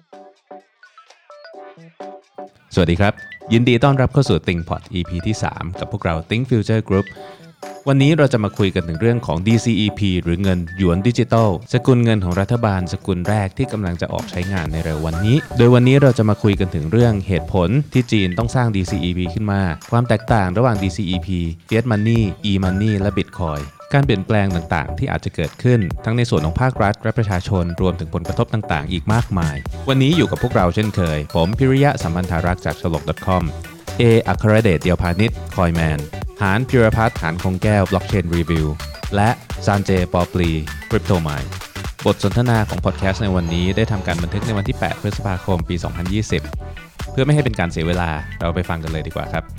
สวัสดีครับยินดีต้อนรับเข้าสู่ ThinkPod EP ที่ 3 กับพวกเรา Think Future Group วันนี้เราจะมาคุยกันถึงเรื่องของ DCEP หรือเงินหยวนดิจิทัลสกุลเงินของรัฐบาลสกุลแรกที่กำลังจะออกใช้งานในเร็ววันนี้โดยวันนี้เราจะมาคุยกันถึงเรื่องเหตุผลที่จีนต้องสร้าง DCEP ขึ้นมาความแตกต่างระหว่าง DCEP Fiat Money E-Money และ Bitcoin การเปลี่ยนแปลงต่างๆที่อาจจะเกิดขึ้นทั้งในส่วนของภาครัฐและประชาชนรวมถึงผลกระทบต่างๆอีกมากมายวันนี้อยู่กับพวกเราเช่นเคยผมพิริยะสัมพันธารักษ์จากฉลก .com อัครเดชเดียวพานิชคอยแมนหานพิรพัฒน์หานคงแก้ว Blockchain Review และซานเจปอปลี Crypto Mind บทสนทนาของพอดแคสต์ในวันนี้ได้ทำการบันทึกในวันที่ 8 พฤษภาคม ปี 2020 เพื่อไม่ให้เป็นการเสียเวลาเราไปฟังกันเลยดีกว่าครับ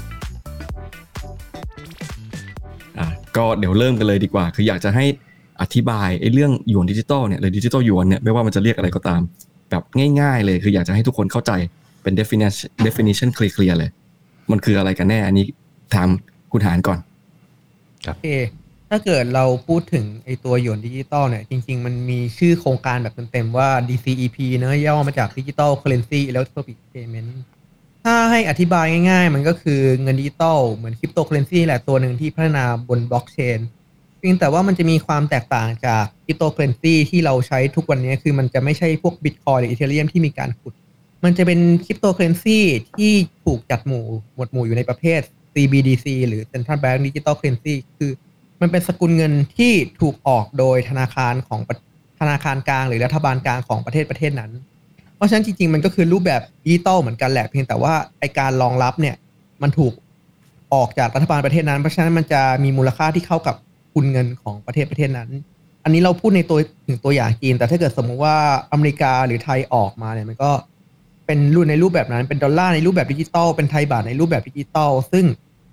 ก็เดี๋ยวเริ่มกันเลยดีกว่าคืออยากจะให้อธิบายไอ้เรื่องหยวนดิจิตอลเนี่ยหรือดิจิตอลหยวนเนี่ยไม่ว่ามันจะเรียกอะไรก็ตามแบบง่ายๆเลยคืออยากจะให้ทุกคนเข้าใจเป็น definition clear เลยมันคืออะไรกันแน่อันนี้ถามคุณหานก่อนครับโอเคถ้าเกิดเราพูดถึงไอ้ตัวหยวนดิจิตอลเนี่ยจริงๆมันมีชื่อโครงการแบบเต็มๆว่า DCEP เนอะย่อมาจาก Digital Currency Electronic Payment ถ้าให้อธิบายง่ายๆมันก็คือเงินดิจิตอลเหมือนคริปโตเคอเรนซีแหละตัวหนึ่งที่พัฒนาบนบล็อกเชนเพียงแต่ว่ามันจะมีความแตกต่างจากคริปโตเคอเรนซีที่เราใช้ทุกวันนี้คือมันจะไม่ใช่พวก Bitcoin หรือ Ethereum ที่มีการขุดมันจะเป็นคริปโตเคอเรนซีที่ถูกจัดหมวดหมู่อยู่ในประเภท CBDC หรือ Central Bank Digital Currency คือมันเป็นสกุลเงินที่ถูกออกโดยธนาคารกลางหรือรัฐบาลกลางของประเทศนั้นเพราะฉะนั้นจริงๆมันก็คือรูปแบบดิจิตอลเหมือนกันแหละเพียงแต่ว่าไอการรองรับเนี่ยมันถูกออกจากรัฐบาลประเทศนั้นเพราะฉะนั้นมันจะมีมูลค่าที่เข้ากับสกุลเงินของประเทศนั้นอันนี้เราพูดในถึงตัวอย่างจีนแต่ถ้าเกิดสมมติว่าอเมริกาหรือไทยออกมาเนี่ยมันก็เป็นในรูปแบบนั้นเป็นดอลลาร์ในรูปแบบดิจิตอลเป็นไทยบาทในรูปแบบดิจิตอลซึ่ง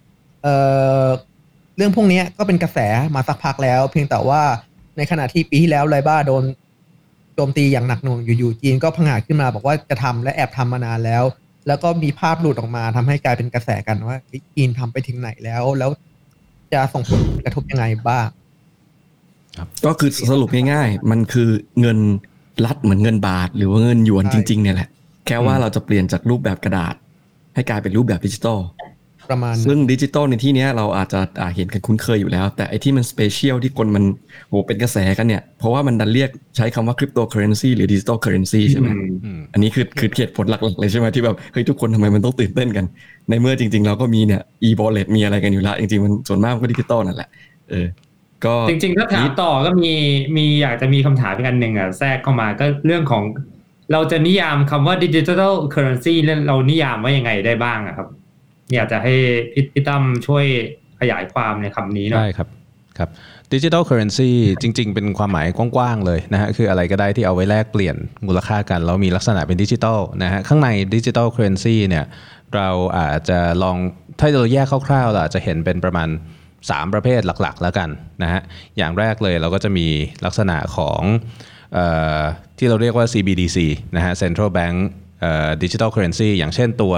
เรื่องพวกนี้ก็เป็นกระแสมาสักพักแล้วเพียงแต่ว่าในขณะที่ปีที่แล้วไลบ้าโดนโจมตีอย่างหนักหน่วงอยู่ๆจีนก็ผงาดขึ้นมาบอกว่าจะทำและแอบทำมานานแล้วก็มีภาพหลุดออกมาทำให้กลายเป็นกระแสกันว่าจีนทำไปถึงไหนแล้วจะส่งผลกระทบยังไงบ้างก็คือสรุปง่ายๆมันคือเงินรัฐเหมือนเงินบาทหรือว่าเงินหยวนจริงๆเนี่ยแหละแค่ว่าเราจะเปลี่ยนจากรูปแบบกระดาษให้กลายเป็นรูปแบบดิจิตอลประมาณซึ่งดิจิตอลในที่นี้เราอาจจะเห็นกันคุ้นเคยอยู่แล้วแต่ไอ้ที่มันสเปเชียลที่คนมันเป็นกระแสกันเนี่ยเพราะว่ามันดันเรียกใช้คำว่าคริปโตเคอเรนซีหรือดิจิตอลเคอเรนซีใช่ไหมอันนี้คือเหตุผลหลักๆเลยใช่ไหมที่แบบเฮ้ยทุกคนทำไมมันต้องตื่นเต้นกันในเมื่อจริงๆเราก็มีเนี่ย e-wallet มีอะไรกันอยู่แล้วจริงๆมันส่วนมากก็ดิจิตอลนั่นแหละก็จริงๆถ้าถามต่อก็มีอยากจะมีคำถามอีกอันหนึ่งแทรกเข้ามาก็เรื่องของเราจะนิยามคำว่าดิจิทัลเคอเรนซีเรานิยามว่ายังไงได้บ้างครับอยากจะให้พี่ตั้มช่วยขยายความในคำนี้หน่อยได้ครับดิจิทัลเคอเรนซีจริงๆเป็นความหมายกว้างๆเลยนะฮะคืออะไรก็ได้ที่เอาไว้แลกเปลี่ยนมูลค่ากันแล้วมีลักษณะเป็นดิจิทัลนะฮะข้างในดิจิทัลเคอเรนซีเนี่ยเราอาจจะลองถ้าเราแยกคร่าวๆเราอาจจะเห็นเป็นประมาณ3ประเภทหลักๆแล้วกันนะฮะอย่างแรกเลยเราก็จะมีลักษณะของที่เราเรียกว่า CBDC นะฮะ Central Bank Digital Currency อย่างเช่นตัว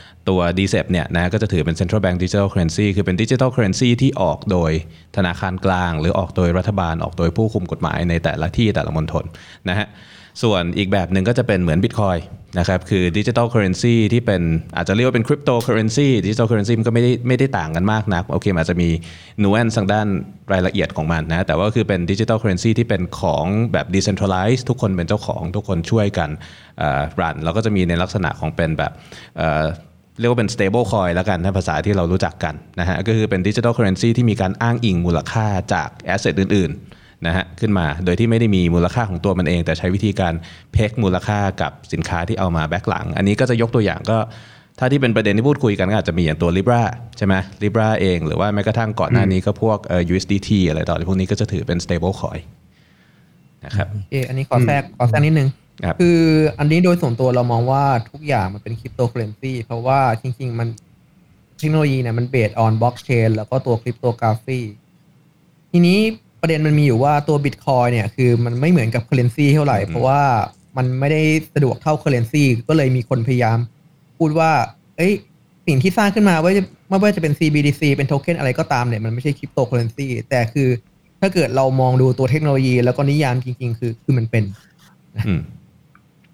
DCEP เนี่ยนะก็จะถือเป็น Central Bank Digital Currency คือเป็น Digital Currency ที่ออกโดยธนาคารกลางหรือออกโดยรัฐบาลออกโดยผู้คุมกฎหมายในแต่ละที่แต่ละมณฑลนะฮะส่วนอีกแบบหนึ่งก็จะเป็นเหมือน Bitcoin นะครับคือ Digital Currency ที่เป็นอาจจะเรียกว่าเป็น Crypto Currency Digital Currency มันก็ไม่ได้ต่างกันมากนักโอเคอาจจะมี nuance ทางด้านรายละเอียดของมันนะแต่ว่าคือเป็น Digital Currency ที่เป็นของแบบ Decentralized ทุกคนเป็นเจ้าของทุกคนช่วยกันรันแล้วก็จะมีในลักษณะของเป็นแบบเรียกว่าเป็น stable coin แล้วกันถ้าภาษาที่เรารู้จักกันนะฮะก็คือเป็น Digital Currency ที่มีการอ้างอิงมูลค่าจาก asset อื่นๆนะฮะขึ้นมาโดยที่ไม่ได้มีมูลค่าของตัวมันเองแต่ใช้วิธีการเพกมูลค่ากับสินค้าที่เอามาแบ็กหลังอันนี้ก็จะยกตัวอย่างก็ถ้าที่เป็นประเด็นที่พูดคุยกันก็อาจจะมีอย่างตัว Libra ใช่ไหม Libra เองหรือว่าแม้กระทั่งก่อนหน้านี้ก็พวกUSDT อะไรต่อพวกนี้ก็จะถือเป็น stable coin นะครับอันนี้ขอแทรกนิดนึงคืออันนี้โดยส่วนตัวเรามองว่าทุกอย่างมันเป็นคริปโตเคอเรนซีเพราะว่าจริงๆมันเทคโนโลยีเนี่ยมันเบสออนบล็อกเชนแล้วก็ตัวคริปโตกราฟีทีนี้ประเด็นมันมีอยู่ว่าตัว Bitcoin เนี่ยคือมันไม่เหมือนกับเคอเรนซีเท่าไหร่เพราะว่ามันไม่ได้สะดวกเท่าเคอเรนซีก็เลยมีคนพยายามพูดว่าสิ่งที่สร้างขึ้นมาไม่ว่าจะเป็น CBDC เป็นโทเค็นอะไรก็ตามเนี่ยมันไม่ใช่คริปโตเคอเรนซีแต่คือถ้าเกิดเรามองดูตัวเทคโนโลยีแล้วก็นิยามจริงๆคือมันเป็น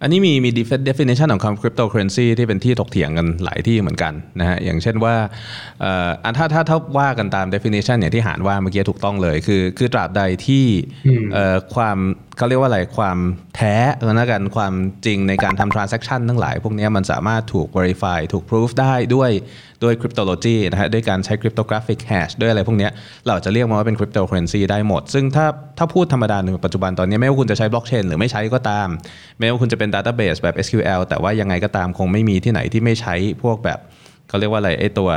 อันนี้มี definition ของคำ cryptocurrency ที่เป็นที่ถกเถียงกันหลายที่เหมือนกันนะฮะอย่างเช่นว่าถ้าว่ากันตาม definition อย่างที่หารว่าเมื่อกี้ถูกต้องเลยคือตราบใดที่ความเขาเรียกว่าอะไรความแท้แล้วกันความจริงในการทำ transaction ทั้งหลายพวกนี้มันสามารถถูก verify ถูก proof ได้ด้วย cryptology นะฮะด้วยการใช้ cryptographic hash ด้วยอะไรพวกนี้เราจะเรียกมันว่าเป็น cryptocurrency ได้หมดซึ่งถ้าพูดธรรมดาในปัจจุบันตอนนี้ไม่ว่าคุณจะใช้ blockchain หรือไม่ใช้ก็ตามไม่ว่าคุณจะเป็น database แบบ SQL แต่ว่ายังไงก็ตามคงไม่มีที่ไหนที่ไม่ใช้พวกแบบเขาเรียกว่าอะไรไอ้ตัว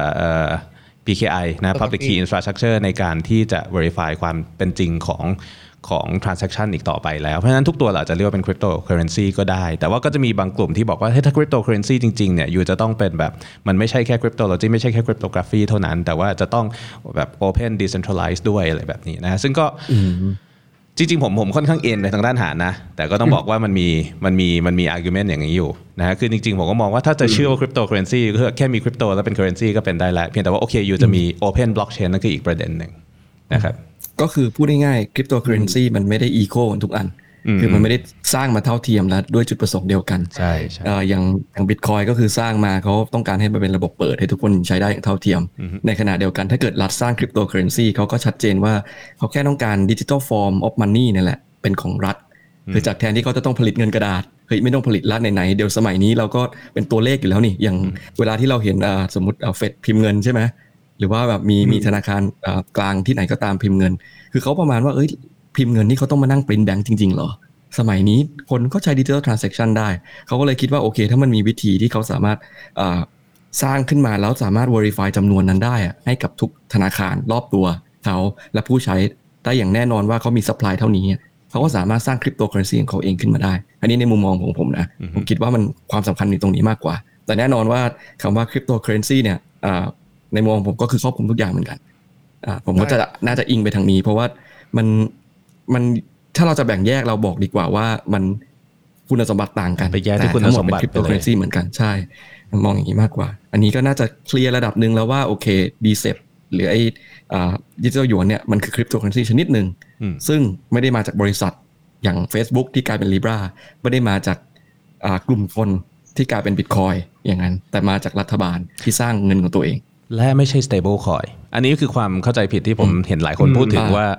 PKI นะ Public Key Infrastructure ในการที่จะ verify ความเป็นจริงของ transaction อีกต่อไปแล้วเพราะฉะนั้นทุกตัวเราจะเรียกว่าเป็น cryptocurrency ก็ได้แต่ว่าก็จะมีบางกลุ่มที่บอกว่าถ้า cryptocurrency จริงๆเนี่ยอยู่จะต้องเป็นแบบมันไม่ใช่แค่ cryptology ไม่ใช่แค่ cryptography เท่านั้นแต่ว่าจะต้องแบบ open decentralized ด้วยอะไรแบบนี้นะซึ่งก็จริงๆผมค่อนข้างเอ็นไปทางด้านหารนะแต่ก็ต้องบอกว่ามันมี argument อย่างนี้อยู่นะฮะคือจริงๆผมก็มองว่าถ้าจะเชื่อว่า cryptocurrency ก็แค่มี crypto แล้วเป็น currency ก็เป็นได้แล้วเพียงแต่ว่าโอเคอยู่จะมี open blockchain นั่นคืออีกประเด็นหนึ่งนะครับก็คือพูดง่ายๆ cryptocurrency มันไม่ได้ equal ทุกอันคือมันไม่ได้สร้างมาเท่าเทียมและด้วยจุดประสงค์เดียวกันใช่อย่าง Bitcoin ก็คือสร้างมาเขาต้องการให้มันเป็นระบบเปิดให้ทุกคนใช้ได้อย่างเท่าเทียมในขณะเดียวกันถ้าเกิดรัฐสร้าง cryptocurrency เขาก็ชัดเจนว่าเขาแค่ต้องการ digital form of money นั่นแหละเป็นของรัฐคือจากแทนที่เขาจะต้องผลิตเงินกระดาษเฮ้ยไม่ต้องผลิตละไหนๆเดี๋ยวสมัยนี้เราก็เป็นตัวเลขอยู่แล้วนี่อย่างเวลาที่เราเห็นสมมติเฟดพิมพ์เงินใช่ไหมหรือว่าแบบมีธนาคารกลางที่ไหนก็ตามพิมพ์เงินคือเขาประมาณว่าพิมพ์เงินนี่เขาต้องมานั่งปริ้นแบงค์จริงๆเหรอสมัยนี้คนก็ใช้ digital transaction ได้เขาก็เลยคิดว่าโอเคถ้ามันมีวิธีที่เขาสามารถสร้างขึ้นมาแล้วสามารถ verify จำนวนนั้นได้ให้กับทุกธนาคารรอบตัวเขาและผู้ใช้ได้อย่างแน่นอนว่าเขามี supply เท่านี้เขาก็สามารถสร้าง cryptocurrency ของเขาเองขึ้นมาได้อันนี้ในมุมมองของผมนะผมคิดว่ามันความสำคัญในตรงนี้มากกว่าแต่แน่นอนว่าคำว่า cryptocurrency เนี่ยในมุมผมก็คือครอบคลุมทุกอย่างเหมือนกันผมก็จะน่าจะอิงไปทางนี้เพราะว่ามันถ้าเราจะแบ่งแยกเราบอกดีกว่าว่ามันคุณสมบัติต่างกันไปแยกที่คุณสมบัติเป็น cryptocurrency เหมือนกันใช่มองอย่างนี้มากกว่าอันนี้ก็น่าจะเคลียร์ระดับนึงแล้วว่าโอเค DCEP หรือไอ้digital yuan เนี่ยมันคือ cryptocurrency ชนิดนึงซึ่งไม่ได้มาจากบริษัทอย่าง Facebook ที่กลายเป็น Libra ไม่ได้มาจากกลุ่มคนที่กลายเป็น Bitcoin อย่างนั้นแต่มาจากรัฐบาลที่สร้างเงินของตัวเองและไม่ใช่ stable coin อันนี้คือความเข้าใจผิดที่ผมเห็นหลายคนพูดถึงว่า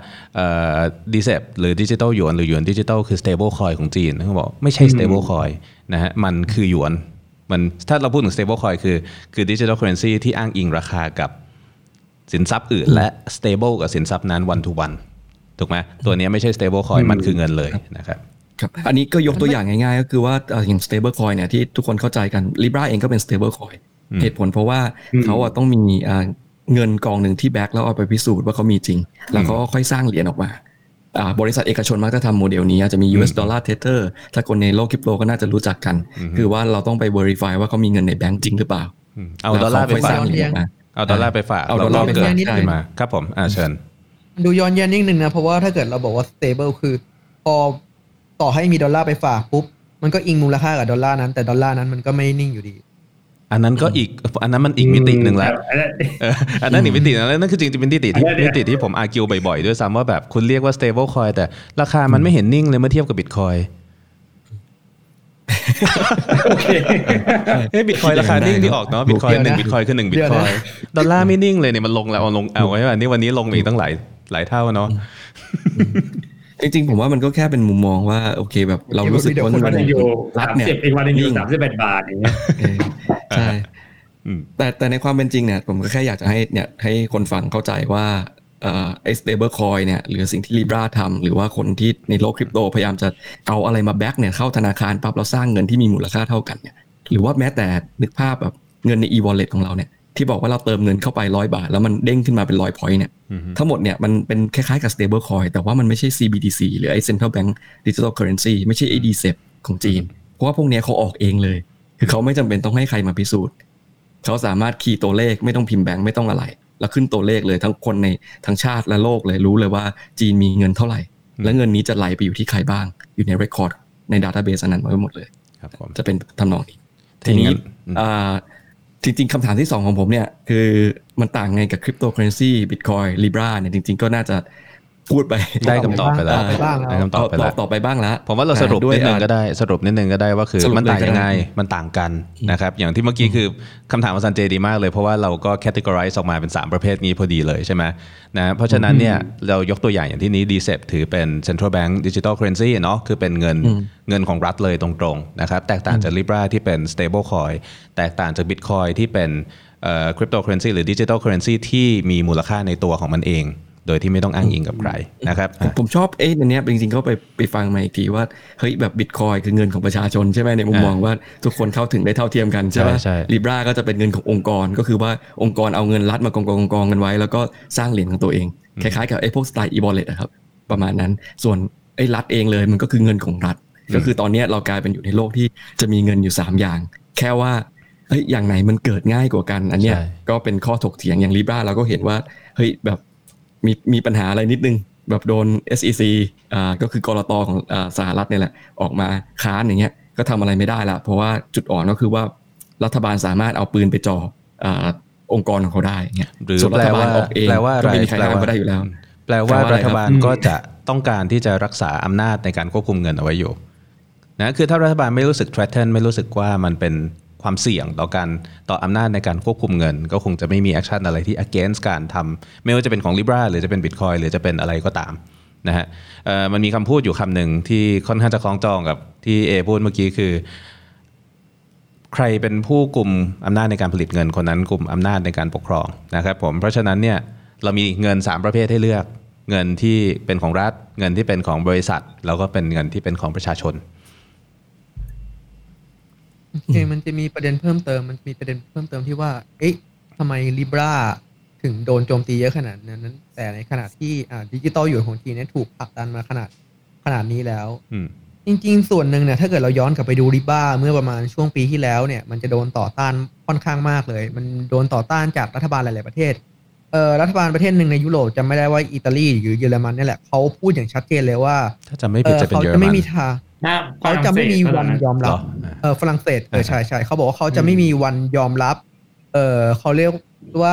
DCEP หรือ Digital Yuan หรือ Yuan Digital คือ stable coin ของจีนเขาบอกไม่ใช่ stable coin นะฮะมันคือหยวนมันถ้าเราพูดถึง stable coin คือ digital currency ที่อ้างอิงราคากับสินทรัพย์อื่นและ stable กับสินทรัพย์นั้น one to one ถูกไหมตัวนี้ไม่ใช่ stable coin มันคือเงินเลยนะครับครับอันนี้ก็ยกตัวอย่างง่ายๆก็คือว่าอย่าง stable coin เนี่ยที่ทุกคนเข้าใจกัน Libra เองก็เป็น stable coinเหตุผลเพราะว่าเขาต้องมีเงินกองหนึ่งที่แบ็คแล้วเอาไปพิสูจน์ว่าเขามีจริงแล้วเขาก็ค่อยสร้างเหรียญออกมาบริษัทเอกชนมักจะทำโมเดลนี้จะมี US Dollar Tether ถ้าคนในโลกคริปโตก็น่าจะรู้จักกันคือว่าเราต้องไป verify ว่าเขามีเงินในแบงก์จริงหรือเปล่าเอาดอลลาร์ไปฝากเอาดอลลาร์ไปฝากเอาดอลลาร์ไปฝากขึ้นมาครับผมเชิญดูย้อนแย้งนิดนึงนะเพราะว่าถ้าเกิดเราบอกว่า stable คือพอต่อให้มีดอลลาร์ไปฝากปุ๊บมันก็อิงมูลค่ากับดอลลาร์นั้นแต่ดอลลาร์นั้นมันก็ไม่นิ่งอยู่ดีอันนั้นก็อีกอันนั้นมันอีกมิติหนึ่งแล้วอันนั้นอีกมิตินึงแล้วนั่นคือจริงๆเป็นมิติที่ผมอาร์กิวบ่อยๆด้วยซ้ำว่าแบบคุณเรียกว่า stable coin แต่ราคามันไม่เห็นนิ่งเลยเมื่อเทียบกับ Bitcoin โอเค Bitcoin ราคานิ่งที่ออกเนาะ Bitcoin 1 Bitcoin คือ1 Bitcoin ดอลลาร์ไม่นิ่งเลยเนี่ยมันลงแล้วเอาไว้ว่านี่วันนี้ลงอีกตั้งหลายเท่าเนาะจริงๆผมว่ามันก็แค่เป็นมุมมองว่าโอเคแบบเรารู้สึกว่ามันอยู่30อีกวันนึงอยู่31 บาทอย่างเงี้ยใช่แต่ในความเป็นจริงเนี่ยผมก็แค่อยากจะให้คนฟังเข้าใจว่าไอ้ stable coin เนี่ยหรือสิ่งที่ Libra ทำหรือว่าคนที่ในโลกคริปโตพยายามจะเอาอะไรมาแบ็กเนี่ยเข้าธนาคารปั๊บแล้วสร้างเงินที่มีมูลค่าเท่ากันเนี่ยหรือว่าแม้แต่นึกภาพแบบเงินใน e-wallet ของเราเนี่ยที่บอกว่าเราเติมเงินเข้าไป100 บาทแล้วมันเด้งขึ้นมาเป็น100 point เนี่ยทั้งหมดเนี่ยมันเป็นคล้ายๆกับ stable coin แต่ว่ามันไม่ใช่ CBDC หรือไอ้ central bank digital currency ไม่ใช่ DCEP ของจีนเพราะว่าพวกนี้เขาออกเองเลยคือเขาไม่จำเป็นต้องให้ใครมาพิสูจน์เขาสามารถคีย์ตัวเลขไม่ต้องพิมพ์แบงค์ไม่ต้องอะไรแล้วขึ้นตัวเลขเลยทั้งคนในทั้งชาติและโลกเลยรู้เลยว่าจีนมีเงินเท่าไหร่และเงินนี้จะไหลไปอยู่ที่ใครบ้างอยู่ใน record ใน database นั้นไว้หมดเลยจะเป็นทำนองนี้ทีนี้จริงๆคำถามที่2ของผมเนี่ยคือมันต่างไงกับ cryptocurrency Bitcoin Libra เนี่ยจริงๆก็น่าจะพูดไปได้คำตอบไปแล้วได้คำตอบไปแล้วตอบไปบ้างแล้วผมว่าเราสรุปนิดนึงก็ได้ว่าคือมันต่างยังไงมันต่างกันนะครับอย่างที่เมื่อกี้คือคำถามของซันเจดีมากเลยเพราะว่าเราก็ categorize ออกมาเป็น3ประเภทนี้พอดีเลยใช่ไหมนะเพราะฉะนั้นเนี่ยเรายกตัวอย่างที่นี้ DCEP ถือเป็น Central Bank Digital Currency เนาะคือเป็นเงินของรัฐเลยตรงๆนะครับแตกต่างจาก Libra ที่เป็น Stable Coin แตกต่างจาก Bitcoin ที่เป็นCryptocurrency หรือ Digital Currency ที่มีมูลค่าในตัวของมันเองโดยที่ไม่ต้องอ้างอิงกับใครนะครับผมชอบอันนี้จริงๆก็ไปฟังมาอีกทีว่าเฮ้ยแบบ Bitcoin คือเงินของประชาชนใช่ไหมในมุมมองว่าทุกคนเข้าถึงได้เท่าเทียมกันใช่ไหม Libra ก็จะเป็นเงินขององค์กรก็คือว่าองค์กรเอาเงินรัฐมากองกันไว้แล้วก็สร้างเหรียญของตัวเองคล้ายๆกับพวกสไตล์ e-wallet นะครับประมาณนั้นส่วนรัฐเองเลยมันก็คือเงินของรัฐก็คือตอนนี้เรากลายเป็นอยู่ในโลกที่จะมีเงินอยู่3อย่างแค่ว่าอย่างไหนมันเกิดง่ายกว่ากันอันเนี้ยก็เป็นข้อถกเถียงอย่าง Libra เราก็เห็นว่าเฮ้ยแบบมีปัญหาอะไรนิดนึงแบบโดน SEC ก็คือกลต.ของสหรัฐเนี่ยแหละออกมาค้านอย่างเงี้ยก็ทำอะไรไม่ได้ละเพราะว่าจุดอ่อนก็คือว่ารัฐบาลสามารถเอาปืนไปจ่อองค์กรของเขาได้เงี้ยหรือแปลว่าก็ไม่มีใครห้ามก็ได้อยู่แล้วแปลว่ารัฐบาลก็จะต้องการที่จะรักษาอำนาจในการควบคุมเงินเอาไว้อยู่นะคือถ้ารัฐบาลไม่รู้สึก threaten ไม่รู้สึกว่ามันเป็นความเสี่ยงต่ออำนาจในการควบคุมเงินก็คงจะไม่มีแอคชั่นอะไรที่ against การทำไม่ว่าจะเป็นของ Libra หรือจะเป็น Bitcoin หรือจะเป็นอะไรก็ตามนะฮะมันมีคำพูดอยู่คำหนึ่งที่ค่อนข้างจะคล้องจองกับที่เอพูดเมื่อกี้คือใครเป็นผู้กุมอำนาจในการผลิตเงินคนนั้นกุมอำนาจในการปกครองนะครับผมเพราะฉะนั้นเนี่ยเรามีเงิน3ประเภทให้เลือกเงินที่เป็นของรัฐเงินที่เป็นของบริษัทแล้วก็เป็นเงินที่เป็นของประชาชนมันจะมีประเด็นเพิ่มเติมที่ว่าทำไม Libra ถึงโดนโจมตีเยอะขนาดนั้นแต่ในขณะที่ดิจิตอลหยวนของจีนเนี่ยถูกผลักดันมาขนาดนี้แล้วจริงๆส่วนหนึ่งเนี่ยถ้าเกิดเราย้อนกลับไปดู Libra เมื่อประมาณช่วงปีที่แล้วเนี่ยมันจะโดนต่อต้านค่อนข้างมากเลยมันโดนต่อต้านจากรัฐบาลหลายๆประเทศรัฐบาลประเทศหนึ่งในยุโรปจำไม่ได้ว่าอิตาลีหรือเยอรมันนี่แหละเขาพูดอย่างชัดเจนเลยว่าถ้าจะไม่ผิดจะเป็นเยอรมันเขาจะไม่มีทางเขาจะไม่มีวันยอมรับฝรั่งเศสใช่เขาบอกว่าเขาจะไม่มีวันยอมรับเขาเรียกว่า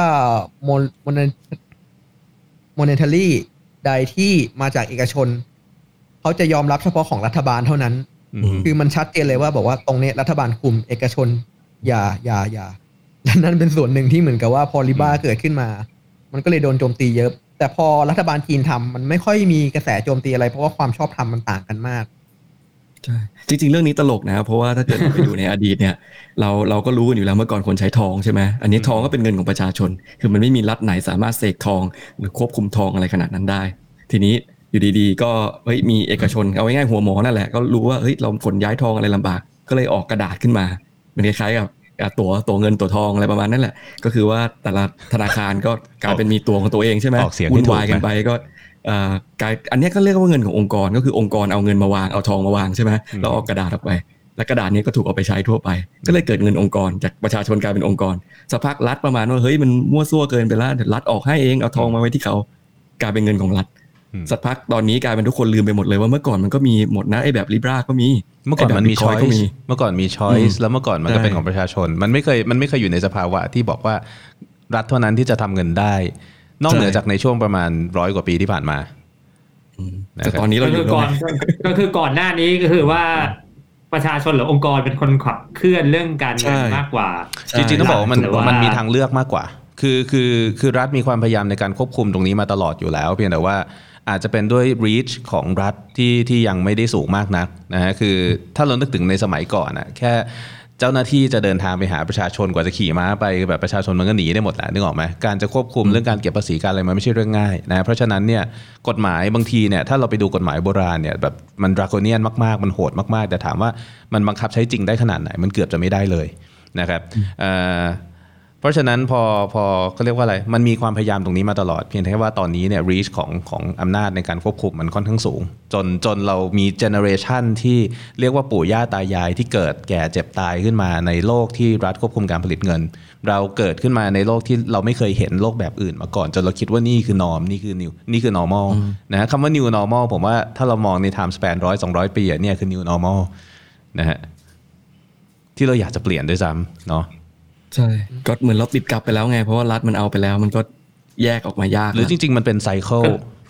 monetary ใดที่มาจากเอกชนเขาจะยอมรับเฉพาะของรัฐบาลเท่านั้นคือมันชัดเจนเลยว่าบอกว่าตรงนี้รัฐบาลคุมเอกชนอย่าและนั่นเป็นส่วนหนึ่งที่เหมือนกับว่าพอริบ้าเกิดขึ้นมามันก็เลยโดนโจมตีเยอะแต่พอรัฐบาลจีนทำมันไม่ค่อยมีกระแสโจมตีอะไรเพราะว่าความชอบธรรมมันต่างกันมากใช่จริงๆเรื่องนี้ตลกนะเพราะว่าถ้าเกิดไปดูในอดีตเนี่ยเราก็รู้กันอยู่แล้วเมื่อก่อนคนใช้ทองใช่ไหมอันนี้ทองก็เป็นเงินของประชาชนคือมันไม่มีรัฐไหนสามารถเสกทองหรือควบคุมทองอะไรขนาดนั้นได้ทีนี้อยู่ดีๆก็มีเอกชนเอาง่ายๆหัวหมอนั่นแหละก็รู้ว่าเราขนย้ายทองอะไรลำบากก็เลยออกกระดาษขึ้นมามันคล้ายๆกับตัวเงินตัวทองอะไรประมาณนั้นแหละก็คือว่าแต่ละธนาคารก็กลายเป็นมีตัวของตัวเองใช่ไหมวุ่นวายกันไปก็กลายอันนี้ก็เรียกว่าเงินขององค์กรก็คือองค์กรเอาเงินมาวางเอาทองมาวางใช่ไหมแล้วเอากระดาษออกไปและกระดาษนี้ก็ถูกเอาไปใช้ทั่วไปก็เลยเกิดเงินองค์กรจากประชาชนกลายเป็นองค์กรสักพักรัฐประมาณว่าเฮ้ยมันมั่วซั่วเกินไปแล้วรัฐออกให้เองเอาทองมาไว้ที่เขากลายเป็นเงินของรัฐสักพักตอนนี้กลายเป็นทุกคนลืมไปหมดเลยว่าเมื่อก่อนมันก็มีหมดนะแบบ Libra ก็มีเมื่อก่อนมันมี choice แล้วเมื่อก่อนมันก็เป็นของประชาชนมันไม่เคยอยู่ในสภาวะที่บอกว่ารัฐเท่านั้นที่จะทำเงินได้นอกเหนือจากในช่วงประมาณ100 กว่าปีที่ผ่านมาแต่ตอนนี้เราอยู่ก็คือก่อนหน้านี้ก็คือว่าประชาชนหรือองค์กรเป็นคนขับเคลื่อนเรื่องการเงินมากกว่าจริงๆต้องบอกว่ามันมีทางเลือกมากกว่าคือรัฐมีความพยายามในการควบคุมตรงนี้มาตลอดอยู่แล้วเพียงแต่ว่าอาจจะเป็นด้วย reach ของรัฐที่ยังไม่ได้สูงมากนักนะฮะคือถ้าเรานึกถึงในสมัยก่อนแค่เจ้าหน้าที่จะเดินทางไปหาประชาชนกว่าจะขี่ม้าไปแบบประชาชนมันก็หนีได้หมดแหละนึกออกไหมการจะควบคุมเรื่องการเก็บภาษีการอะไรมันไม่ใช่เรื่องง่ายนะเพราะฉะนั้นเนี่ยกฎหมายบางทีเนี่ยถ้าเราไปดูกฎหมายโบราณเนี่ยแบบมันดราโกเนียนมากๆมันโหดมากๆแต่ถามว่ามันบังคับใช้จริงได้ขนาดไหนมันเกือบจะไม่ได้เลยนะครับเพราะฉะนั้นพอเขาเรียกว่าอะไรมันมีความพยายามตรงนี้มาตลอดเพียงแค่ว่าตอนนี้เนี่ย reach ของอำนาจในการควบคุมมันค่อนข้างสูงจนเรามี generation ที่เรียกว่าปู่ย่าตายายที่เกิดแก่เจ็บตายขึ้นมาในโลกที่รัฐควบคุมการผลิตเงินเราเกิดขึ้นมาในโลกที่เราไม่เคยเห็นโลกแบบอื่นมาก่อนจนเราคิดว่านี่คือ norm นี่คือ normal นะคำว่า new normal ผมว่าถ้าเรามองใน time span 100-200 ปีเนี่ยคือ new normal นะฮะที่เราอยากจะเปลี่ยนด้วยซ้ำเนาะใช่ก็เหมือนเราติดกลับไปแล้วไงเพราะว่ารัฐมันเอาไปแล้วมันก็แยกออกมายากหรือจริงๆมันเป็นไซเคิล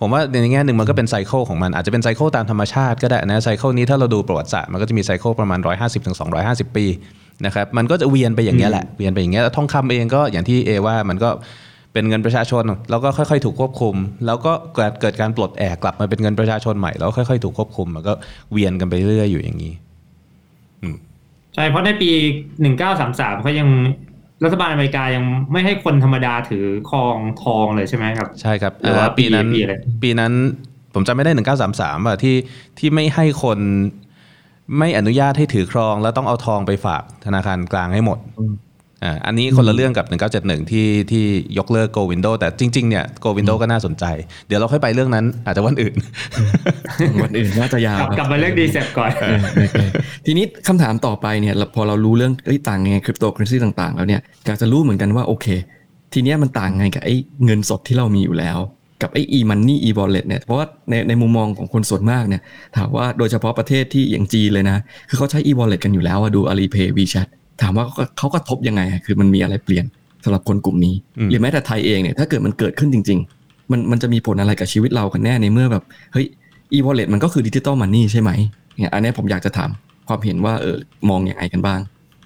ผมว่าในแง่หนึ่งมันก็เป็นไซเคิลของมันอาจจะเป็นไซเคิลตามธรรมชาติก็ได้นะไซเคิลนี้ถ้าเราดูประวัติศาสตร์มันก็จะมีไซเคิลประมาณ150ถึง250ปีนะครับมันก็จะเวียนไปอย่างเงี้ยแหละเวียนไปอย่างเงี้ยทองคำเองก็อย่างที่ว่ามันก็เป็นเงินประชาชนแล้วก็ค่อยๆถูกควบคุมแล้วก็เกิดการปลดแอกกลับมาเป็นเงินประชาชนใหม่แล้วค่อยๆถูกควบคุมมันก็เวียนกันไปเรื่อยๆอยู่อย่างนี้ใช่เพราะในปี1933เขายังรัฐบาลอเมริกายังไม่ให้คนธรรมดาถือครองทองเลยใช่ไหมครับใช่ครับปีนั้นผมจำไม่ได้1933อ่ะที่ไม่ให้คนไม่อนุญาตให้ถือครองแล้วต้องเอาทองไปฝากธนาคารกลางให้หมดอันนี้คนละเรื่องกับ1971ที่ยกเลิก Go Window แต่จริงๆเนี่ย Go Window ก็น่าสนใจเดี๋ยวเราค่อยไปเรื่องนั้นอาจจะวันอื่นวันอื่นน่าจะยาวกลับมาเรื่อง DCEP ก่อนทีนี้คำถามต่อไปเนี่ยพอเรารู้เรื่องต่างไงคริปโตเคอเรนซีต่างๆแล้วเนี่ยอยากจะรู้เหมือนกันว่าโอเคทีเนี้ยมันต่างไงกับไอ้เงินสดที่เรามีอยู่แล้วกับไอ้ e-money e-wallet เนี่ยเพราะว่าในมุมมองของคนส่วนมากเนี่ยถามว่าโดยเฉพาะประเทศที่อย่างจีนเลยนะคือเขาใช้ e-wallet กันอยู่แล้วดู Alipay WeChat ถามว่าเขากระทบยังไงคือมันมีอะไรเปลี่ยนสำหรับคนกลุ่มนี้หรือแม้แต่ไทยเองเนี่ยถ้าเกิดมันเกิดขึ้นจริงๆมันจะมีผลอะไรกับชีวิตเรากันแน่ในเมื่อแบบเฮ้ย e-wallet มันก็คือ digital money ใช่ไหมเนี่ยอันนี้ผมอยากจะถามความเห็นว่ามองอย่างไรกันบ้าง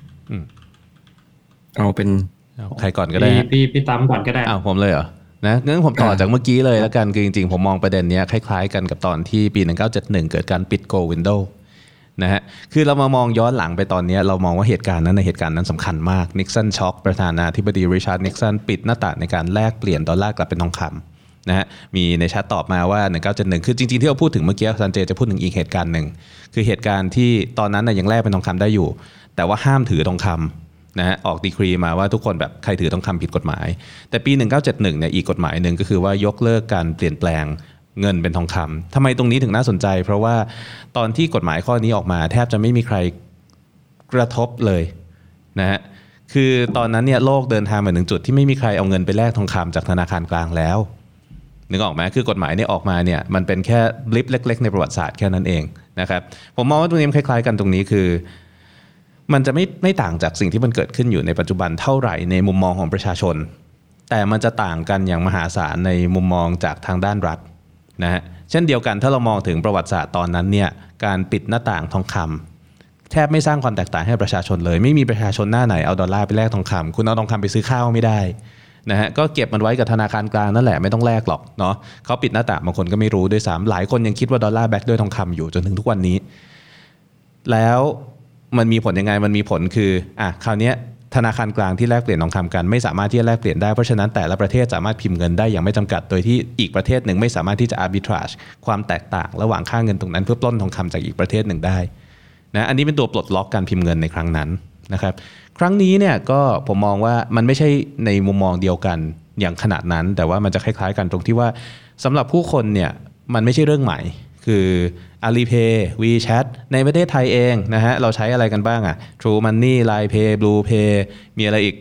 เอาเป็นใครก่อนก็ได้พี่ตั้มก่อนก็ได้ผมเลยเหรอนะงั้นผมต่อจากเมื่อกี้เลยแล้วกันคือจริงๆผมมองประเด็นนี้คล้ายๆกันกับตอนที่ปี1971เกิดการปิด Go Window นะฮะคือเรามามองย้อนหลังไปตอนนี้เรามองว่าเหตุการณ์นั้นสำคัญมากนิกสันช็อคประธานาธิบดีริชาร์ดนิกสันปิดหน้าต่างในการแลกเปลี่ยนดอลลาร์กลับเป็นทองคำนะฮะมีในแชทตอบมาว่า1971คือจริงๆที่เราพูดถึงเมื่อกี้ซันเจจะพูดถึงอีกเหตุการณ์หนึ่งคือเหตุการณ์ที่ตอนนั้นยังแลกเป็นทองคำได้อยู่แต่ว่าห้ามถือทองคำนะฮะออกดีครีมาว่าทุกคนแบบใครถือทองคำผิดกฎหมายแต่ปี1971เนี่ยอีกกฎหมายหนึ่งก็คือว่ายกเลิกการเปลี่ยนแปลงเงินเป็นทองคำทำไมตรงนี้ถึงน่าสนใจเพราะว่าตอนที่กฎหมายข้อนี้ออกมาแทบจะไม่มีใครกระทบเลยนะฮะคือตอนนั้นเนี่ยโลกเดินทางมาถึงจุดที่ไม่มีใครเอาเงินไปแลกทองคำจากธนาคารกลางแล้วนึกออกไหมคือกฎหมายเนี่ยออกมาเนี่ยมันเป็นแค่บลิปเล็กๆในประวัติศาสตร์แค่นั้นเองนะครับผมมองว่าตรงนี้คล้ายๆกันตรงนี้คือมันจะไม่ต่างจากสิ่งที่มันเกิดขึ้นอยู่ในปัจจุบันเท่าไหร่ในมุมมองของประชาชนแต่มันจะต่างกันอย่างมหาศาลในมุมมองจากทางด้านรัฐนะฮะเช่นเดียวกันถ้าเรามองถึงประวัติศาสตร์ตอนนั้นเนี่ยการปิดหน้าต่างทองคำแทบไม่สร้างความแตกต่างให้ประชาชนเลยไม่มีประชาชนหน้าไหนเอาดอลลาร์ไปแลกทองคำคุณเอาทองคำไปซื้อข้าวไม่ได้นะฮะก็เก็บมันไว้กับธนาคารกลางนั่นแหละไม่ต้องแลกหรอกเนาะเขาปิดหน้าต่างบางคนก็ไม่รู้ด้วยซ้ำหลายคนยังคิดว่าดอลลาร์แบ็คด้วยทองคำอยู่จนถึงทุกวันนี้แล้วมันมีผลยังไงมันมีผลคือคราวนี้ธนาคารกลางที่แลกเปลี่ยนทองคำกันไม่สามารถที่จะแลกเปลี่ยนได้เพราะฉะนั้นแต่ละประเทศสามารถพิมพ์เงินได้อย่างไม่จำกัดโดยที่อีกประเทศหนึ่งไม่สามารถที่จะ arbitrage ความแตกต่างระหว่างค่าเงินตรงนั้นเพื่อปล้นทองคำจากอีกประเทศหนึ่งได้นะอันนี้เป็นตัวปลดล็อกการพิมพ์เงินในครั้งนั้นนะครับครั้งนี้เนี่ยก็ผมมองว่ามันไม่ใช่ในมุมมองเดียวกันอย่างขนาดนั้นแต่ว่ามันจะคล้ายๆกันตรงที่ว่าสำหรับผู้คนเนี่ยมันไม่ใช่เรื่องใหม่คือ Alipay WeChat ในประเทศไทยเองนะฮะเราใช้อะไรกันบ้างTrue Money Line Pay Blue Pay มีอะไรอีก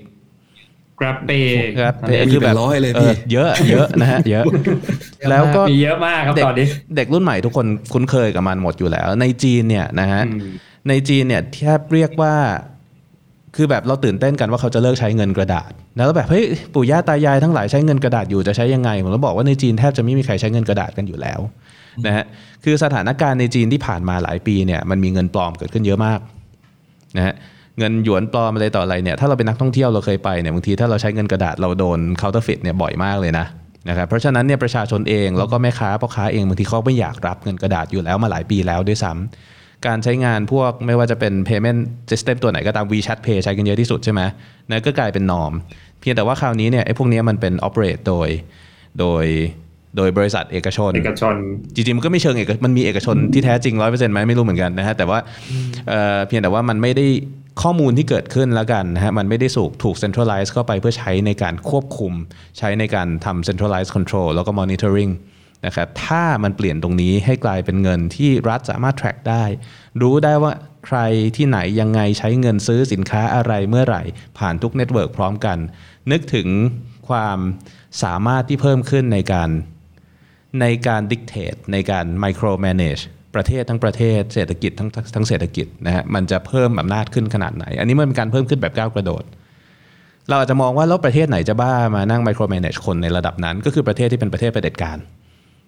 GrabPay คือแบบร้อยเลยพี่เยอะนะฮะเยอะแล้วก็มีเยอะมากครับตอนนี้เด็กรุ่นใหม่ทุกคนคุ้นเคยกับมันหมดอยู่แล้วในจีนเนี่ยนะฮะในจีนเนี่ยแทบเรียกว่าคือแบบเราตื่นเต้นกันว่าเขาจะเลิกใช้เงินกระดาษแล้วแบบเฮ้ยปู่ย่าตายายทั้งหลายใช้เงินกระดาษอยู่จะใช้ยังไงผมก็บอกว่าในจีนแทบจะไม่มีใครใช้เงินกระดาษกันอยู่แล้วนะฮะคือสถานการณ์ในจีนที่ผ่านมาหลายปีเนี่ยมันมีเงินปลอมเกิดขึ้นเยอะมากนะฮะเงินหยวนปลอมอะไรต่ออะไรเนี่ยถ้าเราเป็นนักท่องเที่ยวเราเคยไปเนี่ยบางทีถ้าเราใช้เงินกระดาษเราโดน counterfeit เนี่ยบ่อยมากเลยนะครับเพราะฉะนั้นเนี่ยประชาชนเองแล้วก็แม่ค้าพ่อค้าเองบางทีเขาไม่อยากรับเงินกระดาษอยู่แล้วมาหลายปีแล้วด้วยซ้ำการใช้งานพวกไม่ว่าจะเป็น payment system ตัวไหนก็ตาม WeChat Pay ใช้กันเยอะที่สุดใช่ไหมนั่นก็กลายเป็นนอร์มเพียงแต่ว่าคราวนี้เนี่ยไอ้พวกนี้มันเป็น operate โดยบริษัทเอกชนจริงๆมันก็ไม่เชิงมันมีเอกชนที่แท้จริง 100% ไหมไม่รู้เหมือนกันนะฮะแต่ว่าเพียงแต่ว่ามันไม่ได้ข้อมูลที่เกิดขึ้นแล้วกันนะฮะมันไม่ได้ถูก centralize เข้าไปเพื่อใช้ในการควบคุมใช้ในการทำ centralized control แล้วก็ monitoring นะครับถ้ามันเปลี่ยนตรงนี้ให้กลายเป็นเงินที่รัฐสามารถ track ได้รู้ได้ว่าใครที่ไหนยังไงใช้เงินซื้อสินค้าอะไรเมื่อไหร่ผ่านทุกเน็ตเวิร์กพร้อมกันนึกถึงความสามารถที่เพิ่มขึ้นในการ dictate ในการ micro manage ประเทศทั้งประเทศเศรษฐกิจทั้งเศรษฐกิจนะฮะมันจะเพิ่มอำนาจขึ้นขนาดไหนอันนี้มันเป็นการเพิ่มขึ้นแบบก้าวกระโดดเราอาจจะมองว่าแล้วประเทศไหนจะบ้ามานั่ง micro manage คนในระดับนั้นก็คือประเทศที่เป็นประเทศเผด็จการ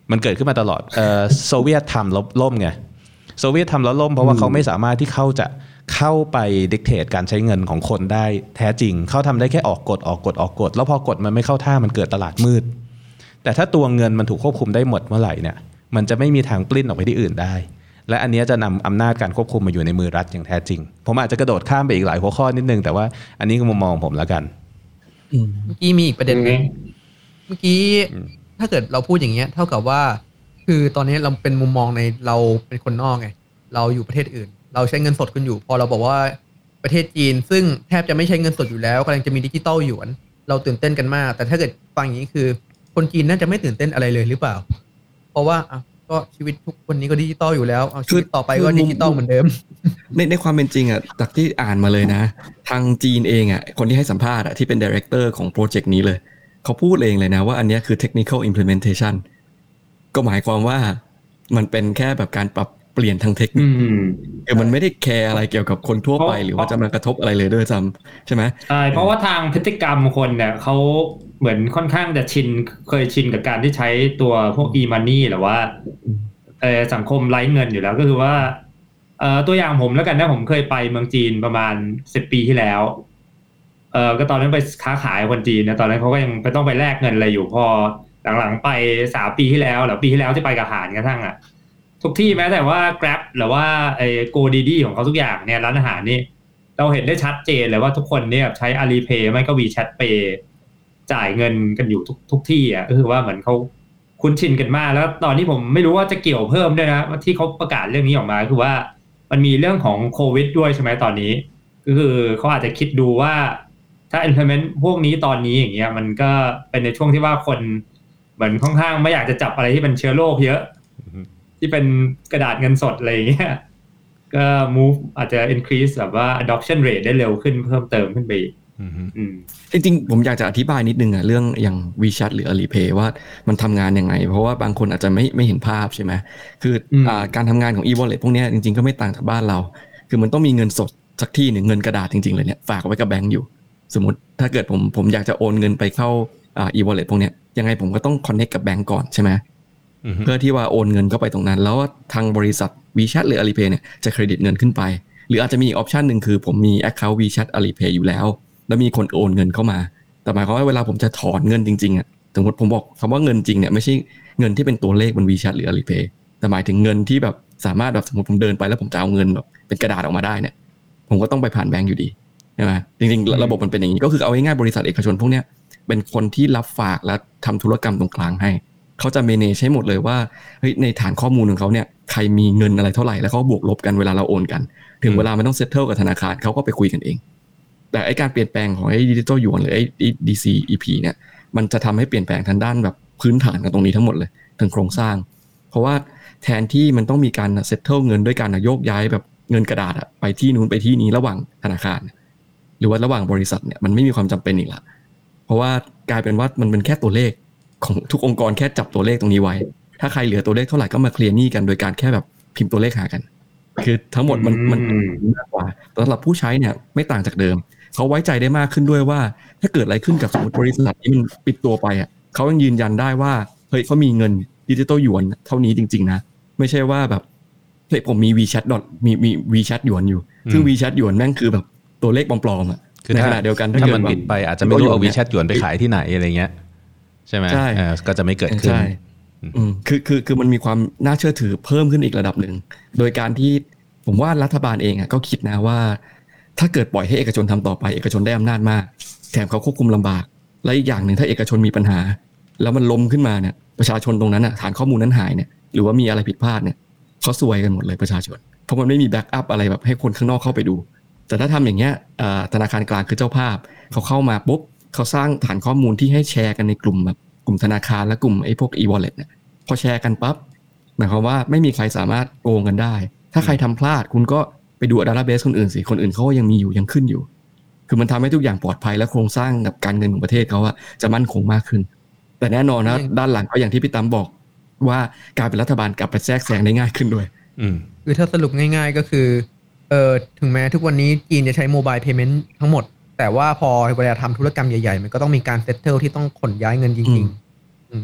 มันเกิดขึ้นมาตลอดโซเวียตทำล่มไงโซเวียตทำแล้วล่มเพราะว่าเขาไม่สามารถที่เข้าไปดิกเทตการใช้เงินของคนได้แท้จริงเขาทำได้แค่ออกกฎแล้วพอกฎมันไม่เข้าท่ามันเกิดตลาดมืดแต่ถ้าตัวเงินมันถูกควบคุมได้หมดเมื่อไหร่เนี่ยมันจะไม่มีทางปลิ้นออกไปที่อื่นได้และอันนี้จะนำอำนาจการควบคุมมาอยู่ในมือรัฐอย่างแท้จริงผมอาจจะกระโดดข้ามไปอีกหลายหัวข้อนิดนึงแต่ว่าอันนี้คือมุมมองผมแล้วกันเมื่อกี้มีอีกประเด็นนึงเมื่อกี้ถ้าเกิดเราพูดอย่างเงี้ยเท่ากับว่าคือตอนนี้เราเป็นมุมมองในเราเป็นคนนอกไงเราอยู่ประเทศอื่นเราใช้เงินสดกันอยู่พอเราบอกว่าประเทศจีนซึ่งแทบจะไม่ใช้เงินสดอยู่แล้วกำลังจะมีดิจิตอลหยวนเราตื่นเต้นกันมากแต่ถ้าเกิดฟังอย่างนี้คือคนจีนน่าจะไม่ตื่นเต้นอะไรเลยหรือเปล่าเพราะว่าก็ชีวิตทุกวันนี้ก็ดิจิตอลอยู่แล้วเอาชีวิตต่อไปก็ดิจิตอลเหมือนเดิมในความเป็นจริงอ่ะจากที่อ่านมาเลยนะทางจีนเองอ่ะคนที่ให้สัมภาษณ์อ่ะที่เป็นไดเรคเตอร์ของโปรเจกต์นี้เลยเขาพูดเองเลยนะว่าอันนี้คือ technical implementation ก็หมายความว่ามันเป็นแค่แบบการปรับเปลี่ยนทางเทคนิคมันไม่ได้แคร์อะไรเกี่ยวกับคนทั่วไปหรือว่าจะมากระทบอะไรเลยด้วยซ้ำใช่ไหมใช่เพราะว่าทางพฤติกรรมคนเนี่ยเขาเหมือนค่อนข้างจะเคยชินกับการที่ใช้ตัวพวก e-money หรือว่าสังคมไร้เงินอยู่แล้วก็คือว่าตัวอย่างผมแล้วกันนะผมเคยไปเมืองจีนประมาณ10 ปีที่แล้วก็ตอนนั้นไปค้าขายคนจีนนะตอนนั้นเขาก็ยังไปต้องไปแลกเงินอะไรอยู่พอหลังๆไป3 ปีที่แล้วหรือปีที่แล้วที่ไปกับหารกระทั่งทุกที่แม้แต่ว่า Grab หรือว่าGoDaddy ของเขาทุกอย่างเนี่ยร้านอาหารนี่เราเห็นได้ชัดเจนเลยว่าทุกคนเนี่ยใช้ Alipay ไม่ก็ WeChat Pay จ่ายเงินกันอยู่ทุกที่ก็คือว่าเหมือนเขาคุ้นชินกันมากแล้วตอนนี้ผมไม่รู้ว่าจะเกี่ยวเพิ่มด้วยนะที่เขาประกาศเรื่องนี้ออกมาคือว่ามันมีเรื่องของโควิดด้วยใช่ไหมตอนนี้ก็คือเขาอาจจะคิดดูว่าถ้า implement พวกนี้ตอนนี้อย่างเงี้ยมันก็เป็นในช่วงที่ว่าคนเหมือนค่อนข้างไม่อยากจะจับอะไรที่เป็นเชื้อโรคเยอะที่เป็นกระดาษเงินสดอะไรอย่างเงี้ยก็ move อาจจะ increase แบบว่า adoption rate ได้เร็วขึ้นเพิ่มเติมขึ้นไปจริงๆผมอยากจะอธิบายนิดนึงเรื่องอย่าง WeChat หรือ Alipay ว่ามันทำงานยังไงเพราะว่าบางคนอาจจะไม่เห็นภาพใช่ไหมคือการทำงานของ e-wallet พวกนี้จริงๆก็ไม่ต่างจากบ้านเราคือมันต้องมีเงินสดสักที่หนึ่งเงินกระดาษจริงๆเลยเนี่ยฝากไว้กับแบงก์อยู่สมมติถ้าเกิดผมอยากจะโอนเงินไปเข้าe-wallet พวกนี้ยังไงผมก็ต้อง connect กับแบงก์ก่อนใช่ไหมเพื่อที่ว่าโอนเงินเข้าไปตรงนั้นแล้วทางบริษัท WeChat หรือ Alipay เนี่ยจะเครดิตเงินขึ้นไปหรืออาจจะมีอีกออปชันนึงคือผมมี account WeChat Alipay อยู่แล้วมีคนโอนเงินเข้ามาแต่หมายความว่าเวลาผมจะถอนเงินจริงๆสมมติผมบอกคำว่าเงินจริงเนี่ยไม่ใช่เงินที่เป็นตัวเลขบน WeChat หรือ Alipay แต่หมายถึงเงินที่แบบสามารถแบบสมมติผมเดินไปแล้วผมจะเอาเงินแบบเป็นกระดาษออกมาได้เนี่ยผมก็ต้องไปผ่านแบงก์อยู่ดีใช่ไหมจริงๆระบบมันเป็นอย่างนี้ก็คือเอาง่ายๆบริษัทเอกชนพวกเนี้ยเป็นคนที่รับฝากและทำธุรกรรมตรงกลางให้เขาจะ manage ให้หมดเลยว่าเฮ้ยในฐานข้อมูลของเขาเนี่ยใครมีเงินอะไรเท่าไหร่แล้วเขาบวกลบกันเวลาเราโอนกันถึงเวลามันต้อง settle กับธนาคารเขาก็ไปคุยกันเองแต่ไอ้การเปลี่ยนแปลงของไอ้ดิจิตอลหยวนหรือไอ้ DCEP เนี่ยมันจะทำให้เปลี่ยนแปลงทางด้านแบบพื้นฐานกันตรงนี้ทั้งหมดเลยทางโครงสร้างเพราะว่าแทนที่มันต้องมีการ settle เงินด้วยการโยกย้ายแบบเงินกระดาษไปที่นู้นไปที่นี้ระหว่างธนาคารหรือว่าระหว่างบริษัทเนี่ยมันไม่มีความจำเป็นอีกละเพราะว่ากลายเป็นว่ามันเป็นแค่ตัวเลขของทุกองค์กรแค่จับตัวเลขตรงนี้ไว้ถ้าใครเหลือตัวเลขเท่าไหร่ก็มาเคลียร์หนี้กันโดยการแค่แบบพิมพ์ตัวเลขหากันคือทั้งหมดมันมากกว่าสำหรับผู้ใช้เนี่ยไม่ต่างจากเดิมเขาไว้ใจได้มากขึ้นด้วยว่าถ้าเกิดอะไรขึ้นกับสมมติบริษัทที่มันปิดตัวไปเขายังยืนยันได้ว่าเฮ้ยเขามีเงินดิจิตอลหยวนเท่านี้จริงๆนะไม่ใช่ว่าแบบเฮ้ยผมมี WeChat มี WeChat หยวนอยู่ซึ่ง WeChat หยวนแม่งคือแบบตัวเลขปลอมๆคือในขณะเดียวกันถ้ามันปิดไปอาจจะไม่รู้เอา WeChat หยวนไปขายที่ไหนอะไรเงี้ยใช่ไหมก็จะไม่เกิดขึ้นคือมันมีความน่าเชื่อถือเพิ่มขึ้นอีกระดับหนึ่งโดยการที่ผมว่ารัฐบาลเองก็คิดนะว่าถ้าเกิดปล่อยให้เอกชนทำต่อไปเอกชนได้อำนาจมากแถมเขาควบคุมลำบากและอีกอย่างหนึ่งถ้าเอกชนมีปัญหาแล้วมันล้มขึ้นมาเนี่ยประชาชนตรงนั้นฐานข้อมูลนั้นหายเนี่ยหรือว่ามีอะไรผิดพลาดเนี่ยเขาซวยกันหมดเลยประชาชนเพราะมันไม่มีแบ็กอัพอะไรแบบให้คนข้างนอกเข้าไปดูแต่ถ้าทำอย่างเงี้ยธนาคารกลางคือเจ้าภาพเขาเข้ามาปุ๊บเขาสร้างฐานข้อมูลที่ให้แชร์กันในกลุ่มแบบกลุ่มธนาคารและกลุ่มไอ้พวก e-wallet เนี่ยพอแชร์กันปั๊บหมายความว่าไม่มีใครสามารถโกงกันได้ถ้าใครทำพลาดคุณก็ไปดูดัตต้าเบสคนอื่นสิคนอื่นเขาก็ยังมีอยู่ยังขึ้นอยู่คือมันทำให้ทุกอย่างปลอดภัยและโครงสร้างกับการเงินของประเทศเขาจะมั่นคงมากขึ้นแต่แน่นอนนะด้านหลังก็อย่างที่พี่ตั้มบอกว่าการเป็นรัฐบาลกลับไปแทรกแซงได้ง่ายขึ้นด้วยคือถ้าสรุปง่ายๆก็คือถึงแม้ทุกวันนี้จีนจะใช้โมบายเพย์เมนต์ทั้งหมดแต่ว่าพอเวลาทำธุรกรรมใหญ่ๆมันก็ต้องมีการเซตเทิลที่ต้องขนย้ายเงินจริงๆ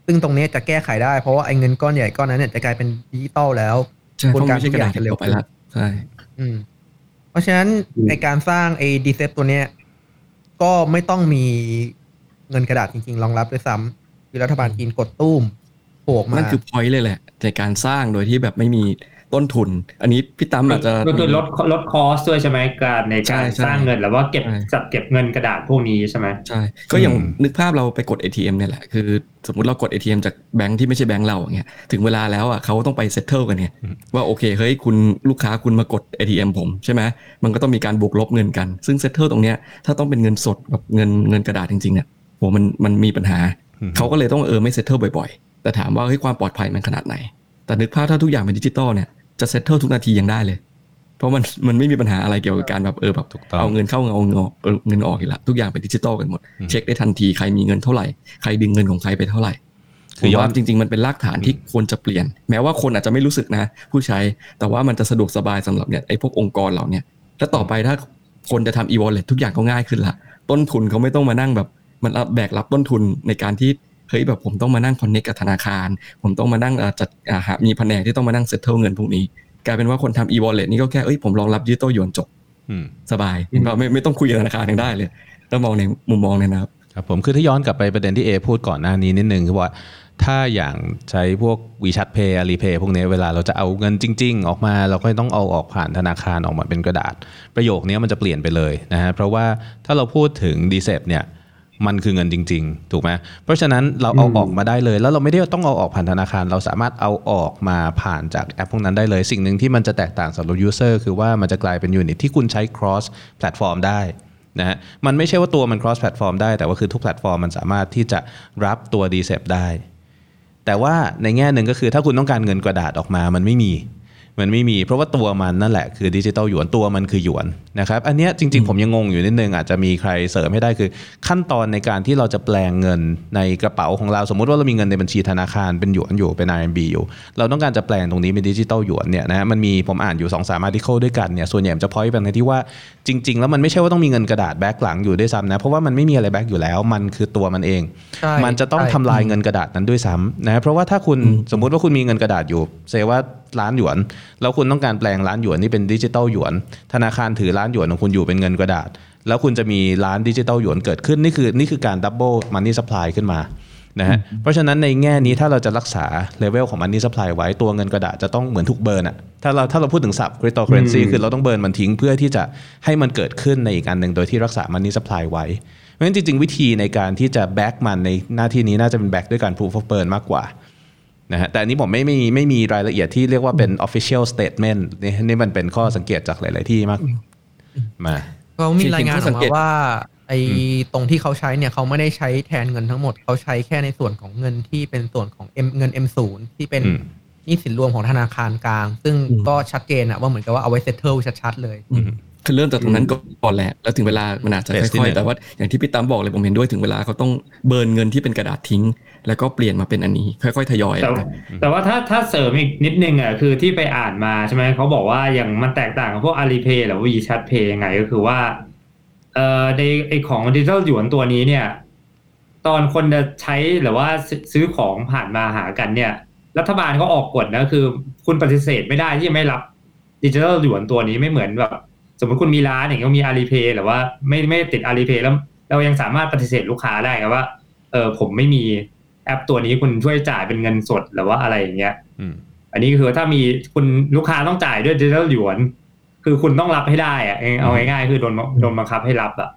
ซึ่งตรงนี้จะแก้ไขได้เพราะว่าไอ้เงินก้อนใหญ่ก้อนนั้นเนี่ยจะกลายเป็นดิจิตอลแล้วกระบวนการทุกอย่างจะเร็วไปแล้วใช่เพราะฉะนั้นในการสร้างไอ้ดีเซปตัวเนี้ยก็ไม่ต้องมีเงินกระดาษจริงๆรองรับด้วยซ้ำคือรัฐบาลจีนกดตุ้มโผล่มานั่นคือ point เลยแหละในการสร้างโดยที่แบบไม่มีต้นทุนอันนี้พี่ตั้มอาจจะคือลดคอสด้วยใช่ไหมการในการสร้างเงินหรือว่าจัดเก็บเงินกระดาษพวกนี้ใช่ไหมใช่ก็อย่างนึกภาพเราไปกด ATM เนี่ยแหละคือสมมุติเรากด ATM จากแบงค์ที่ไม่ใช่แบงค์เราอย่างเงี้ยถึงเวลาแล้วอ่ะเขาต้องไปเซตเทิลกันเนี่ยว่าโอเคเฮ้ยคุณลูกค้าคุณมากด ATM ผมใช่ไหมมันก็ต้องมีการบวกลบเงินกันซึ่งเซตเทิลตรงเนี้ยถ้าต้องเป็นเงินสดแบบเงินกระดาษจริงๆเนี่ยโหมันมีปัญหาเขาก็เลยต้องไม่เซตเทิลบ่อยๆแต่ถามว่าเฮ้ยความปลอดภัยมันขนาดไหนแต่นึกภาพถ้าทุกอย่างเป็นดิจิตอลเนี่ยจะเซตเทิลทุกนาทียังได้เลยเพราะมันไม่มีปัญหาอะไรเกี่ยวกับการแบบแบบเอาเงินเข้าเอาเงินออกอีกละทุกอย่างเป็นดิจิตอลกันหมดเช็คได้ทันทีใครมีเงินเท่าไหร่ใครดึงเงินของใครไปเท่าไหร่คือย้อนจริงๆมันเป็นรากฐานที่ควรจะเปลี่ยนแม้ว่าคนอาจจะไม่รู้สึกนะผู้ใช้แต่ว่ามันจะสะดวกสบายสำหรับเนี่ยไอ้พวกองค์กรเหล่านี้แล้วต่อไปถ้าคนจะทำ e-wallet ทุกอย่างก็ง่ายขึ้นละต้นทุนเขาไม่ต้องมานั่งแบบมันแบกรับต้นทุนในการที่เฮ้ยแบบผมต้องมานั่งคอนเนคกับธนาคารผมต้องมานั่งจัดมีแผนกที่ต้องมานั่งเซตเทิลเงินพวกนี้กลายเป็นว่าคนทำ e-wallet นี่ก็แค่ผมรองรับดิจิตอลหยวนจบสบายเราไม่ต้องคุยกับธนาคารยังได้เลยต้องมองในมุมมองเนี่ยนะครับครับผมคือถ้าย้อนกลับไปประเด็นที่เอพูดก่อนหน้านี้นิดนึงคือว่าถ้าอย่างใช้พวก WeChat Pay Alipay พวกนี้เวลาเราจะเอาเงินจริงๆออกมาเราก็ต้องเอาออกผ่านธนาคารออกมาเป็นกระดาษประโยคนี้มันจะเปลี่ยนไปเลยนะฮะเพราะว่าถ้าเราพูดถึง DCEP เนี่ยมันคือเงินจริงๆถูกไหมเพราะฉะนั้นเราเอาออกมาได้เลยแล้วเราไม่ได้ต้องเอาออกผ่านธนาคารเราสามารถเอาออกมาผ่านจากแอปพวกนั้นได้เลยสิ่งหนึ่งที่มันจะแตกต่างสำหรับ user คือว่ามันจะกลายเป็น unit ที่คุณใช้ cross platform ได้นะฮะมันไม่ใช่ว่าตัวมัน cross platform ได้แต่ว่าคือทุกแพลตฟอร์มมันสามารถที่จะรับตัว DCEP ได้แต่ว่าในแง่หนึ่งก็คือถ้าคุณต้องการเงินกระดาษออกมามันไม่มีเพราะว่าตัวมันนั่นแหละคือดิจิตอลหยวนตัวมันคือหยวนนะครับอันนี้จริงๆผมยังงงอยู่นิดนึงอาจจะมีใครเสริมให้ได้คือขั้นตอนในการที่เราจะแปลงเงินในกระเป๋าของเราสมมุติว่าเรามีเงินในบัญชีธนาคารเป็นหยวนอยู่เป็น RMB อยู่เราต้องการจะแปลงตรงนี้เป็นดิจิตอลหยวนเนี่ยนะมันมีผมอ่านอยู่ 2-3 article ด้วยกันเนี่ยส่วนใหญ่จะพอยต์ไปในที่ว่าจริงๆแล้วมันไม่ใช่ว่าต้องมีเงินกระดาษแบ็คหลังอยู่ด้วยซ้ำนะเพราะว่ามันไม่มีอะไรแบ็คอยู่แล้วมันคือตัวมันเองมันจะต้องทำลายเงินกระดาษนั้นด้วยซ้ำนะเพราะว่าถ้าคุณสมมุติว่าคุณมีเงินกระดาษอยู่เซว่าล้านหยวนแล้วคุณต้องการแปลงล้านหยวนนี่เป็นดิจิตอลหยวนธนาคารถือล้านหยวนของคุณอยู่เป็นเงินกระดาษแล้วคุณจะมีล้านดิจิตอลหยวนเกิดขึ้นนี่คือการดับเบิลมันนี่ซัพพลายขึ้นมานะฮะเพราะฉะนั้นในแง่นี้ถ้าเราจะรักษาเลเวลของมันนี่ซัพพลายไว้ตัวเงินกระดาษจะต้องเหมือนถูกเบิร์นอ่ะถ้าเราพูดถึงศัพท์คริปโตเคอเรนซีคือเราต้องเบิร์นมันทิ้งเพื่อที่จะให้มันเกิดขึ้นในอีกอันนึงโดยที่รักษามันนี่ซัพพลายไว้เพราะฉะนั้นจริงๆวิธีในการที่จะแบ็กมันในหน้าที่นี้น่าจะเป็นแบ็กด้วยการ proof of burn มากกว่านะฮะแต่อันนี้ผมไม่มีรายละเอียดที่เรียกว่าเป็น official statement นี่มันเป็นข้อสังเกตจากหลายๆที่มากมาเขามีรายงานออกมาว่าไอ้ตรงที่เขาใช้เนี่ยเขาไม่ได้ใช้แทนเงินทั้งหมดเขาใช้แค่ในส่วนของเงินที่เป็นส่วนของเงิน M0 ที่เป็นหนี้สินรวมของธนาคารกลางซึ่งก็ชัดเจนอะว่าเหมือนกับว่าเอาไว้ settle ชัดๆเลยคือเริ่มจากตรงนั้นก่อนแหละแล้วถึงเวลามันอาจจะค่อยๆแต่ว่าอย่างที่พี่ตั้มบอกเลยผมเห็นด้วยถึงเวลาเขาต้องเบิร์นเงินที่เป็นกระดาษทิ้งแล้วก็เปลี่ยนมาเป็นอันนี้ค่อยๆทยอยแต่ว่าถ้าเสริมอีกนิดนึงอ่ะคือที่ไปอ่านมาใช่ไหมเขาบอกว่าอย่างมันแตกต่างกับพวก Alipay หรือ WeChat Pay ยังไงก็คือว่าในไอของดิจิทัลหยวนตัวนี้เนี่ยตอนคนจะใช้หรือว่าซื้อของผ่านมาหากันเนี่ยรัฐบาลเขาออกกฎนะคือคุณปฏิเสธไม่ได้ที่จะไม่รับดิจิทัลหยวนตัวนี้ไม่เหมือนแบบสมมติคุณมีร้านอย่างเงี้ยมี Alipay หรือว่าไม่ติด Alipay แล้วเรายังสามารถปฏิเสธลูกค้าได้ครับว่าผมไม่มีแอปตัวนี้คุณช่วยจ่ายเป็นเงินสดหรือว่าอะไรอย่างเงี้ยอันนี้คือถ้ามีคุณลูกค้าต้องจ่ายด้วยดิจิทัลหยวนคือคุณต้องรับให้ได้อะเอาง่ายๆคือโดนบังคับให้รับอ่ะ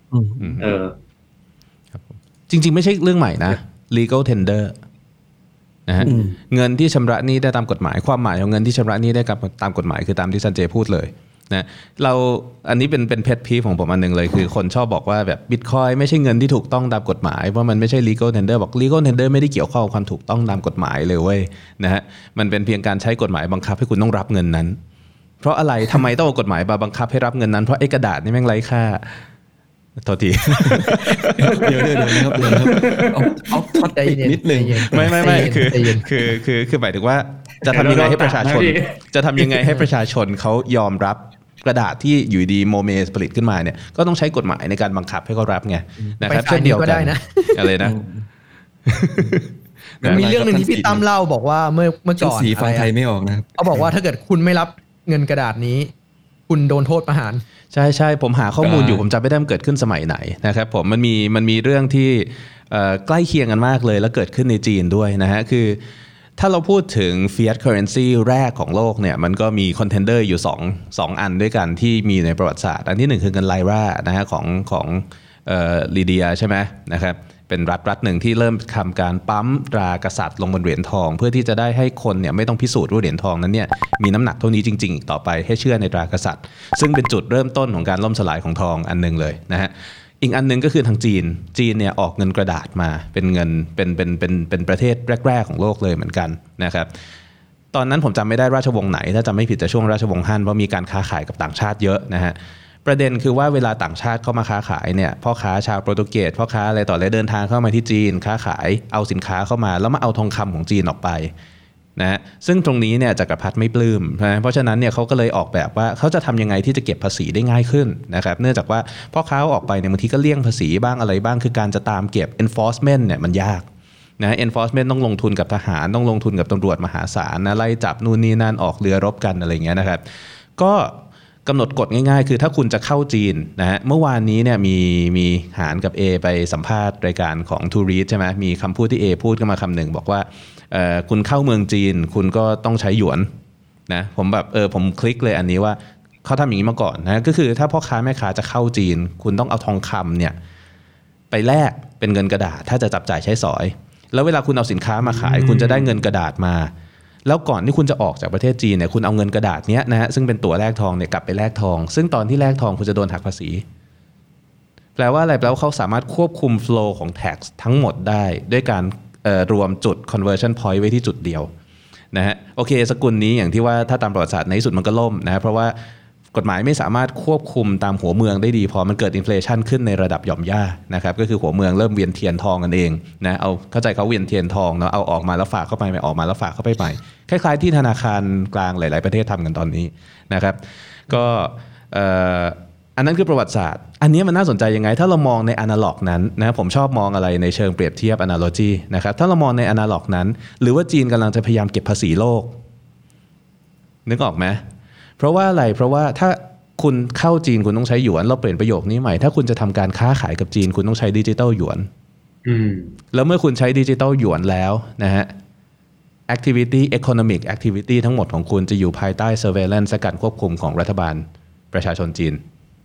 จริงๆไม่ใช่เรื่องใหม่นะ legal tender นะฮะเงินที่ชำระหนี้ได้ตามกฎหมายความหมายของเงินที่ชำระหนี้ได้ตามกฎหมายคือตามที่ซันเจพูดเลยนะอันนี้เป็นเพจพีของผมอันนึงเลยคือคนชอบบอกว่าแบบ Bitcoin ไม่ใช่เงินที่ถูกต้องตามกฎหมายเพราะมันไม่ใช่ legal tender บอก legal tender ไม่ได้เกี่ยวข้องกับความถูกต้องตามกฎหมายเลยเว้ยนะฮะมันเป็นเพียงการใช้กฎหมายบังคับให้คุณต้องรับเงินนั้นเพราะอะไรทำไมต้องเอากฎหมายมาบังคับให้รับเงินนั้นเพราะไอ้กระดาษนี่แม่งไร้ค่าโทษทีเดี๋ยวนะครับเอาท็อตอีกนิดนึงไม่คือหมายถึงว่าจะทำยังไงให้ประชาชนเขายอมรับกระดาษที่อยู่ดีโมเมสผลิตขึ้นมาเนี่ยก็ต้องใช้กฎหมายในการบังคับให้เขารับไงนะครับเช่นเดียวกันอะไรนะมันมีเรื่องนึงที่พี่ตั้มเล่าบอกว่าเมื่อก่อนสีฟังไทยไม่ออกนะเขาบอกว่าถ้าเกิดคุณไม่รับเงินกระดาษนี้คุณโดนโทษประหารใช่ๆผมหาข้อมูลอยู่ผมจำไม่ได้มันเกิดขึ้นสมัยไหนนะครับผมมันมีเรื่องที่ใกล้เคียงกันมากเลยแล้วเกิดขึ้นในจีนด้วยนะฮะคือถ้าเราพูดถึง fiat currency แรกของโลกเนี่ยมันก็มี contender อยู่2อันด้วยกันที่มีในประวัติศาสตร์อันที่1คือเงินไลรานะฮะของลีเดียใช่ไหมนะครับเป็นรัฐหนึ่งที่เริ่มทำการปั๊มตรากษัตริย์ลงบนเหรียญทองเพื่อที่จะได้ให้คนเนี่ยไม่ต้องพิสูจน์ว่าเหรียญทองนั้นเนี่ยมีน้ำหนักเท่านี้จริงๆต่อไปให้เชื่อในตรากษัตริย์ซึ่งเป็นจุดเริ่มต้นของการล่มสลายของทองอันนึงเลยนะฮะอีกอันนึงก็คือทางจีนเนี่ยออกเงินกระดาษมาเป็นเงินเป็นประเทศแรกๆของโลกเลยเหมือนกันนะครับตอนนั้นผมจำไม่ได้ราชวงศ์ไหนถ้าจำไม่ผิดจะช่วงราชวงศ์ฮั่นเพราะมีการค้าขายกับต่างชาติเยอะนะฮะประเด็นคือว่าเวลาต่างชาติเข้ามาค้าขายเนี่ยพ่อค้าชาวโปรตุเกสพ่อค้าอะไรต่ออะไรเดินทางเข้ามาที่จีนค้าขายเอาสินค้าเข้ามาแล้วมาเอาทองคำของจีนออกไปนะซึ่งตรงนี้เนี่ยจักรพรรดิไม่ปลื้มนะเพราะฉะนั้นเนี่ยเขาก็เลยออกแบบว่าเขาจะทำยังไงที่จะเก็บภาษีได้ง่ายขึ้นนะครับเนื่องจากว่าพ่อค้าออกไปเนี่ยบางทีก็เลี่ยงภาษีบ้างอะไรบ้างคือการจะตามเก็บ enforcement เนี่ยมันยากนะ enforcement ต้องลงทุนกับทหารต้องลงทุนกับตำรวจมหาศาลนะไล่จับนู่นนี่นั่นออกเรือรบกันอะไรเงี้ยนะครับก็กำหนดกฎง่ายๆคือถ้าคุณจะเข้าจีนนะฮะเมื่อวานนี้เนี่ยมีหารกับ A ไปสัมภาษณ์รายการของ To Read ใช่ไหมมีคำพูดที่ A พูดขึ้นมาคำหนึ่งบอกว่าคุณเข้าเมืองจีนคุณก็ต้องใช้หยวนนะผมแบบผมคลิกเลยอันนี้ว่าเขาทำอย่างนี้มาก่อนนะก็คือถ้าพ่อค้าแม่ค้าจะเข้าจีนคุณต้องเอาทองคำเนี่ยไปแลกเป็นเงินกระดาษถ้าจะจับจ่ายใช้สอยแล้วเวลาคุณเอาสินค้ามาขายคุณจะได้เงินกระดาษมาแล้วก่อนที่คุณจะออกจากประเทศจีนเนี่ยคุณเอาเงินกระดาษเนี้ยนะฮะซึ่งเป็นตั๋วแลกทองเนี่ยกลับไปแลกทองซึ่งตอนที่แลกทองคุณจะโดนหักภาษีแปลว่าอะไรแปลว่าเขาสามารถควบคุม flow ของ tax ทั้งหมดได้ด้วยการรวมจุด conversion point ไว้ที่จุดเดียวนะฮะโอเคสกุลนี้อย่างที่ว่าถ้าตามประวัติศาสตร์ในที่สุดมันก็ล่มนะเพราะว่ากฎหมายไม่สามารถควบคุมตามหัวเมืองได้ดีพอมันเกิดอินเฟลชันขึ้นในระดับหย่อมย่านะครับก็คือหัวเมืองเริ่มเวียนเทียนทองกันเองนะเอาเข้าใจเขาเวียนเทียนทองเนาะเอาออกมาแล้วฝากเข้าไปไม่ออกมาแล้วฝากเข้าไปใหม่คล้ายๆที่ธนาคารกลางหลายๆประเทศทำกันตอนนี้นะครับก็อันนั้นคือประวัติศาสตร์อันนี้มันน่าสนใจยังไงถ้าเรามองในอนาล็อกนั้นนะผมชอบมองอะไรในเชิงเปรียบเทียบ analogy นะครับถ้าเรามองในอนาล็อกนั้นหรือว่าจีนกำลังจะพยายามเก็บภาษีโลกนึกออกไหมเพราะว่าอะไรเพราะว่าถ้าคุณเข้าจีนคุณต้องใช้หยวนเราเปลี่ยนประโยคนี้ใหม่ถ้าคุณจะทำการค้าขายกับจีนคุณต้องใช้ดิจิตอลหยวนแล้วเมื่อคุณใช้ดิจิตอลหยวนแล้วนะฮะ activity economic activity ทั้งหมดของคุณจะอยู่ภายใต้ surveillance การควบคุมของรัฐบาลประชาชนจีน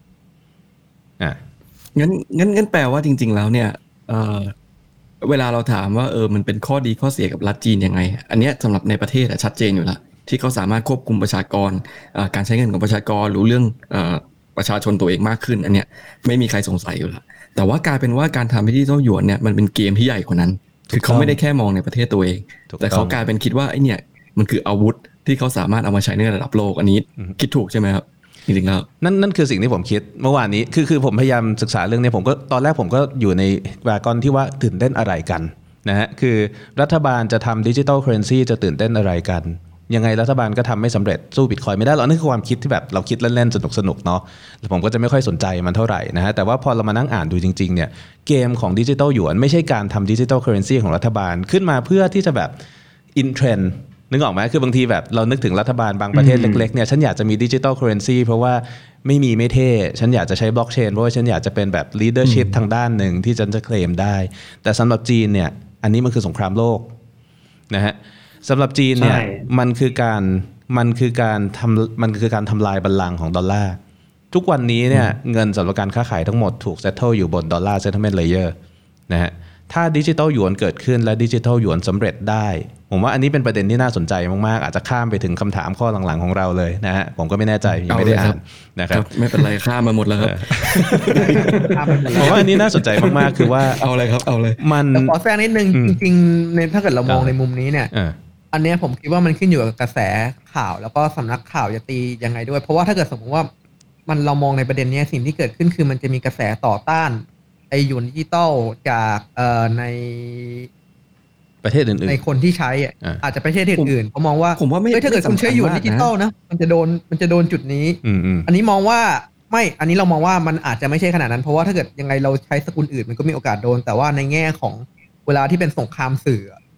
งั้นแปลว่าจริงๆแล้วเนี่ยเวลาเราถามว่ามันเป็นข้อดีข้อเสียกับรัฐจีนยังไงอันเนี้ยสำหรับในประเทศชัดเจนอยู่แล้วที่เขาสามารถควบคุมประชากรการใช้เงินของประชากรรู้เรื่องประชาชนตัวเองมากขึ้นอันเนี้ยไม่มีใครสงสัยอยู่แล้วแต่ว่ากลายเป็นว่าการทำดิจิทัลหยวนเนี่ยมันเป็นเกมที่ใหญ่กว่านั้นคือเขาไม่ได้แค่มองในประเทศตัวเองแต่เขากลายเป็นคิดว่าไอ้เนี่ยมันคืออาวุธที่เขาสามารถเอามาใช้ในระดับโลกอันนี้คิดถูกใช่ไหมครับจริงๆแล้วนั่นคือสิ่งที่ผมคิดเมื่อวานนี้คือผมพยายามศึกษาเรื่องนี้ผมก็ตอนแรกผมก็อยู่ในวากอนที่ว่าตื่นเต้นอะไรกันนะฮะคือรัฐบาลจะทำดิจิทัลเคอเรนซีจะตื่นเต้นอะไรกันยังไงรัฐบาลก็ทำไม่สำเร็จสู้บิตคอยน์ไม่ได้หรอกนั่นคือความคิดที่แบบเราคิดเล่นๆสนุกๆเนาะผมก็จะไม่ค่อยสนใจมันเท่าไหร่นะฮะแต่ว่าพอเรามานั่งอ่านดูจริงๆเนี่ยเกมของดิจิทัลหยวนไม่ใช่การทำดิจิทัลเคอเรนซีของรัฐบาลขึ้นมาเพื่อที่จะแบบอินเทรนด์นึกออกไหมคือบางทีแบบเรานึกถึงรัฐบาลบางประเทศเล็กๆเนี่ยฉันอยากจะมีดิจิทัลเคอเรนซีเพราะว่าไม่เท่ฉันอยากจะใช้บล็อกเชนเพราะว่าฉันอยากจะเป็นแบบลีดเดอร์ชิพทางด้านหนึ่งที่ฉันจะเคลมได้แต่สำหรับจีนเนี่ยอันนี้มันคือสงครามโลกนะฮะสำหรับจีนเนี่ยมันคือการทำลายบัลลังก์ของดอลลาร์ทุกวันนี้เนี่ยเงินสำหรับการค้าขายทั้งหมดถูกเซตเทิลอยู่บนดอลลาร์เซตเทิลเมนต์เลเยอร์นะฮะถ้าดิจิทัลหยวนเกิดขึ้นและดิจิทัลหยวนสำเร็จได้ผมว่าอันนี้เป็นประเด็นที่น่าสนใจมากๆอาจจะข้ามไปถึงคำถามข้อหลังๆของเราเลยนะฮะผมก็ไม่แน่ใจยังไม่ได้อ่านนะครับไม่เป็นไรข้ามมาหมดแล้วครับผมว่าอันนี้น่าสนใจมากๆคือว่าเอาเลยครับเอาเลยมันขอแทรกนิดนึงจริงๆในถ้าเกิดเรามองในมุมนี้เนี่ยอันนี้ผมคิดว่ามันขึ้นอยู่กับกระแสข่าวแล้วก็สำนักข่าวจะตียังไงด้วยเพราะว่าถ้าเกิดสมมติว่ามันเรามองในประเด็นนี้สิ่งที่เกิดขึ้นคือมันจะมีกระแสต่อต้านไอ้หยวนดิจิตอลจากในประเทศอื่นๆในคนที่ใช้อาจจะประเทศอื่นเขามองว่าถ้าเกิดคุณใช้หยวนดิจิตอลนะมันจะโดนจุดนี้อันนี้มองว่าไม่อันนี้เรามองว่ามันอาจจะไม่ใช่ขนาดนั้นเพราะว่าถ้าเกิดยังไงเราใช้สกุลอื่นมันก็มีโอกาสโดนแต่ว่าในแง่ของเวลาที่เป็นสงครามสื่อ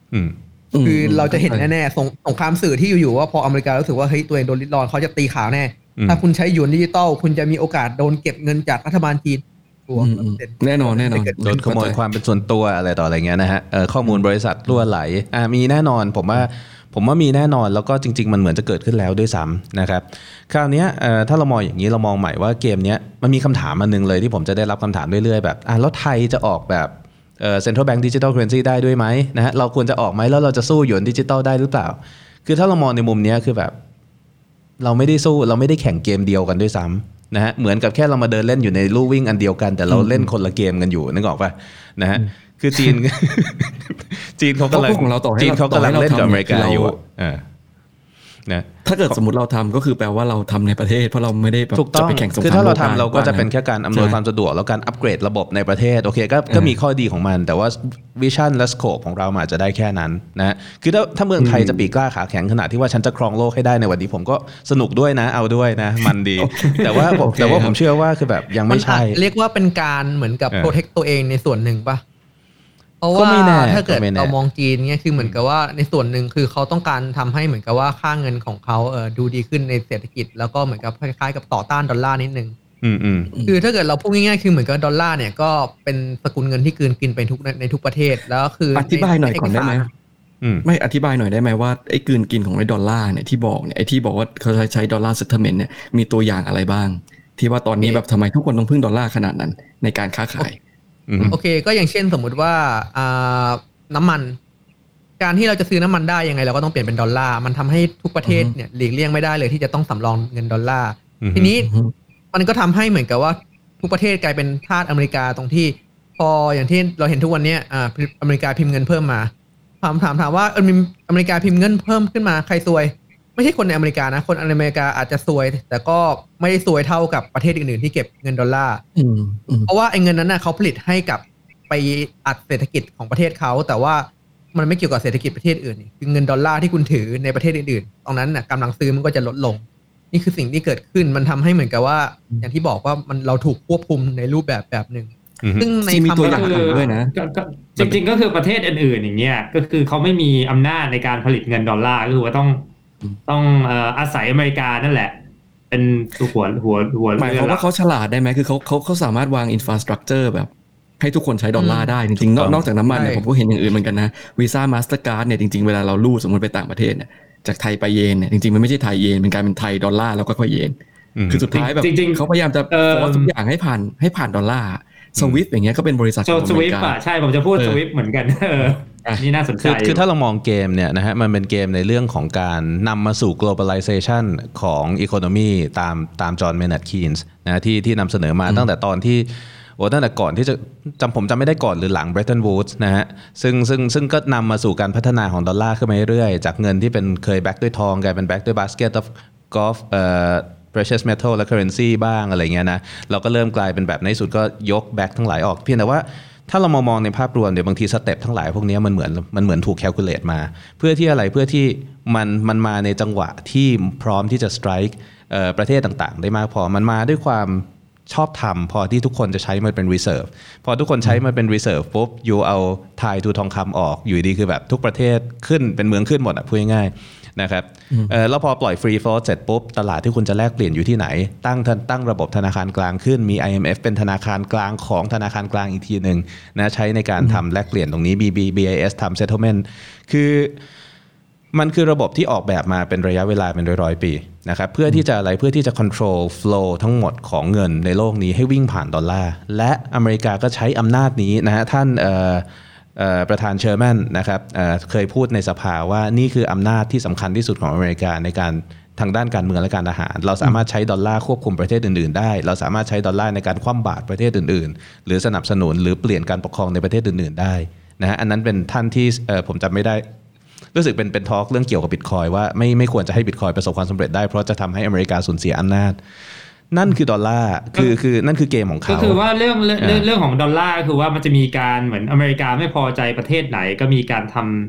คือเราจะเห็นแน่ๆสงครามสื่อที่อยู่ๆว่าพออเมริการู้สึกว่าเฮ้ยตัวเองโดนริดรอนเขาจะตีข่าวแน่ถ้าคุณใช้หยวนดิจิตอลคุณจะมีโอกาสโดนเก็บเงินจากรัฐบาลจีนแน่นอนโดนขโมยความเป็นส่วนตัวอะไรต่ออะไรเงี้ยนะฮะข้อมูลบริษัทรั่วไหลมีแน่นอนผมว่ามีแน่นอนแล้วก็จริงๆมันเหมือนจะเกิดขึ้นแล้วด้วยซ้ำนะครับคราวนี้ถ้าเรามองอย่างนี้เรามองใหม่ว่าเกมนี้มันมีคำถามอันนึงเลยที่ผมจะได้รับคำถามเรื่อยๆแบบแล้วไทยจะออกแบบCentral Bank Digital Currency ได้ด้วยไหมนะฮะเราควรจะออกไหมแล้วเราจะสู้หยวนดิจิตอลได้หรือเปล่าคือถ้าเรามองในมุมนี้คือแบบเราไม่ได้สู้เราไม่ได้แข่งเกมเดียวกันด้วยซ้ำนะฮะเหมือนกับแค่เรามาเดินเล่นอยู่ในลู่วิ่งอันเดียวกันแต่เราเล่นคนละเกมกันอยู่นึกออกป่ะนะฮะคือจีนเขากำลังเล่นกับอเมริกาอยู่นะถ้าเกิดสมมติเราทำก็คือแปลว่าเราทำในประเทศเพราะเราไม่ได้แบบจะไปแข่งสงครามคือถ้าเราทำเราก็จะเป็นแค่การอำนวยความสะดวกแล้วการอัปเกรดระบบในประเทศโอเคก็มีข้อดีของมันแต่ว่าวิชั่นและสโคปของเราอาจจะได้แค่นั้นนะคือถ้าเมืองไทยจะปีกล้าขาแข็งขนาดที่ว่าฉันจะครองโลกให้ได้ในวันนี้ผมก็สนุกด้วยนะเอาด้วยนะมันดีแต่ว่าผมเชื่อว่าคือแบบยังไม่ใช่เรียกว่าเป็นการเหมือนกับโปรเทคตัวเองในส่วนหนึ่งป่ะเพราะว่าถ้าเกิดเรามองจีนเนี่ยคือเหมือนกับว่าในส่วนหนึ่งคือเขาต้องการทำให้เหมือนกับว่าค่าเงินของเขาดูดีขึ้นในเศรษฐกิจแล้วก็เหมือนกับคล้ายๆกับต่อต้านดอลลาร์นิดนึงคือถ้าเกิดเราพูดง่ายๆคือเหมือนกับดอลลาร์เนี่ยก็เป็นสกุลเงินที่กินไปในทุกประเทศแล้วคืออธิบายหน่อยก่อนได้ไหมไม่อธิบายหน่อยได้ไหมว่าไอ้กินของไอ้ดอลลาร์เนี่ยที่บอกเนี่ยไอ้ที่บอกว่าเขาใช้ดอลลาร์เซตเทอร์เมนต์เนี่ยมีตัวอย่างอะไรบ้างที่ว่าตอนนี้แบบทำไมทุกคนต้องพึ่งดอลลาร์ขนาดนั้นในการค้าขายโอเคก็อย่างเช่นสมมุติว่าน้ำมันการที่เราจะซื้อน้ำมันได้ยังไงเราก็ต้องเปลี่ยนเป็นดอลลาร์มันทำให้ทุกประเทศเนี่ยหลีกเลี่ยงไม่ได้เลยที่จะต้องสำรองเงินดอลลาร์ทีนี้มันก็ทำให้เหมือนกับว่าทุกประเทศกลายเป็นทาสอเมริกาตรงที่พออย่างที่เราเห็นทุกวันนี้อเมริกาพิมพ์เงินเพิ่มมาถามว่าอเมริกาพิมพ์เงินเพิ่มขึ้นมาใครซวยไม่ใช่คนในอเมริกานะคนอเมริกาอาจจะซวยแต่ก็ไม่ได้ซวยเท่ากับประเทศอื่นๆที่เก็บเงินดอลลาร์เพราะว่าไอ้เงินนั้นน่ะเขาผลิตให้กับไปอัดเศรษฐกิจของประเทศเขาแต่ว่ามันไม่เกี่ยวกับเศรษฐกิจประเทศอื่นคือเงินดอลลาร์ที่คุณถือในประเทศอื่นๆตรงนั้นน่ะกำลังซื้อมันก็จะลดลงนี่คือสิ่งที่เกิดขึ้นมันทำให้เหมือนกับว่าอย่างที่บอกว่ามันเราถูกควบคุมในรูปแบบหนึ่งซึ่งในมีตัวอย่างด้วยนะจริงๆก็คือประเทศอื่นๆอย่างเงี้ยก็คือเขาไม่มีอำนาจในการผลิตเงินดอลลาร์ก็คือว่าต้องอาศัยอเมริกานั่นแหละเป็นหัวหมายความว่าเขาฉลาดได้ไหมคือเขาสามารถวางอินฟราสตรัคเจอร์แบบให้ทุกคนใช้ดอลลาร์ได้จริงๆนอกจากน้ำมันเนี่ยผมก็เห็นอย่างอื่นเหมือนกันนะวีซ่ามาสเตอร์การ์ดเนี่ยจริงๆเวลาเรารูดสมมติไปต่างประเทศเนี่ยจากไทยไปเยนเนี่ยจริงๆมันไม่ใช่ไทยเยนมันกลายเป็นไทยดอลลาร์แล้วก็ค่อยเยนคือสุดท้ายแบบเขาพยายามจะฟอร์สทุกอย่างให้ผ่านดอลลาร์สวิฟอย่างเงี้ยก็เป็นบริษัทของอเมริกาใช่ผมจะพูดสวิฟเหมือนกันนี่น่าสนใจคือถ้าเรามองเกมเนี่ยนะฮะมันเป็นเกมในเรื่องของการนำมาสู่ globalization ของ economy ตามจอห์น เมนัร์ด คีนส์นะที่นำเสนอมาตั้งแต่ตอนที่ตั้งแต่ก่อนที่จะผมจำไม่ได้ก่อนหรือหลัง Bretton Woods นะฮะซึ่งก็นำมาสู่การพัฒนาของดอลลาร์ขึ้นมาเรื่อยๆจากเงินที่เป็นเคยแบ็กด้วยทองกลายเป็นแบ็กด้วย basket of golf precious metal และ currency บ้างอะไรเงี้ยนะเราก็เริ่มกลายเป็นแบบในสุดก็ยกแบ็กทั้งหลายออกเพียงแต่ว่าถ้าเรามองในภาพรวมเดี๋ยวบางทีสเต็ปทั้งหลายพวกนี้มันเหมือนถูกแคลคูลเลตมาเพื่อที่อะไรเพื่อที่มันมาในจังหวะที่พร้อมที่จะ strike ประเทศต่างๆได้มากพอมันมาด้วยความชอบธรรมพอที่ทุกคนจะใช้มันเป็น reserve พอทุกคนใช้มันเป็น reserve ปุ๊บอยู่เอาไทยทูทองคำออกอยู่ดีคือแบบทุกประเทศขึ้นเป็นเมืองขึ้นหมดพูดง่ายๆนะครับแล้วพอปล่อย free float เสร็จปุ๊บตลาดที่คุณจะแลกเปลี่ยนอยู่ที่ไหนตั้งระบบธนาคารกลางขึ้นมี IMF เป็นธนาคารกลางของธนาคารกลางอีกทีนึงนะใช้ในการทำแลกเปลี่ยนตรงนี้ BIS ทำ settlement คือมันคือระบบที่ออกแบบมาเป็นระยะเวลาเป็นร้อยๆปีนะครับเพื่อที่จะอะไรเพื่อที่จะ control flow ทั้งหมดของเงินในโลกนี้ให้วิ่งผ่านดอลลาร์และอเมริกาก็ใช้อำนาจนี้นะฮะท่านประธานเชอร์แมนนะครับเคยพูดในสภาว่านี่คืออำนาจที่สำคัญที่สุดของอเมริกาในการทางด้านการเมืองและการทหารเราสามารถใช้ดอลลาร์ควบคุมประเทศอื่นๆได้เราสามารถใช้ดอลลาร์ในการคว่ำบาตรประเทศอื่นๆหรือสนับสนุนหรือเปลี่ยนการปกครองในประเทศอื่นๆได้นะฮะอันนั้นเป็นท่านที่ผมจำไม่ได้รู้สึกเป็นทอล์กเรื่องเกี่ยวกับบิตคอยว่าไม่ควรจะให้บิตคอยประสบความสำเร็จได้เพราะจะทำให้อเมริกาสูญเสียอำนาจนั่นคือดอลลาร์คือนั่นคือเกมของเขาก็คือว่าเรื่องของดอลลาร์คือว่ามันจะมีการเหมือนอเมริกาไม่พอใจประเทศไหนก็มีการท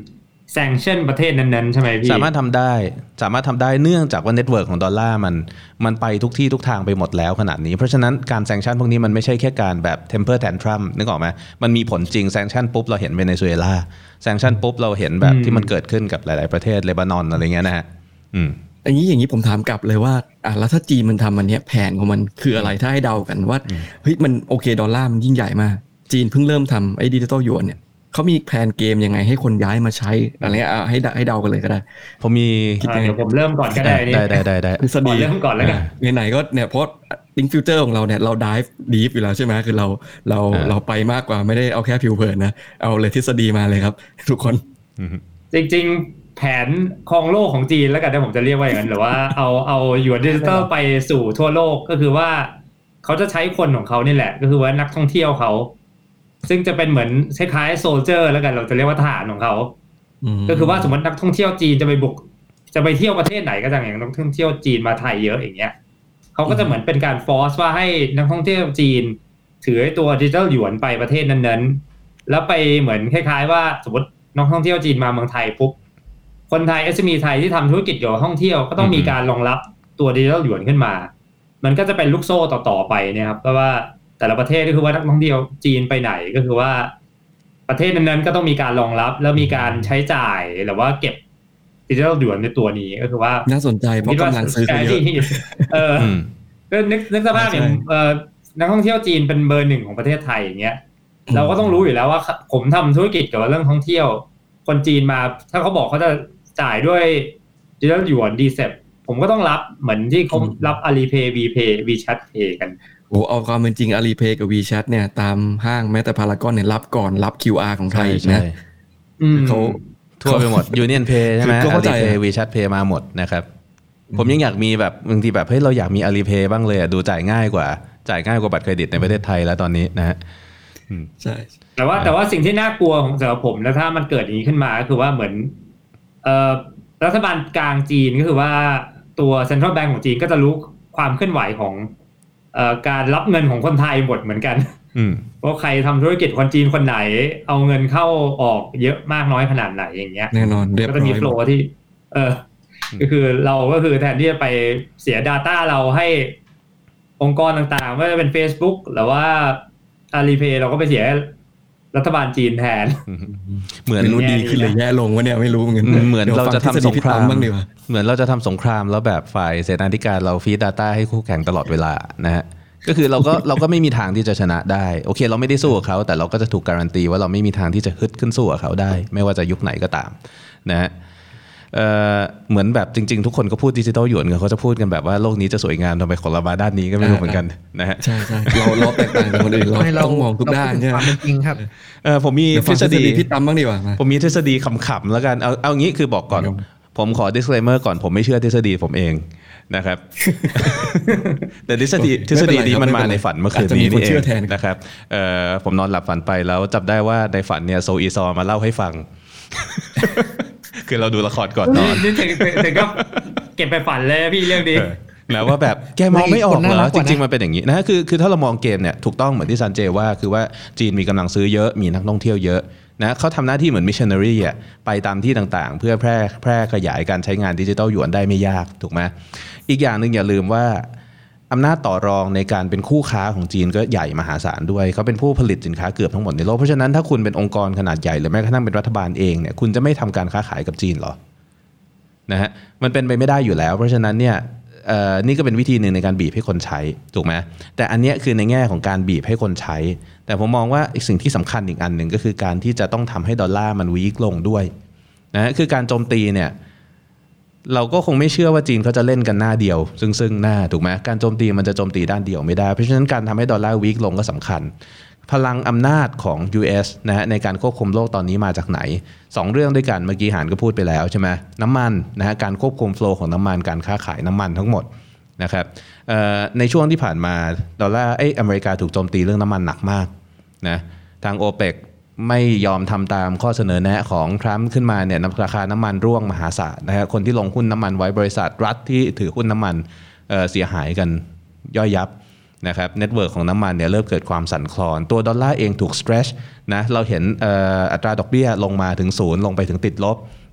sanction ประเทศนั้นๆใช่ไหมพี่สามารถทำได้เนื่องจากว่าเน็ตเวิร์กของดอลลาร์มันไปทุกที่ทุกทางไปหมดแล้วขนาดนี้เพราะฉะนั้นการแซงชั่นพวกนี้มันไม่ใช่แค่การแบบ temper tantrum นึกออกไหมมันมีผลจริงแซงชั่นปุ๊บเราเห็นเวเนซุเอลาแซงชั่นปุ๊บเราเห็นแบบที่มันเกิดขึ้นกับหลายๆประเทศเลบานอนอะไรเงี้ยนะฮะอย่างนี้ผมถามกลับเลยว่าแล้วถ้าจีนมันทำอันเนี้ยแผนของมันคืออะไรถ้าให้เดากันว่าเฮ้ยมันโอเคดอลลาร์มันยิ่งใหญ่มากจีนเพิ่งเริ่มทำไอ้ดิจิตอลหยวนเนี่ยเขามีแผนเกมยังไงให้คนย้ายมาใช้อะไรเงี้ยให้เดากันเลยก็ได้ผมมีเดี๋ยวผมเริ่มก่อนก็ได้นี่ได้ทฤษฎีเริ่มก่อนแล้วกันไหนๆก็เนี่ยเพราะลิงก์ฟิวเจอร์ของเราเนี่ยเรา dive deep อยู่แล้วใช่ไหมคือเราไปมากกว่าไม่ได้เอาแค่ผิวเผินนะเอาเลยทฤษฎีมาเลยครับทุกคนจริงๆแผนครองโลกของจีนแล้วกันที่ผมจะเรียกว่าอย่างนั้นหรือว่าเอาหยวนดิจิตอลไปสู่ทั่วโลกก็คือว่าเขาจะใช้คนของเขานี่แหละก็คือว่านักท่องเที่ยวเขาซึ่งจะเป็นเหมือนคล้ายๆโซลเจอร์แล้วกันเราจะเรียกว่าทหารของเขาก็คือว่าสมมตินักท่องเที่ยวจีนจะไปเที่ยวประเทศไหนก็อย่างนักท่องเที่ยวจีนมาไทยเยอะอย่างเงี้ยเขาก็จะเหมือนเป็นการฟอร์สว่าให้นักท่องเที่ยวจีนถือไอ้ตัวดิจิตอลหยวนไปประเทศนั้นๆแล้วไปเหมือนคล้ายๆว่าสมมตินักท่องเที่ยวจีนมาเมืองไทยปุ๊บคนไทย SME ไทยที่ทำธุรกิจเกี่ยวกับท่องเที่ยวก็ต้องมีการรองรับตัวดิจิตอลหยวนขึ้นมามันก็จะเป็นลูกโซ่ต่อๆไปเนี่ยครับเพราะว่าแต่ละประเทศก็คือว่านักท่องเที่ยวจีนไปไหนก็คือว่าประเทศนั้นๆก็ต้องมีการรองรับแล้วมีการใช้จ่ายหรือว่าเก็บดิจิทัลหยวนในตัวนี้ก็คือว่าน่าสนใจเพราะกำลังซื้อเยอะก็นึกสภาพอย่างนักท่องเที่ยวจีนเป็นเบอร์ 1ของประเทศไทยอย่างเงี้ยเราก็ต้องรู้อยู่แล้วว่าผมทำธุรกิจเกี่ยวกับเรื่องท่องเที่ยวคนจีนมาถ้าเขาบอกเขาจะจ่ายด้วยดิจิทัลหยวนดีเซปผมก็ต้องรับเหมือนที่เขารับ Alipay VPay WeChat Pay กันเอาความเป็นจริง Alipay กับ WeChat เนี่ยตามห้างแม้แต่พารากอนเนี่ยรับก่อนรับ QR ของไทยนะเขาทั่วไปหมด Union Pay ใช่ไหม Alipay WeChat Pay มาหมดนะครับผมยังอยากมีแบบบางทีแบบเฮ้ยเราอยากมี Alipay บ้างเลยดูจ่ายง่ายกว่าบัตรเครดิตในประเทศไทยแล้วตอนนี้นะฮะใช่แต่ว่าสิ่งที่น่ากลัวของสำหรับผมนะถ้ามันเกิดอย่างนี้ขึ้นมาก็คือว่าเหมือนรัฐบาลกลางจีนก็คือว่าตัว Central Bank ของจีนก็จะรู้ความเคลื่อนไหวของการรับเงินของคนไทยหมดเหมือนกันว่าใครทำธุรกิจคนจีนคนไหนเอาเงินเข้าออกเยอะมากน้อยขนาดไหนอย่างเงี้ยแน่นอนก็จะมีโฟลว์ที่ก็คือเราก็คือแทนที่จะไปเสีย data เราให้องค์กรต่างๆไม่ว่าจะเป็น Facebook หรือว่า Alipay เราก็ไปเสียรัฐบาลจีนแทนเหมือนรู้ดีขึ้นเลยแย่ลงวะเนี่ยไม่รู้เหมือนกันเหมือนเราจะทำสงครามเหมือนเราจะทำสงครามแล้วแบบฝ่ายเสนาธิการเราฟีด data ให้คู่แข่งตลอดเวลานะฮะก็คือเราก็ไม่มีทางที่จะชนะได้โอเคเราไม่ได้สู้กับเขาแต่เราก็จะถูกการันตีว่าเราไม่มีทางที่จะฮึดขึ้นสู้กับเขาได้ไม่ว่าจะยุคไหนก็ตามนะฮะเหมือนแบบจริงๆทุกคนก็พูดดิจิตอลหยวนกันเขาจะพูดกันแบบว่าโลกนี้จะสวยงามทำไมของเรามาด้านนี้ก็ไม่รู้เหมือนกันนะฮะใช่เราแตกต่างจากคนอื่นเราต้องมองทุกด้านใช่ไหมจริงครับผมมีทฤษฎีพี่ตั้มบ้างดีกว่าผมมีทฤษฎีขำๆแล้วกันเอางี้คือบอกก่อนผมขอ disclaimer ก่อนผมไม่เชื่อทฤษฎีผมเองนะครับแต่ทฤษฎีนี้มันมาในฝันเมื่อคืนนี้นี่เองนะครับผมนอนหลับฝันไปแล้วจับได้ว่าในฝันเนี่ยโซอีซอมาเล่าให้ฟังคือเราดูละครก่อนนอนนี่ถึงก็เก็บไปฝันเลยพี่เรื่องนี้นะว่าแบบแกมองไม่ออกเหรอจริงๆมันเป็นอย่างนี้นะคือถ้าเรามองเกมเนี่ยถูกต้องเหมือนที่ซันเจว่าคือว่าจีนมีกำลังซื้อเยอะมีนักท่องเที่ยวเยอะนะเขาทำหน้าที่เหมือนมิชชันนารีอ่ะไปตามที่ต่างๆเพื่อแพร่ขยายการใช้งานดิจิทัลหยวนได้ไม่ยากถูกไหมอีกอย่างนึงอย่าลืมว่าอำนาจต่อรองในการเป็นคู่ค้าของจีนก็ใหญ่มหาศาลด้วยเขาเป็นผู้ผลิตสินค้าเกือบทั้งหมดในโลกเพราะฉะนั้นถ้าคุณเป็นองค์กรขนาดใหญ่หรือแม้กระทั่งเป็นรัฐบาลเองเนี่ยคุณจะไม่ทำการค้าขายกับจีนหรอนะฮะมันเป็นไปไม่ได้อยู่แล้วเพราะฉะนั้นเนี่ยนี่ก็เป็นวิธีหนึ่งในการบีบให้คนใช้ถูกไหมแต่อันนี้คือในแง่ของการบีบให้คนใช้แต่ผมมองว่าสิ่งที่สำคัญอีกอันหนึ่งก็คือการที่จะต้องทำให้ดอลลาร์มันวีคลงด้วยนะคือการโจมตีเนี่ยเราก็คงไม่เชื่อว่าจีนเขาจะเล่นกันหน้าเดียวซึ่งหน้าถูกไหมการโจมตีมันจะโจมตีด้านเดียวไม่ได้เพราะฉะนั้นการทำให้ดอลลาร์วีคลงก็สำคัญพลังอำนาจของ US นะฮะในการควบคุมโลกตอนนี้มาจากไหน2เรื่องด้วยกันเมื่อกี้หานก็พูดไปแล้วใช่ไหมน้ำมันนะฮะการควบคุมโฟลว์ของน้ำมันการค้าขายน้ำมันทั้งหมดนะครับในช่วงที่ผ่านมาดอลลาร์อเมริกาถูกโจมตีเรื่องน้ำมันหนักมากนะทาง OPEC ไม่ยอมทำตามข้อเสนอแนะของทรัมป์ขึ้นมาเนี่ยราคาน้ำมันร่วงมหาศาลนะฮะคนที่ลงหุ้นน้ำมันไว้บริษัทรัฐที่ถือหุ้นน้ำมันเสียหายกันย่อยยับนะครับเน็ตเวิร์กของน้ำมันเนี่ยเริ่มเกิดความสั่นคลอนตัวดอลลาร์เองถูก stretch นะเราเห็นอัตราดอกเบี้ยลงมาถึง0ลงไปถึงติดลบ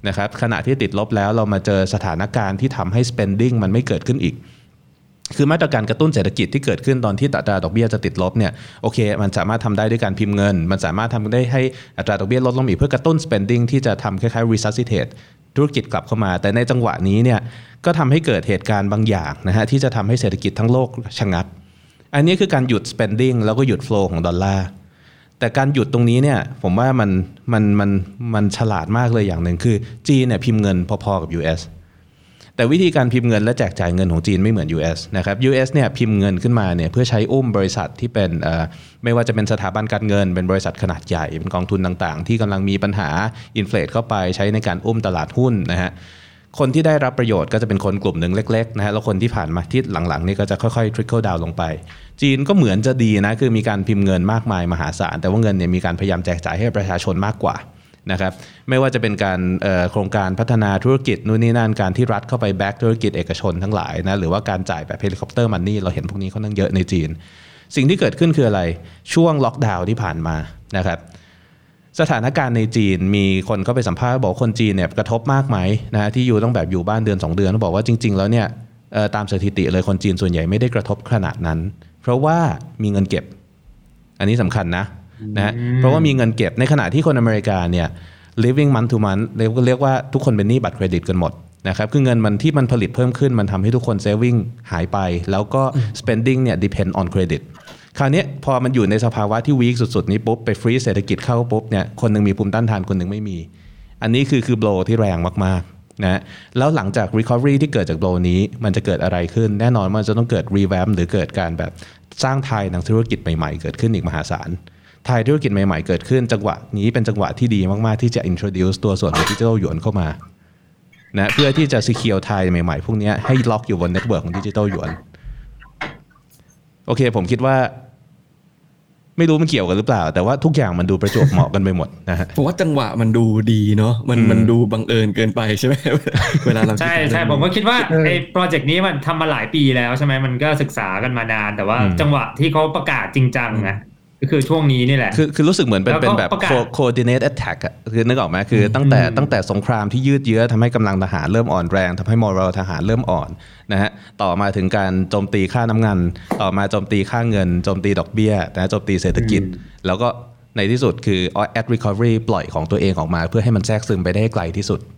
นะครับขณะที่ติดลบแล้วเรามาเจอสถานการณ์ที่ทำให้ spending มันไม่เกิดขึ้นอีกคือมาตรการกระตุ้นเศรษฐกิจที่เกิดขึ้นตอนที่อัตราดอกเบี้ยจะติดลบเนี่ยโอเคมันสามารถทำได้ด้วยการพิมพ์เงินมันสามารถทำได้ให้อัตราดอกเบี้ยลดลงอีกเพื่อกระตุ้น spending ที่จะทำคล้ายๆ resuscitate ธุรกิจกลับเข้ามาแต่ในจังหวะนี้เนี่ยก็ทำให้เกิดเหตุการณ์บางอย่างนะฮะที่จะทำให้เศรษฐกิจทั้งโลกชะงักอันนี้คือการหยุด spending แล้วก็หยุด flow ของดอลลาร์แต่การหยุดตรงนี้เนี่ยผมว่ามันฉลาดมากเลยอย่างหนึ่งคือจีนเนี่ยพิมพ์เงินพอๆกับ US แต่วิธีการพิมพ์เงินและแจกจ่ายเงินของจีนไม่เหมือน US นะครับ US เนี่ยพิมพ์เงินขึ้นมาเนี่ยเพื่อใช้อุ้มบริษัทที่เป็นไม่ว่าจะเป็นสถาบันการเงินเป็นบริษัทขนาดใหญ่เป็นกองทุนต่างๆที่กำลังมีปัญหาอินเฟลตเข้าไปใช้ในการอุ้มตลาดหุ้นนะฮะคนที่ได้รับประโยชน์ก็จะเป็นคนกลุ่มหนึ่งเล็กๆนะฮะแล้วคนที่ผ่านมาที่หลังๆนี่ก็จะค่อยๆ trickle down ลงไปจีนก็เหมือนจะดีนะคือมีการพิมพ์เงินมากมายมหาศาลแต่ว่าเงินเนี่ยมีการพยายามแจกจ่ายให้ประชาชนมากกว่านะครับไม่ว่าจะเป็นการโครงการพัฒนาธุรกิจนู่นนี่นั่นการที่รัฐเข้าไปแบ็กธุรกิจเอกชนทั้งหลายนะหรือว่าการจ่ายแบบเฮลิคอปเตอร์มันนี่เราเห็นพวกนี้ค่อนข้างเยอะในจีนสิ่งที่เกิดขึ้นคืออะไรช่วงล็อกดาวน์ที่ผ่านมานะครับสถานการณ์ในจีนมีคนเข้าไปสัมภาษณ์บอกคนจีนเนี่ยกระทบมากไหมนะฮะที่อยู่ต้องแบบอยู่บ้านเดือน2เดือนเขาบอกว่าจริงๆแล้วเนี่ยตามสถิติเลยคนจีนส่วนใหญ่ไม่ได้กระทบขนาดนั้นเพราะว่ามีเงินเก็บอันนี้สำคัญนะเพราะว่ามีเงินเก็บในขณะที่คนอเมริกาเนี่ย living month to month เรียกว่าทุกคนเป็นหนี้บัตรเครดิตกันหมดนะครับคือเงินมันที่มันผลิตเพิ่มขึ้นมันทำให้ทุกคน saving หายไปแล้วก็ spending เนี่ย depend on creditคราวนี้พอมันอยู่ในสภาวะที่วีคสุดๆนี้ปุ๊บไปฟรีซเศรษฐกิจเข้าปุ๊บเนี่ยคนนึงมีภูมิต้านทานคนนึงไม่มีอันนี้คือโบลที่แรงมากๆนะแล้วหลังจาก recovery ที่เกิดจากโบลนี้มันจะเกิดอะไรขึ้นแน่นอนมันจะต้องเกิด revamp หรือเกิดการแบบสร้างไทยทางธุรกิจใหม่ๆเกิดขึ้นอีกมหาศาลไทยธุรกิจใหม่ๆเกิดขึ้นจังหวะนี้เป็นจังหวะที่ดีมากๆที่จะ introduce ตัวส่วนของดิจิทัลหยวนเข้ามานะเพื่อที่จะ secure ไทยใหม่ๆพวกนี้ให้ล็อกอยู่บนเน็ตเวิร์กของดิจิทัลหยวนโอเคผมคิดว่าไม่รู้มันเกี่ยวกันหรือเปล่าแต่ว่าทุกอย่างมันดูประจวบเหมาะกันไปหมดนะฮะผมว่าจังหวะมันดูดีเนาะมันดูบังเอิญเกินไปใช่ไหมเวลาเราใช่ผมก็คิดว่าไอ้โปรเจกต์นี้มันทำมาหลายปีแล้วใช่ไหมมันก็ศึกษากันมานานแต่ว่าจังหวะที่เขาประกาศจริงจังนะก็คือช่วงนี้นี่แหละคือรู้สึกเหมือนเป็นแบบ coordinate attack อ่ะคือนึกออกไหมคือตั้งแต่สงครามที่ยืดเยื้อทำให้กำลังทหารเริ่มอ่อนแรงทำให้ moral ทหารเริ่มอ่อนนะฮะต่อมาถึงการโจมตีค่าน้ำมันต่อมาโจมตีค่าเงินโจมตีดอกเบี้ยนะโจมตีเศรษฐกิจแล้วก็ในที่สุดคือ at recovery ปล่อยของตัวเองออกมาเพื่อให้มันแทรกซึมไปได้ไกลที่สุด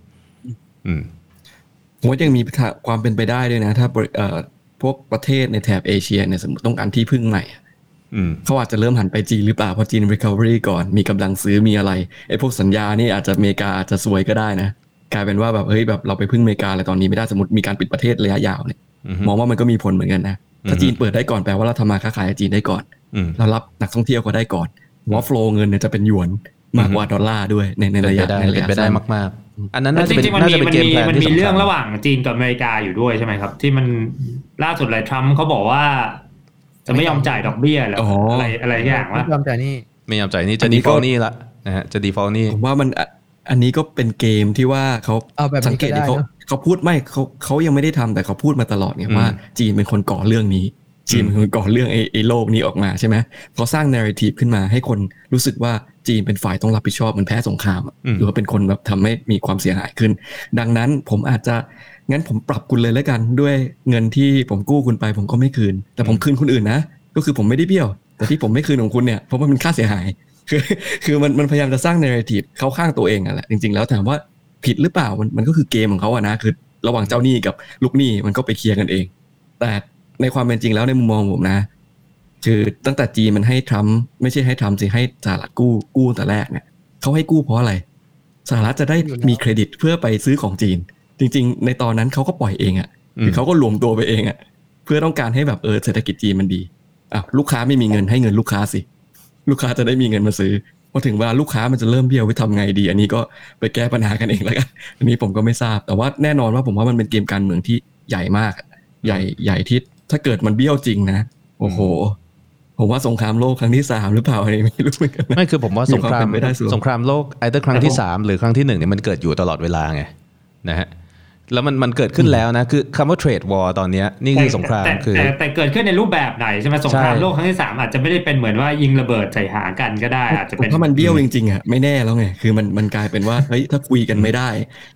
ผมว่ายังมีความเป็นไปได้ด้วยนะถ้าพวกประเทศในแถบเอเชียเนี่ยสมมติต้องการที่พึ่งใหม่เขาอาจจะเริ่มหันไปจีนหรือเปล่าเพราะจีน recovery ก่อนมีกำลังซื้อมีอะไรไอ้พวกสัญญานี่อาจจะอเมริกาอาจจะซวยก็ได้นะกลายเป็นว่าแบบเฮ้ยแบบเราไปพึ่งอเมริกาอะไรตอนนี้ไม่ได้สมมติมีการปิดประเทศระยะยาวเนี่ยมองว่ามันก็มีผลเหมือนกันนะถ้าจีนเปิดได้ก่อนแปลว่าเราทำมาค้าขายกับจีนได้ก่อนเรารับนักท่องเที่ยวก็ได้ก่อนว่า flow เงินเนี่ยจะเป็นหยวนมากกว่าดอลลาร์ด้วยในระยะไปได้มากๆอันนั้นน่าจะเป็นเกมแพลนมันมีเรื่องระหว่างจีนกับอเมริกาอยู่ด้วยใช่ไหมครับที่มันล่าสุดเลยทรัมป์เขาบอกว่าจะไม่ยอมจ่ายดอกเบี้ยแล้วอะไรอย่างว่าไม่ยอมจ่ายนี่จะ default นี่ละนะฮะจะ default นี่ผมว่ามันอันนี้ก็เป็นเกมที่ว่าเขาสังเกตที่เขาพูดไม่เขายังไม่ได้ทำแต่เขาพูดมาตลอดไงว่าจีนเป็นคนก่อเรื่องนี้จีนเป็นคนก่อเรื่องไอ้โลกนี้ออกมาใช่ไหมเขาสร้าง narrative ขึ้นมาให้คนรู้สึกว่าจีนเป็นฝ่ายต้องรับผิดชอบมันแพ้สงครามหรือว่าเป็นคนแบบทำให้มีความเสียหายขึ้นดังนั้นผมอาจจะงั้นผมปรับคุณเลยแล้วกันด้วยเงินที่ผมกู้คุณไปผมก็ไม่คืนแต่ผมคืนคนอื่นนะก็คือผมไม่ได้เบี้ยวแต่ที่ผมไม่คืนของคุณเนี่ยเพราะว่ามันค่าเสียหายคือมันพยายามจะสร้าง narrative เข้าข้างตัวเองอ่ะแหละจริงๆแล้วถามว่าผิดหรือเปล่ามันก็คือเกมของเขาอะนะคือระหว่างเจ้าหนี้กับลูกหนี้มันก็ไปเคลียร์กันเองแต่ในความเป็นจริงแล้วในมุมมองผมนะคือตั้งแต่จีนมันให้ทรัมป์ไม่ใช่ให้ทรัมป์สิให้สหรัฐกู้แต่แรกเนี่ยเขาให้กู้เพราะอะไรสหรัฐจะได้มีเครดิตเพื่อไปซื้อของจีนจริงๆในตอนนั้นเขาก็ปล่อยเองอ่ะคือเขาก็รวมตัวไปเองอ่ะเพื่อต้องการให้แบบเศรษฐกิจจีนมันดีลูกค้าไม่มีเงินให้เงินลูกค้าสิลูกค้าจะได้มีเงินมาซื้อพอถึงเวลาลูกค้ามันจะเริ่มเบี้ยวไปทำไงดีอันนี้ก็ไปแก้ปัญหากันเองแล้วกันอันนี้ผมก็ไม่ทราบแต่ว่าแน่นอนว่าผมว่ามันเป็นเกมการเมืองที่ใหญ่มากใหญ่ที่ถ้าเกิดมันเบี้ยวจริงนะโอ้โหผมว่าสงครามโลกครั้งที่3หรือเปล่าอะไรไม่รู้เหมือนกันไม่คือผมว่าสงครามโลกไอ้ครั้งที่3หรือครั้งที่1เนี่ยมันเกิดอยู่ตลอดเวลาไงนะฮะแล้วมันเกิดขึ้นแล้วนะคือคำว่าเทรดวอร์ตอนนี้นี่คือสงครามคือแต่เกิดขึ้นในรูปแบบไหนใช่ไหมสงครามโลกครั้งที่3อาจจะไม่ได้เป็นเหมือนว่ายิงระเบิดใส่หากันก็ได้อาจจะเป็นถ้ามันเบี้ยวจริงๆอ่ะไม่แน่แล้วไงคือมันกลายเป็นว่าเฮ้ยถ้าคุยกันไม่ได้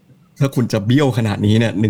ถ้าคุณจะเบี้ยวขนาดนี้เนี่ย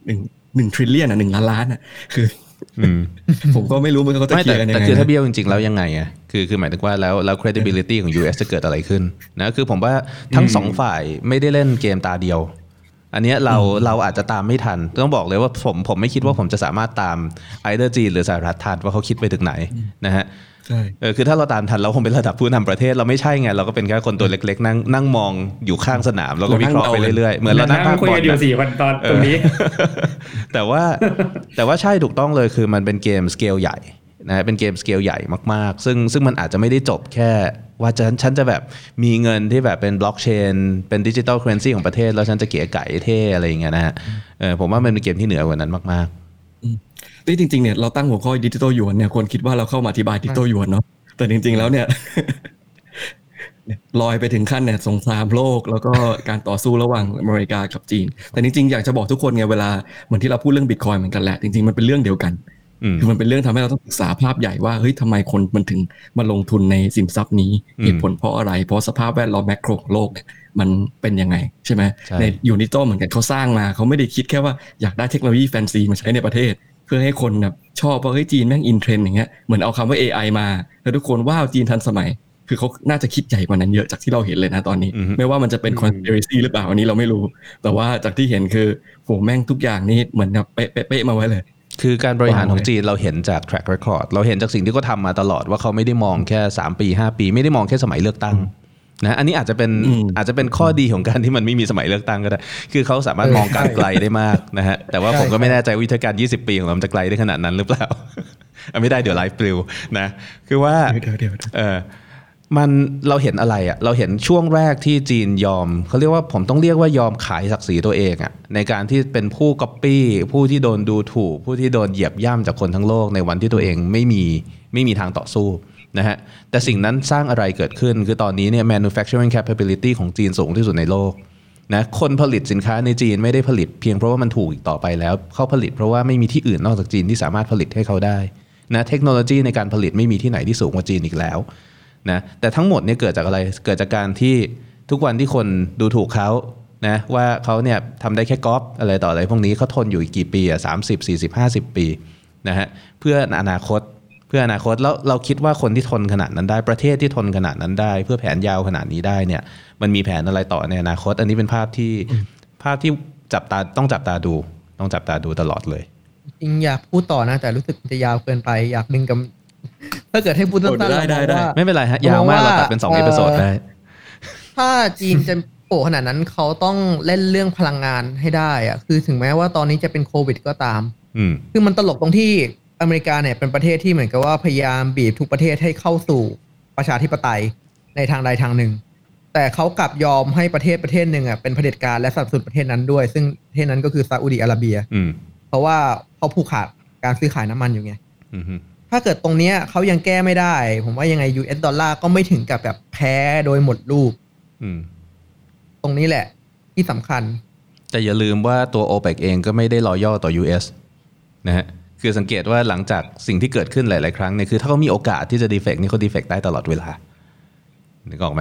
1 trillion 1 ล้านล้านคือผมก็ไม่รู้มันเขาจะเคลียร์กันยังไงแต่คือถ้าเบี้ยวจริงๆแล้วยังไงคือหมายถึงว่าแล้ว credibility ของ US จะเกิดอะไรขึ้นนะคือผมว่าทั้ง2ฝ่ายไม่ได้เล่นเกมตาเดียวอันนี้เราอาจจะตามไม่ทันต้องบอกเลยว่าผมไม่คิดว่าผมจะสามารถตามeither จีนหรือสหรัฐทันว่าเขาคิดไปถึงไหนนะฮะใช่คือถ้าเราตามทันเราคงเป็นระดับผู้นำประเทศเราไม่ใช่ไงเราก็เป็นแค่คนตัวเล็กๆนั่งมองอยู่ข้างสนามแล้วก็วิเคราะห์ไปเรื่อยๆเหมือนเรานั่งคุยกันอยู่4คนตรงนี้แต่ว่าใช่ถูกต้องเลยคือมันเป็นเกมสเกลใหญ่นะเป็นเกมสเกลใหญ่มากๆซึ่งมันอาจจะไม่ได้จบแค่ว่าฉันจะแบบมีเงินที่แบบเป็นบล็อกเชนเป็นดิจิทัลเคอเรนซีของประเทศแล้วฉันจะเก๋ไก่เท่อะไรอย่างเงี้ยนะฮะผมว่ามันเป็นเกมที่เหนือกว่านั้นมากๆจริงๆเนี่ยเราตั้งหัวข้อดิจิทัลหยวนเนี่ยคนคิดว่าเราเข้ามาอธิบายดิจิทัลหยวนเนาะแต่จริงๆแล้วเนี่ยลอยไปถึงขั้นเนี่ยสงครามโลกแล้วก็การต่อสู้ระหว่างอเมริกากับจีนแต่จริงๆอยากจะบอกทุกคนไงเวลาเหมือนที่เราพูดเรื่อง Bitcoin เหมือนกันแหละจริงๆมันเป็นเรื่องเดียวกันคือมันเป็นเรื่องทำให้เราต้องศึกษาภาพใหญ่ว่าเฮ้ยทำไมคนมันถึงมาลงทุนในสินทรัพย์นี้เหตุผลเพราะอะไรเพราะสภาพแวดล้อมแมกโรของโลกเนี่ยมันเป็นยังไงใช่ไหมในยูนิโตเหมือนกันเขาสร้างมาเขาไม่ได้คิดแค่ว่าอยากได้เทคโนโลยีแฟนซีมาใช้ในประเทศเพื่อให้คนแบบชอบว่าเฮ้ยจีนแม่งอินเทรนด์อย่างเงี้ยเหมือนเอาคำว่า AI มาแล้วทุกคนว้าวจีนทันสมัยคือเขาน่าจะคิดใหญ่กว่านั้นเยอะจากที่เราเห็นเลยนะตอนนี้ไม่ว่ามันจะเป็น conspiracy หรือเปล่าอันนี้เราไม่รู้แต่ว่าจากที่เห็นคือโหแม่งทุกอย่างนี่เหมือนแบบเป๊ะๆมาไว้เลยคือการบริหารของจีนเราเห็นจาก track record เราเห็นจากสิ่งที่เขาทำมาตลอดว่าเขาไม่ได้มองแค่3ปี5ปีไม่ได้มองแค่สมัยเลือกตั้งนะอันนี้อาจจะเป็นข้อดีของการที่มันไม่มีสมัยเลือกตั้งก็ได้คือเขาสามารถมองการไกลได้มากนะฮะแต่ว่าผมก็ไม่แน่ใจวิธีการ20ปีของเราจะไกลได้ขนาดนั้นหรือเปล่าไม่ได้เดี๋ยวไลฟ์ปลิวนะคือว่ามันเราเห็นอะไรเราเห็นช่วงแรกที่จีนยอมเขาเรียกว่าผมต้องเรียกว่ายอมขายศักดิ์ศรีตัวเองในการที่เป็นผู้ก๊อปปี้ผู้ที่โดนดูถูกผู้ที่โดนเหยียบย่ำจากคนทั้งโลกในวันที่ตัวเองไม่มีทางต่อสู้นะฮะแต่สิ่งนั้นสร้างอะไรเกิดขึ้นคือตอนนี้เนี่ย manufacturing capability ของจีนสูงที่สุดในโลกนะคนผลิตสินค้าในจีนไม่ได้ผลิตเพียงเพราะว่ามันถูกอีกต่อไปแล้วเขาผลิตเพราะว่าไม่มีที่อื่นนอกจากจีนที่สามารถผลิตให้เขาได้นะเทคโนโลยีในการผลิตไม่มีที่ไหนที่สูงกว่าจีนอีกแล้วนะแต่ทั้งหมดเนี่ยเกิดจากอะไรเกิดจากการที่ทุกวันที่คนดูถูกเขานะว่าเขาเนี่ยทำได้แค่ก๊อปอะไรต่ออะไรพวกนี้เขาทนอยู่อีกกี่ปี30 40 50 ปีนะฮะเพื่ออนาคตแล้วเราคิดว่าคนที่ทนขนาดนั้นได้ประเทศที่ทนขนาดนั้นได้เพื่อแผนยาวขนาดนี้ได้เนี่ยมันมีแผนอะไรต่อในอนาคตอันนี้เป็นภาพที่ต้องจับตาดูตลอดเลยจริงอยากพูดต่อนะแต่รู้สึกจะยาวเกินไปอยากดึงกับถ้าเกิดให้พูดสั้นๆได้ไม่เป็นไรฮะยาวมากเราตัดเป็น2 อีพิโซดได้ถ้าจีนจะโผล่ขนาดนั้นเขาต้องเล่นเรื่องพลังงานให้ได้คือถึงแม้ว่าตอนนี้จะเป็นโควิดก็ตามคือมันตลกตรงที่อเมริกาเนี่ยเป็นประเทศที่เหมือนกับว่าพยายามบีบทุกประเทศให้เข้าสู่ประชาธิปไตยในทางใดทางหนึ่งแต่เขากลับยอมให้ประเทศหนึ่งเป็นเผด็จการและสนับสนุนประเทศนั้นด้วยซึ่งประเทศนั้นก็คือซาอุดิอาระเบียเพราะว่าเขาผูกขาดการซื้อขายน้ำมันอยู่ไงถ้าเกิดตรงนี้เขายังแก้ไม่ได้ผมว่ายังไง US ดอลลาร์ก็ไม่ถึงกับแบบแพ้โดยหมดรูปตรงนี้แหละที่สำคัญแต่อย่าลืมว่าตัว OPEC เองก็ไม่ได้รอย่อต่อ US นะฮะคือสังเกตว่าหลังจากสิ่งที่เกิดขึ้นหลายๆครั้งเนี่ยคือถ้าเขามีโอกาสที่จะดีเฟกต์นี่เขาดีเฟกต์ได้ตลอดเวลานึกออกไหม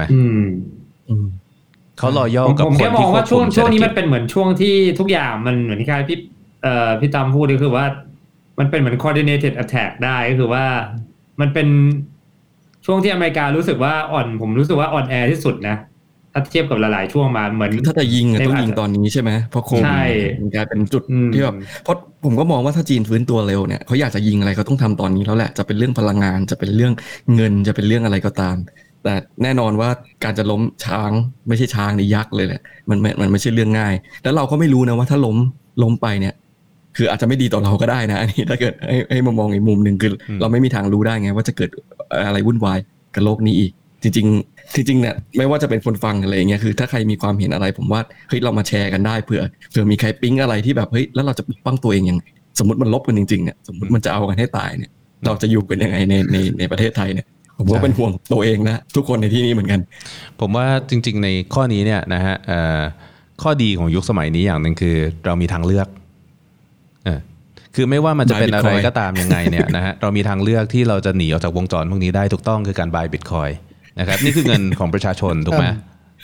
เขารอย่อกับคนที่ผมแค่มองว่าช่วงนี้มันเป็นเหมือนช่วงที่ทุกอย่างมันเหมือนที่พี่ตามพูดก็คือว่ามันเป็นเหมือน coordinated attack ได้ก็คือว่ามันเป็นช่วงที่อเมริการู้สึกว่าผมรู้สึกว่าอ่อนแอที่สุดนะถ้าเทียบกับหลายๆช่วงมาเหมือนถ้าจะยิงต้องยิงตอนนี้ใช่ไหมเพราะโควิดมันกลายเป็นจุดที่แบบเพราะผมก็มองว่าถ้าจีนฟื้นตัวเร็วเนี่ยเขาอยากจะยิงอะไรเขาต้องทำตอนนี้แล้วแหละจะเป็นเรื่องพลังงานจะเป็นเรื่องเงินจะเป็นเรื่องอะไรก็ตามแต่แน่นอนว่าการจะล้มช้างไม่ใช่ช้างนี่ยักษ์เลยแหละมันไม่ใช่เรื่องง่ายแล้วเราก็ไม่รู้นะว่าถ้าล้มไปเนี่ยคืออาจจะไม่ดีต่อเราก็ได้นะอันนี้ถ้าเกิดให้มามองอีกมุมนึงคือเราไม่มีทางรู้ได้ไงว่าจะเกิดอะไรวุ่นวายกับโลกนี้อีกจริงเนี่ยไม่ว่าจะเป็นคนฟังอะไรอย่างเงี้ยคือถ้าใครมีความเห็นอะไรผมว่าเฮ้ยเรามาแชร์กันได้เผื่อมีใครปิ๊งอะไรที่แบบเฮ้ยแล้วเราจะปกป้องตัวเองยังไงสมมติมันลบกันจริงๆเนี่ยสมมติมันจะเอากันให้ตายเนี่ยเราจะอยู่กันยังไงในประเทศไทยเนี่ยผมก็เป็นห่วงตัวเองนะทุกคนในที่นี้เหมือนกันผมว่าจริงๆในข้อนี้เนี่ยนะฮะข้อดีของยุคสมัยนี้อย่างนึงคือเรามีทางเลือกคือไม่ว่ามันจะเป็นอะไรก็ตามยังไงเนี่ยนะฮะเรามีทางเลือกที่เราจะหนีออกจากวงจรพวกนี้ได้ถูกต้องคือการ buy Bitcoin นะครับนี่คือเงินของประชาชนถูกไหม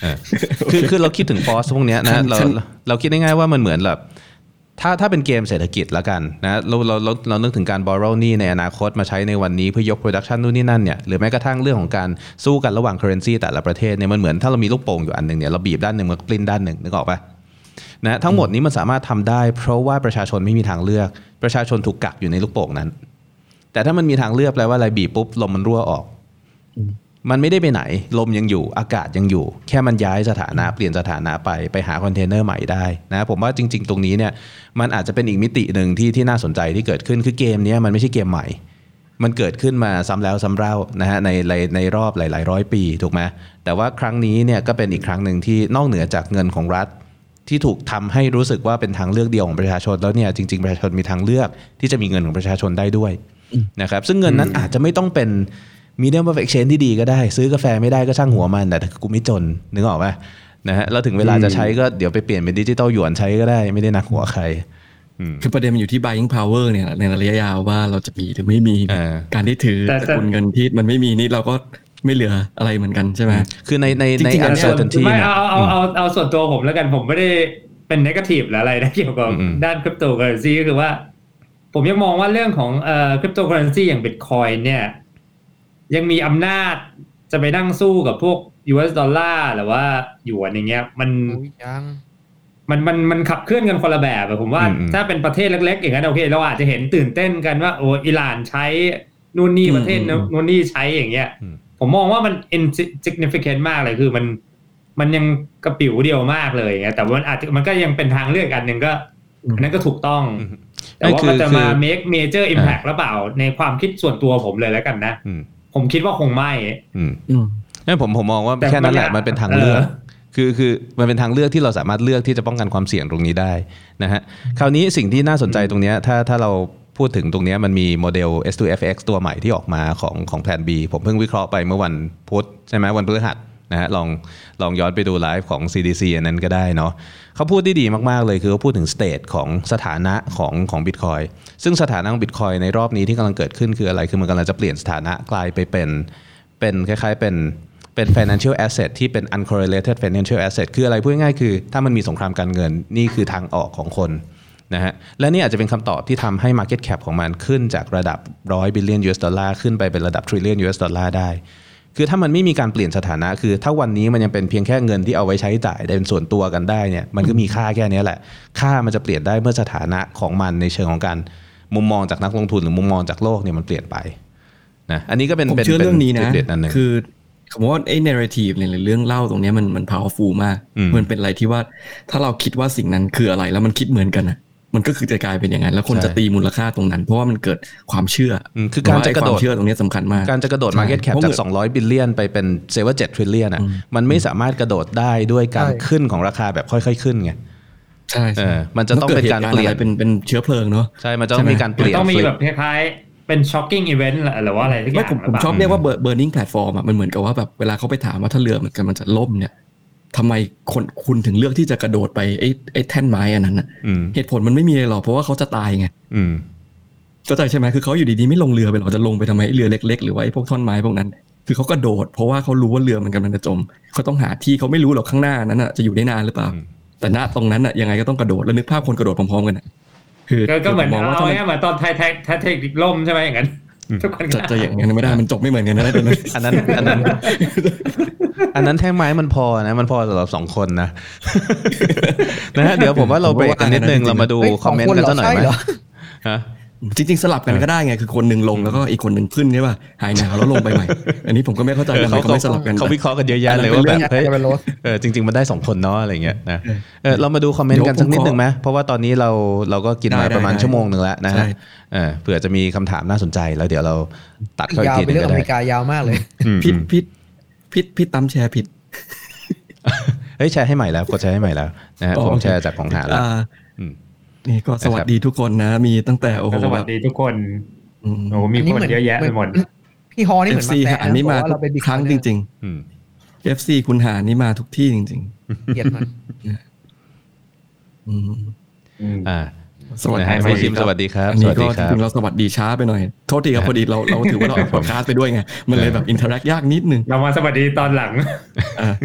คือเราคิดถึงฟอสพวกเนี้ยนะเราคิดง่ายๆว่ามันเหมือนแบบถ้าเป็นเกมเศรษฐกิจแล้วกันนะเรานึกถึงการ borrow หนี้ในอนาคตมาใช้ในวันนี้เพื่อยก production นู่นนี่นั่นเนี่ยหรือแม้กระทั่งเรื่องของการสู้กันระหว่าง currency แต่ละประเทศเนี่ยมันเหมือนถ้าเรามีลูกโป่งอยู่อันนึงเนี่ยเราบีบด้านนึงมันปลิ้นด้านนึงนึกออกป่ะนะทั้งหมดนี้มันสามารถทำได้เพราะว่าประชาชนไม่มีทางเลือกประชาชนถูกกักอยู่ในลูกโป่งนั้นแต่ถ้ามันมีทางเลือกแปลว่าอะไรบีบปุ๊บลมมันรั่วออกมันไม่ได้ไปไหนลมยังอยู่อากาศยังอยู่แค่มันย้ายสถานะเปลี่ยนสถานะไปหาคอนเทนเนอร์ใหม่ได้นะผมว่าจริงๆตรงนี้เนี่ยมันอาจจะเป็นอีกมิติหนึ่งที่น่าสนใจที่เกิดขึ้นคือเกมนี้มันไม่ใช่เกมใหม่มันเกิดขึ้นมาซ้ำแล้วซ้ำเล่านะฮะในรอบหลายๆร้อยปีถูกไหมแต่ว่าครั้งนี้เนี่ยก็เป็นอีกครั้งหนึ่งที่นอกเหนือจากเงินของรัฐที่ถูกทำให้รู้สึกว่าเป็นทางเลือกเดียวของประชาชนแล้วเนี่ยจริงๆประชาชนมีทางเลือกที่จะมีเงินของประชาชนได้ด้วยนะครับซึ่งเงินนั้นอาจจะไม่ต้องเป็นmedium of exchange ที่ดีก็ได้ซื้อกาแฟไม่ได้ก็ช่างหัวมันแต่กูไม่จนนึกออกป่ะนะฮะแล้วถึงเวลาจะใช้ก็เดี๋ยวไปเปลี่ยนเป็นดิจิตอลหยวนใช้ก็ได้ไม่ได้นักหัวใครคือประเด็นมันอยู่ที่ buying power เนี่ยในระยะยาวว่าเราจะมีหรือไม่มีการที่ถือสกุลเงินที่มันไม่มีนี่เราก็ไม่เหลืออะไรเหมือนกันใช่ไหมคือใน uncertainty ไม่เอาส่วนตัวผมแล้วกันผมไม่ได้เป็น negative หรืออะไรนะเกี่ยวกับด้าน cryptocurrency ก็คือว่าผมยังมองว่าเรื่องของcryptocurrency อย่าง Bitcoin เนี่ยยังมีอำนาจจะไปนั่งสู้กับพวก US ดอลลาร์หรือว่าหยวนอย่างเงี้ยมันขับเคลื่อนกันคนละแบบผมว่าถ้าเป็นประเทศเล็กๆอย่างนั้นโอเคเราอาจจะเห็นตื่นเต้นกันว่าโอ้อิหร่านใช้นู่นนี่ประเทศนู่นนี่ใช้อย่างเงี้ยผมมองว่ามัน insignificant มากเลยคือมันยังกระปิ๋วเดียวมากเลยอย่างเงี้ยแต่ว่ามันก็ยังเป็นทางเลือกอันนึงก็นั่นก็ถูกต้องแต่ว่ามันจะมา make major impact หรือเปล่าในความคิดส่วนตัวผมเลยแล้วกันนะผมคิดว่าคงไม่งั้นผมมองว่าแค่นั้นแหละมันเป็นทางเลือกคือมันเป็นทางเลือกที่เราสามารถเลือกที่จะป้องกันความเสี่ยงตรงนี้ได้นะฮะคราวนี้สิ่งที่น่าสนใจตรงนี้ถ้าเราพูดถึงตรงนี้มันมีโมเดล S2FX ตัวใหม่ที่ออกมาของ Plan B ผมเพิ่งวิเคราะห์ไปเมื่อวันพุธใช่ไหมวันพฤหัสนะฮะลองย้อนไปดูไลฟ์ของ CDC อันนั้นก็ได้เนาะเขาพูดได้ดีมากๆเลยคือเขาพูดถึง state ของสถานะของ Bitcoin ซึ่งสถานะของ Bitcoin ในรอบนี้ที่กำลังเกิดขึ้นคืออะไรคือมันกำลังจะเปลี่ยนสถานะกลายไปเป็นคล้ายๆเป็น financial asset ที่เป็น uncorrelated financial asset คืออะไรพูดง่ายๆคือถ้ามันมีสงครามการเงินนี่คือทางออกของคนนะฮะและนี่อาจจะเป็นคำตอบที่ทำให้ market cap ของมันขึ้นจากระดับ100 billion US ดอลลาร์ขึ้นไปเป็นระดับ trillion US ดอลลาร์ได้คือถ้ามันไม่มีการเปลี่ยนสถานะคือถ้าวันนี้มันยังเป็นเพียงแค่เงินที่เอาไว้ใช้จ่ายได้เป็นส่วนตัวกันได้เนี่ยมันก็มีค่าแค่นี้แหละค่ามันจะเปลี่ยนได้เมื่อสถานะของมันในเชิงของการมุมมองจากนักลงทุนหรือมุมมองจากโลกเนี่ยมันเปลี่ยนไปนะอันนี้ก็เป็นผมเชื่อเรื่องนี้นะคือผมว่าไอ้ narrative เนี่ยเรื่องเล่าตรงนี้มัน powerful มากมันเป็นอะไรที่ว่าถ้าเราคิดว่าสิ่งนั้นคืออะไรแล้วมันคิดเหมือนกันนะมันก็คือจะกลายเป็นอย่างนั้นแล้วคนจะตีมูลค่าตรงนั้นเพราะว่ามันเกิดความเชื่อคือการจะกระโดดความเชื่อตรงนี้สำคัญมากการจะกระโดด market cap จาก200 billion ไปเป็นเซว่า7 trillion อ่ะมันไม่สามารถกระโดดได้ด้วยการขึ้นของราคาแบบค่อยๆขึ้นไงใช่มันจะต้องเป็นการเปลี่ยนเป็นเชื้อเพลิงเนาะใช่มันจะต้องมีการเปลี่ยนต้องมีแบบคล้ายๆเป็น shocking event หรือว่าอะไรสักอย่างผมชอบเรียกว่า burning platform อ่ะมันเหมือนกับว่าแบบเวลาเขาไปถามว่าถ้าเรือมันจะล่มเนี่ยทำไมคุณถึงเลือกที่จะกระโดดไปไอ้แท่นไม้อันนั้นน่ะเหตุผลมันไม่มีอะไรหรอกเพราะว่าเขาจะตายไงเข้าใจใช่ไหมคือเขาอยู่ดีๆไม่ลงเรือไปหรอกจะลงไปทำไมเรือเล็กๆหรือว่าไอ้พวกท่อนไม้พวกนั้นคือเขากระโดดเพราะว่าเขารู้ว่าเรือมันกำลังจะจมเขาต้องหาที่เขาไม่รู้หรอกข้างหน้านั้นน่ะจะอยู่ได้นานหรือเปล่าแต่ณตรงนั้นน่ะยังไงก็ต้องกระโดดแล้วนึกภาพคนกระโดดพร้อมๆกันน่ะคือก็เหมือนมองว่าเหมือนตอนไททานิคล่มใช่ไหมอย่างนั้นทุกคนจะอย่างนั้นไม่ได้มันจบไม่เหมือนกันนะอันนั้นแท่งไม้มันพอนะมันพอสำหรับ2คนนะนะฮะเดี๋ยวผมว่าเราเบรกกันนิดนึงเรามาดูคอมเมนต์กันสักหน่อยมั้ยฮะจริงๆสลับกันก็ได้ไงคือคนนึงลงแล้วก็อีกคนนึงขึ้นใช่ป่ะหายหนาวแล้วลงไปใหม่อันนี้ผมก็ไม่เข้าใจทำไมเขาไม่สลับกันเขาวิเคราะห์กันเยอะแยะเลยว่าแบบเฮ้ยจริงๆมันได้2คนเนาะอะไรเงี้ยนะเรามาดูคอมเมนต์กันสักนิดนึงมั้ยเพราะว่าตอนนี้เราก็กินมาประมาณชั่วโมงนึงแล้วนะฮะเผื่อจะมีคำถามน่าสนใจแล้วเดี๋ยวเราตัดเข้าอีกทีนึงก็ได้เรื่องอเมริกายาวมากเลยพี่ตั้มแชร์ผิดเฮ้ยแชร์ให้ใหม่แล้วกดแชร์ให้ใหม่แล้วนะฮะผมแชร์จากของหาแล้วนี่ก็สวัสดีทุกคนนะมีตั้งแต่โอ้โหสวัสดีทุกคนโอ้มีคนเยอะแยะไปหมดพี่ฮอนี่เหมือนมาแซะอันนี้มาทุกครั้งจริงๆ FC คุณหานี่มาทุกที่จริงๆเกลียดมันสวัสดีพี่คิมสวัสดีครับสวัสดีครับจริงๆเราสวัสดีช้าไปหน่อยโทษทีครับพอดีเราถือว่าเราพอดคาสต์ไปด้วยไงมันเลยแบบอินเทอร์แอคยากนิดนึงเรามาสวัสดีตอนหลัง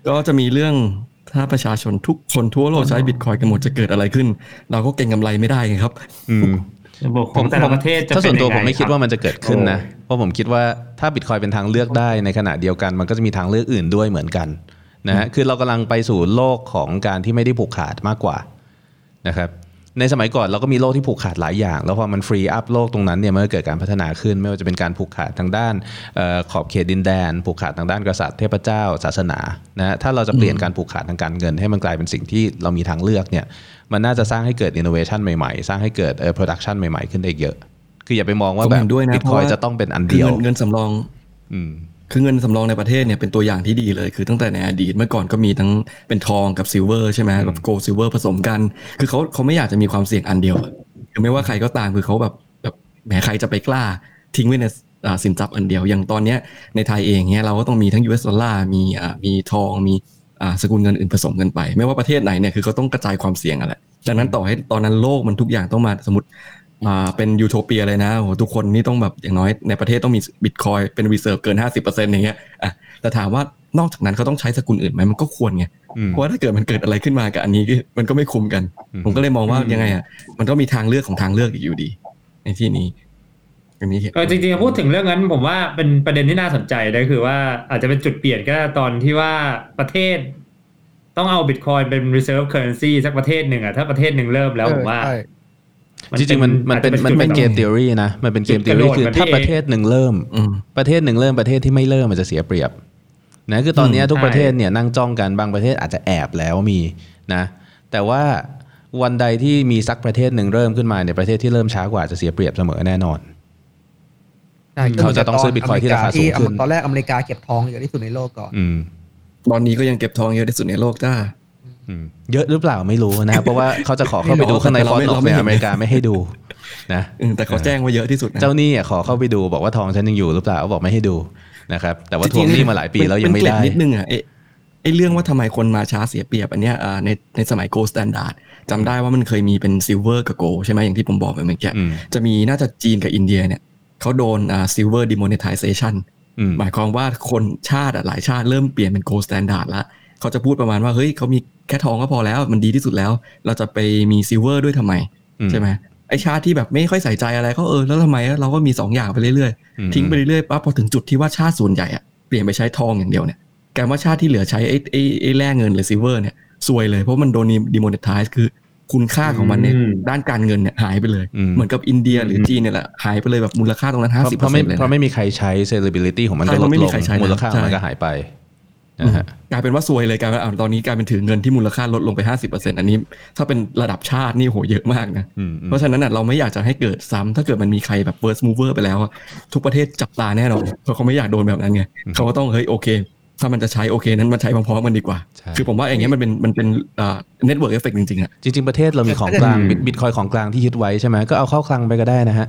ก็จะมีเรื่องถ้าประชาชนทุกคนทั่วโลกใช้บิตคอยน์กันหมดจะเกิดอะไรขึ้นเราก็เก็งกำไรไม่ได้ไงครับระบบของแต่ละประเทศจะเป็นยังไงถ้าส่วนตัวผมไม่คิดว่ามันจะเกิดขึ้นนะเพราะผมคิดว่าถ้าบิตคอยน์เป็นทางเลือกได้ในขณะเดียวกันมันก็จะมีทางเลือกอื่นด้วยเหมือนกันนะฮะคือเรากำลังไปสู่โลกของการที่ไม่ได้ผูกขาดมากกว่านะครับในสมัยก่อนเราก็มีโลกที่ผูกขาดหลายอย่างแล้วพอมันฟรีอัพโลกตรงนั้นเนี่ยมันก็เกิดการพัฒนาขึ้นไม่ว่าจะเป็นการผูกขาดทางด้านขอบเขตดินแดนผูกขาดทางด้านกษัตริย์เทพเจ้าศาสนานะถ้าเราจะเปลี่ยนการผูกขาดทางการเงินให้มันกลายเป็นสิ่งที่เรามีทางเลือกเนี่ยมันน่าจะสร้างให้เกิด innovation ใหม่ๆสร้างให้เกิดproduction ใหม่ๆขึ้นได้เยอะคืออย่าไปมองว่าแบบ Bitcoin จะต้องเป็นอันเดียวเงินสำรองคือเงินสำรองในประเทศเนี่ยเป็นตัวอย่างที่ดีเลยคือตั้งแต่ในอดีตเมื่อก่อนก็มีทั้งเป็นทองกับซิลเวอร์ใช่ไหมแบบโกลด์ซิลเวอร์ผสมกันคือเขาไม่อยากจะมีความเสี่ยงอันเดียวคือไม่ว่าใครก็ตามคือเขาแบบแหมใครจะไปกล้าทิ้งไว้ในสินทรัพย์อันเดียวอย่างตอนนี้ในไทยเองเนี่ยเราก็ต้องมีทั้ง US ดอลลาร์มีทองมีสกุลเงินอื่นผสมกันไปไม่ว่าประเทศไหนเนี่ยคือเขาต้องกระจายความเสี่ยงอะไรดังนั้นต่อให้ตอนนั้นโลกมันทุกอย่างต้องมาสมมติเป็นยูโทเปียเลยนะโอ้โหทุกคนนี่ต้องแบบอย่างน้อยในประเทศต้องมีบิตคอยเป็นรีเซิร์ฟเกิน 50% อย่างเงี้ยแต่ถามว่านอกจากนั้นเขาต้องใช้สกุลอื่นไหมมันก็ควรไงเพราะว่าถ้าเกิดมันเกิดอะไรขึ้นมากับอันนี้มันก็ไม่คุ้มกันผมก็เลยมองว่ายังไงมันก็มีทางเลือกของทางเลือกอีกอยู่ดีในที่นี้จริงๆพูดถึงเรื่องนั้นผมว่าเป็นประเด็นที่น่าสนใจเลยคือว่าอาจจะเป็นจุดเปลี่ยนก็ตอนที่ว่าประเทศต้องเอาบิตคอยเป็น reserve currency สักประเทศหนึ่งถ้าประเทศหนึ่งเริ่มแล้วผมว่าจริงๆมันเป็นเกมทีออรีนะมันเป็นเกมทีออรีคือถ้าประเทศหนึ่งเริ่มประเทศที่ไม่เริ่มมันจะเสียเปรียบนะคือตอนนี้ทุกประเทศเนี่ยนั่งจ้องกันบางประเทศอาจจะแอบแล้วมีนะแต่ว่าวันใดที่มีสักประเทศหนึ่งเริ่มขึ้นมาเนี่ยประเทศที่เริ่มช้ากว่าจะเสียเปรียบเสมอแน่นอนเขาจะต้องซื้อบิตคอยที่ราคาสูงขึ้นตอนแรกอเมริกาเก็บทองเยอะที่สุดในโลกก่อนตอนนี้ก็ยังเก็บทองเยอะที่สุดในโลกจ้าเยอะหรือเปล่าไม่รู้นะครับเพราะว่าเขาจะขอเข้าไปดูข้างในฟอนต์ออกในอเมริกาไม่ให้ดูนะแต่เขาแจ้งว่าเยอะที่สุดนะเจ้าหนี้ขอเข้าไปดูบอกว่าทองฉันยังอยู่หรือเปล่าบอกไม่ให้ดูนะครับแต่ว่าทวงหนี้มาหลายปีแล้วยังไม่ได้นิดนึงไอ้เรื่องว่าทำไมคนมาช้าเสียเปรียบอันเนี้ยในสมัย Gold Standard จำได้ว่ามันเคยมีเป็น Silver กับ Gold ใช่ไหมอย่างที่ผมบอกไปเมื่อกี้จะมีน่าจะจีนกับอินเดียเนี่ยเขาโดนSilver Demonetization หมายความว่าคนชาติหลายชาติเริ่มเปลี่ยนเป็น Gold Standard แล้วเขาจะพูดประมาณว่าเฮ้ยเขามีแค่ทองก็พอแล้วมันดีที่สุดแล้วเราจะไปมีซิลเวอร์ด้วยทำไมใช่ไหมไอชาติที่แบบไม่ค่อยใส่ใจอะไรก็แล้วทำไมเราก็มี2อย่างไปเรื่อยๆทิ้งไปเรื่อยๆปั๊บพอถึงจุดที่ว่าชาติส่วนใหญ่เปลี่ยนไปใช้ทองอย่างเดียวเนี่ยกลายว่าชาติที่เหลือใช้ไอ้แร่เงินหรือซิลเวอร์เนี่ยซวยเลยเพราะมันโดนdemonetize คือคุณค่าของมันเนี่ยด้านการเงินเนี่ยหายไปเลยเหมือนกับอินเดียหรือจีนเนี่ยแหละหายไปเลยแบบมูลค่าตรงนั้น 50% เลยเพราะไม่มีใครใช้ sellability ของมันก็ลดลงมูลค่ามันก็หายไปกลายเป็นว่าซวยเลยกลายเป็นตอนนี้กลายเป็นถือเงินที่มูลค่าลดลงไป 50% อันนี้ถ้าเป็นระดับชาตินี่โหเยอะมากนะเพราะฉะนั้นเราไม่อยากจะให้เกิดซ้ำถ้าเกิดมันมีใครแบบ first mover ไปแล้วทุกประเทศจับตาแน่นอนเพราะเขาไม่อยากโดนแบบนั้นไงเขาก็ต้องเฮ้ยโอเคถ้ามันจะใช้โอเคนั้นมันใช้พร้อมๆกันดีกว่าคือผมว่าอย่างเงี้ยมันเป็นnetwork effect จริงๆจริงๆประเทศเรามีของกลางบิตคอยของกลางที่ยึดไว้ใช่ไหมก็เอาเข้าคลังไปก็ได้นะฮะ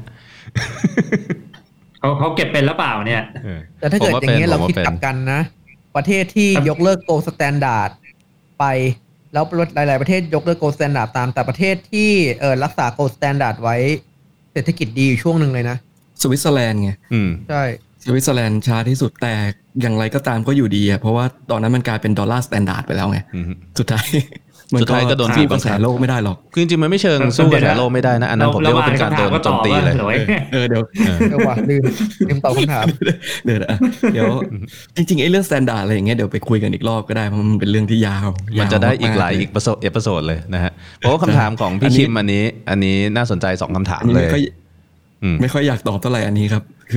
เขาเก็บเป็นหรือเปล่าเนี่ยแต่ถ้าเกิดอย่างเงี้ยเราคิดกลับกันนะประเทศที่ยกเลิก Gold Standard ไปแล้วหลายๆประเทศยกเลิก Gold Standard ตามแต่ประเทศที่รักษา Gold Standard ไว้เศรษฐกิจดีอยู่ช่วงนึงเลยนะสวิตเซอร์แลนด์ไงใช่สวิตเซอร์แลนด์ช้าที่สุดแต่อย่างไรก็ตามก็อยู่ดีเพราะว่าตอนนั้นมันกลายเป็นดอลลาร์สแตนดาร์ดไปแล้วไงสุดท้ายก็โดนบีบบังคับโลกไม่ได้หรอกคือจริงๆมันไม่เชิงสู้กระแสโลกไม่ได้นะอันนั้นผมเรียกว่าเป็นการโดนโจมตีเลยเดี๋ยวว่าลืมตอบคำถามเดี๋ยวจริงๆไอ้เรื่องสแตนดาร์ดอะไรอย่างเงี้ยเดี๋ยวไปคุยกันอีกรอบก็ได้เพราะมันเป็นเรื่องที่ยาวมันจะได้อีกหลายเอพิโซดเลยนะฮะเพราะว่าคำถามของพี่คิมอันนี้น่าสนใจ2คำถามเลยไม่ค่อยอยากตอบเท่าไหร่อันนี้ครับคือ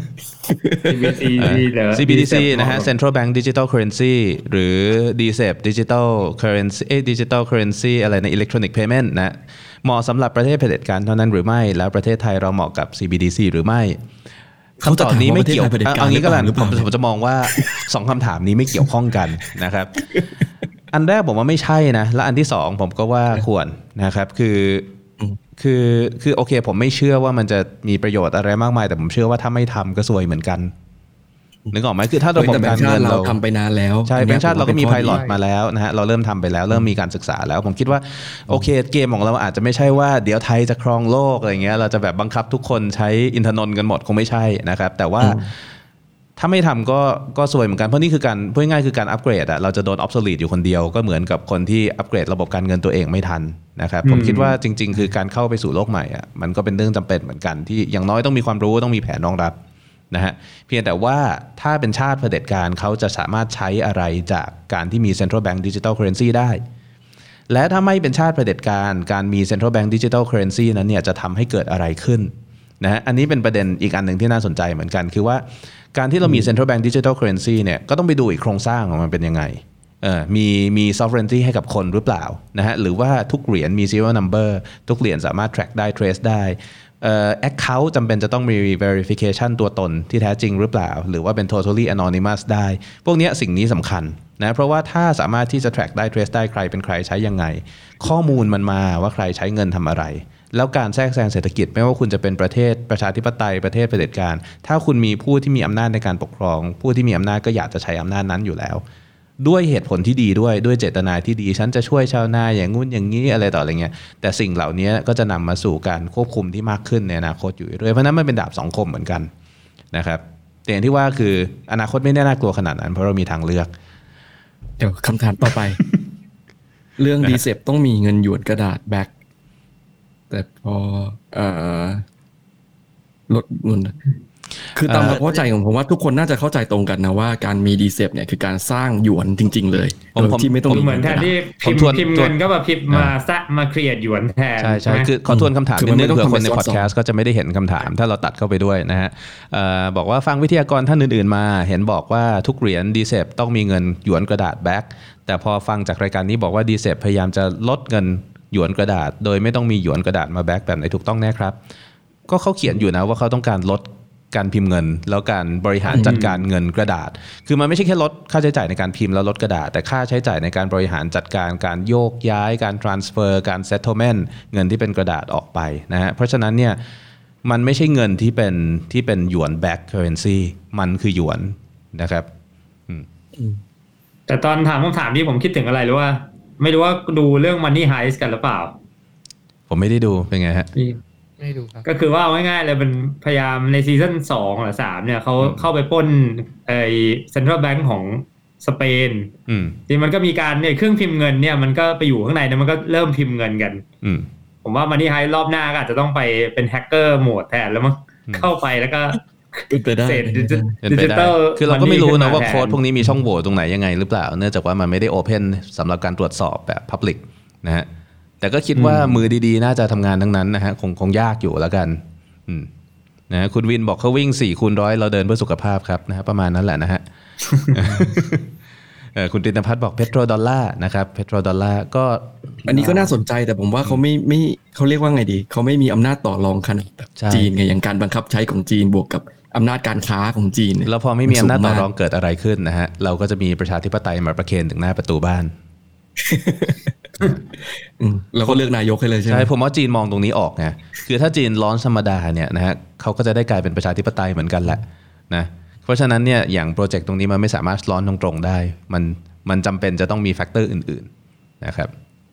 CBDC นะฮะ Central Bank Digital Currency หรือ DCEP Digital Currency Digital Currency อะไรใน Electronic Payment นะเหมาะสำหรับประเทศเผด็จการเท่านั้นหรือไม่แล้วประเทศไทยเราเหมาะกับ CBDC หรือไม่คำตอบนี้ไม่เกี่ยวเอางี้ก็แล้วผมจะมองว่า2คำถามนี้ไม่เกี่ยวข้องกันนะครับอันแรกผมว่าไม่ใช่นะและอันที่2ผมก็ว่าควรนะครับคือโอเคผมไม่เชื่อว่ามันจะมีประโยชน์อะไรมากมายแต่ผมเชื่อว่าถ้าไม่ทำก็ซวยเหมือนกันนึกออกไหมคือถ้าระบบการเงินเราทำไปนานแล้วใช่แบงก์ชาติเราก็มีไพลอตมาแล้วนะฮะเราเริ่มทำไปแล้วเริ่มมีการศึกษาแล้วผมคิดว่าโอเคเกมของเราอาจจะไม่ใช่ว่าเดี๋ยวไทยจะครองโลกอะไรเงี้ยเราจะแบบบังคับทุกคนใช้อินทนนท์กันหมดคงไม่ใช่นะครับแต่ว่าถ้าไม่ทำก็ซวยเหมือนกันเพราะนี่คือการพูดง่ายๆคือการอัปเกรดอะเราจะโดน obsolete อยู่คนเดียวก็เหมือนกับคนที่อัปเกรดระบบการเงินตัวเองไม่ทันนะครับผมคิดว่าจริงๆคือการเข้าไปสู่โลกใหม่อะมันก็เป็นเรื่องจำเป็นเหมือนกันที่อย่างน้อยต้องมีความรู้ต้องมีแผนรองรับนะฮะเพียงแต่ว่าถ้าเป็นชาติเผด็จการเขาจะสามารถใช้อะไรจากการที่มี Central Bank Digital Currency ได้และถ้าไม่เป็นชาติเผด็จการมี Central Bank Digital Currency นั้นเนี่ยจะทำให้เกิดอะไรขึ้นนะฮะอันนี้เป็นประเด็นอีกอันหนึ่งที่น่าสนใจเหมือนกันคือว่าการที่เรามี Central Bank Digital Currency เนี่ยก็ต้องไปดูอีกโครงสร้างของมันเป็นยังไงมี sovereignty ให้กับคนหรือเปล่านะฮะหรือว่าทุกเหรียญมี zero number ทุกเหรียญสามารถ track ได้ trace ได้account จำเป็นจะต้องมี verification ตัวตนที่แท้จริงหรือเปล่าหรือว่าเป็น totally anonymous ได้พวกนี้สิ่งนี้สำคัญนะเพราะว่าถ้าสามารถที่จะ track ได้ trace ได้ใครเป็นใครใช้ยังไงข้อมูลมันมาว่าใครใช้เงินทำอะไรแล้วการแทรกแซงเศรษฐกิจไม่ว่าคุณจะเป็นประเทศประชาธิปไตยประเทศเผด็จการถ้าคุณมีผู้ที่มีอำนาจในการปกครองผู้ที่มีอำนาจก็อยากจะใช้อำนาจนั้นอยู่แล้วด้วยเหตุผลที่ดีด้วยเจตนาที่ดีฉันจะช่วยชาวนาอย่างงู้นอย่างนี้อะไรต่ออะไรเงี้ยแต่สิ่งเหล่านี้ก็จะนำมาสู่การควบคุมที่มากขึ้นในอนาคตอยู่เรื่อยเพราะนั้นมันเป็นดาบสองคมเหมือนกันนะครับแต่อย่างที่ว่าคืออนาคตไม่ได้น่ากลัวขนาดนั้นเพราะเรามีทางเลือกเดี๋ยวคำถามต่อไป เรื่องดีเซปต้องมีเงินหยวนกระดาษแบ็คแต่พอลดเงินคือตามความเข้าใจของผมว่าทุกคนน่าจะเข้าใจตรงกันนะว่าการมีดีเซปเนี่ยคือการสร้างหยวนจริงๆเลยโดยที่ไม่ต้องเหมือนแทนที่พิมพ์เงินก็แบบพิมพ์มาเครียดหยวนแทนใช่คือขอทวนคำถามนิดนึงเผื่อคนในพอดแคสต์ก็จะไม่ได้เห็นคำถามถ้าเราตัดเข้าไปด้วยนะฮะบอกว่าฟังวิทยากรท่านอื่นๆมาเห็นบอกว่าทุกเหรียญดีเซปต้องมีเงินหยวนกระดาษแบ็คแต่พอฟังจากรายการนี้บอกว่าดีเซปพยายามจะลดเงินหยวนกระดาษโดยไม่ต้องมีหยวนกระดาษมาแบ็คแบบไหนถูกต้องแน่ครับก็เขาเขียนอยู่นะว่าเขาต้องการลดการพิมพ์เงินแล้วการบริหารจัดการเงินกระดาษคือมันไม่ใช่แค่ลดค่าใช้จ่ายในการพิมพ์แล้วลดกระดาษแต่ค่าใช้จ่ายในการบริหารจัดการการโยกย้ายการ transfer การ settlement เงินที่เป็นกระดาษออกไปนะฮะเพราะฉะนั้นเนี่ยมันไม่ใช่เงินที่เป็นหยวน back currency มันคือหยวนนะครับแต่ตอนถามคำถามนี้ผมคิดถึงอะไรรู้ว่าไม่รู้ว่าดูเรื่อง Money Heist กันหรือเปล่าผมไม่ได้ดูเป็นไงฮะไม่ดูครับก็คือว่าง่ายๆเลยเป็นพยายามในซีซั่น2หรือ3เนี่ยเขาเข้าไปปล้นไอ้ Central Bank ของสเปนที่มันก็มีการเนี่ยเครื่องพิมพ์เงินเนี่ยมันก็ไปอยู่ข้างในเนี่ยมันก็เริ่มพิมพ์เงินกันผมว่าMoney Heistรอบหน้าก็อาจจะต้องไปเป็นแฮกเกอร์โหมดแทนแล้วมั้งเข้าไปแล้วก็เศษดิจิตอลคือเราก็ไม่รู้นะว่าโค้ดพวกนี้มีช่องโหว่ตรงไหนยังไงหรือเปล่าเนื่องจากว่ามันไม่ได้โอเพนสำหรับการตรวจสอบแบบ Public นะฮะแต่ก็คิดว่ามือดีๆน่าจะทำงานทั้งนั้นนะฮะคงยากอยู่แล้วกันนะคุณวินบอกเขาวิ่ง4x100เราเดินเพื่อสุขภาพครับนะฮะประมาณนั้นแหละนะฮะ คุณตินภัทรบอกเพโตรดอลลาร์นะครับเพโตรดอลลาร์ก็อันนี้ก็น่าสนใจแต่ผมว่าเขาไม่เขาเรียกว่าไงดีเขาไม่มีอำนาจต่อรองขนาดแบบจีนไงอย่างการบังคับใช้ของจีนบวกกับอำนาจการค้าของจีนแล้วพอไม่มีอำนาจต่อรองเกิดอะไรขึ้นนะฮะเราก็จะมีประชาธิปไตยมาประเคนถึงหน้าประตูบ้านเราก็เลือกนายกให้เลยใช่ไหมใช่ผมว่าจีนมองตรงนี้ออกไงคือถ้าจีนร้อนธรรมดาเนี่ยนะฮะเขาก็จะได้กลายเป็นประชาธิปไตยเหมือนกันแหละนะเพราะฉะนั้นเนี่ยอย่างโปรเจกต์ตรงนี้มันไม่สามารถร้อนตรงๆได้มันจำเป็นจะต้องมีแฟกเตอร์อื่นๆนะครับ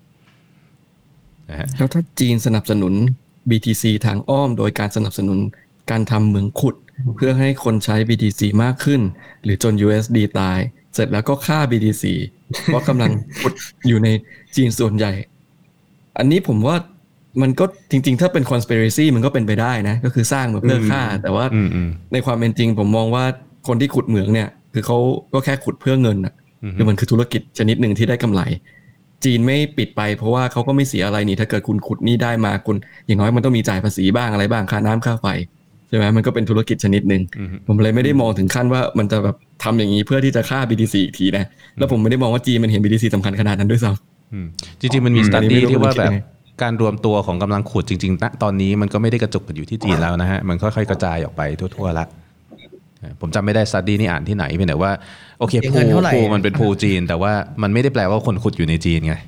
แล้วถ้าจีนสนับสนุน BTC ทางอ้อมโดยการสนับสนุนการทำเหมืองขุดเพื่อให้คนใช้ BTC มากขึ้นหรือจน USD ตายเสร็จแล้วก็ฆ่า BTC เพราะกำลังขุดอยู่ในจีนส่วนใหญ่อันนี้ผมว่ามันก็จริงๆถ้าเป็น conspiracy มันก็เป็นไปได้นะก็คือสร้างมาเพื่อฆ่าแต่ว่าในความเป็นจริงผมมองว่าคนที่ขุดเหมืองเนี่ยคือเขาก็แค่ขุดเพื่อเงินอ่ะคือมันคือธุรกิจชนิดหนึ่งที่ได้กำไรจีนไม่ปิดไปเพราะว่าเขาก็ไม่เสียอะไรนี่ถ้าเกิดคุณขุดนี่ได้มาคุณอย่างน้อยมันต้องมีจ่ายภาษีบ้างอะไรบ้างค่าน้ำค่าไฟใช่ไหมมันก็เป็นธุรกิจชนิดหนึ่งผมเลยไม่ได้มองถึงขั้นว่ามันจะแบบทำอย่างนี้เพื่อที่จะฆ่า BTC อีกทีนะแล้วผมไม่ได้มองว่าจีนมันเห็น BTC สำคัญขนาดนั้นด้วยซ้ำจริงๆมันมีสตั๊ดดี้ที่ว่าแบบการรวมตัวของกำลังขุดจริงๆตอนนี้มันก็ไม่ได้กระจุกอยู่ที่จีนแล้วนะฮะมันค่อยๆกระจายออกไปทั่วๆละผมจำไม่ได้สตั๊ดดี้นี่อ่านที่ไหนเพียงแต่ว่าโอเคพูมันเป็นพูจีนแต่ว่ามันไม่ได้แปลว่าคนขุดอยู่ในจีนไง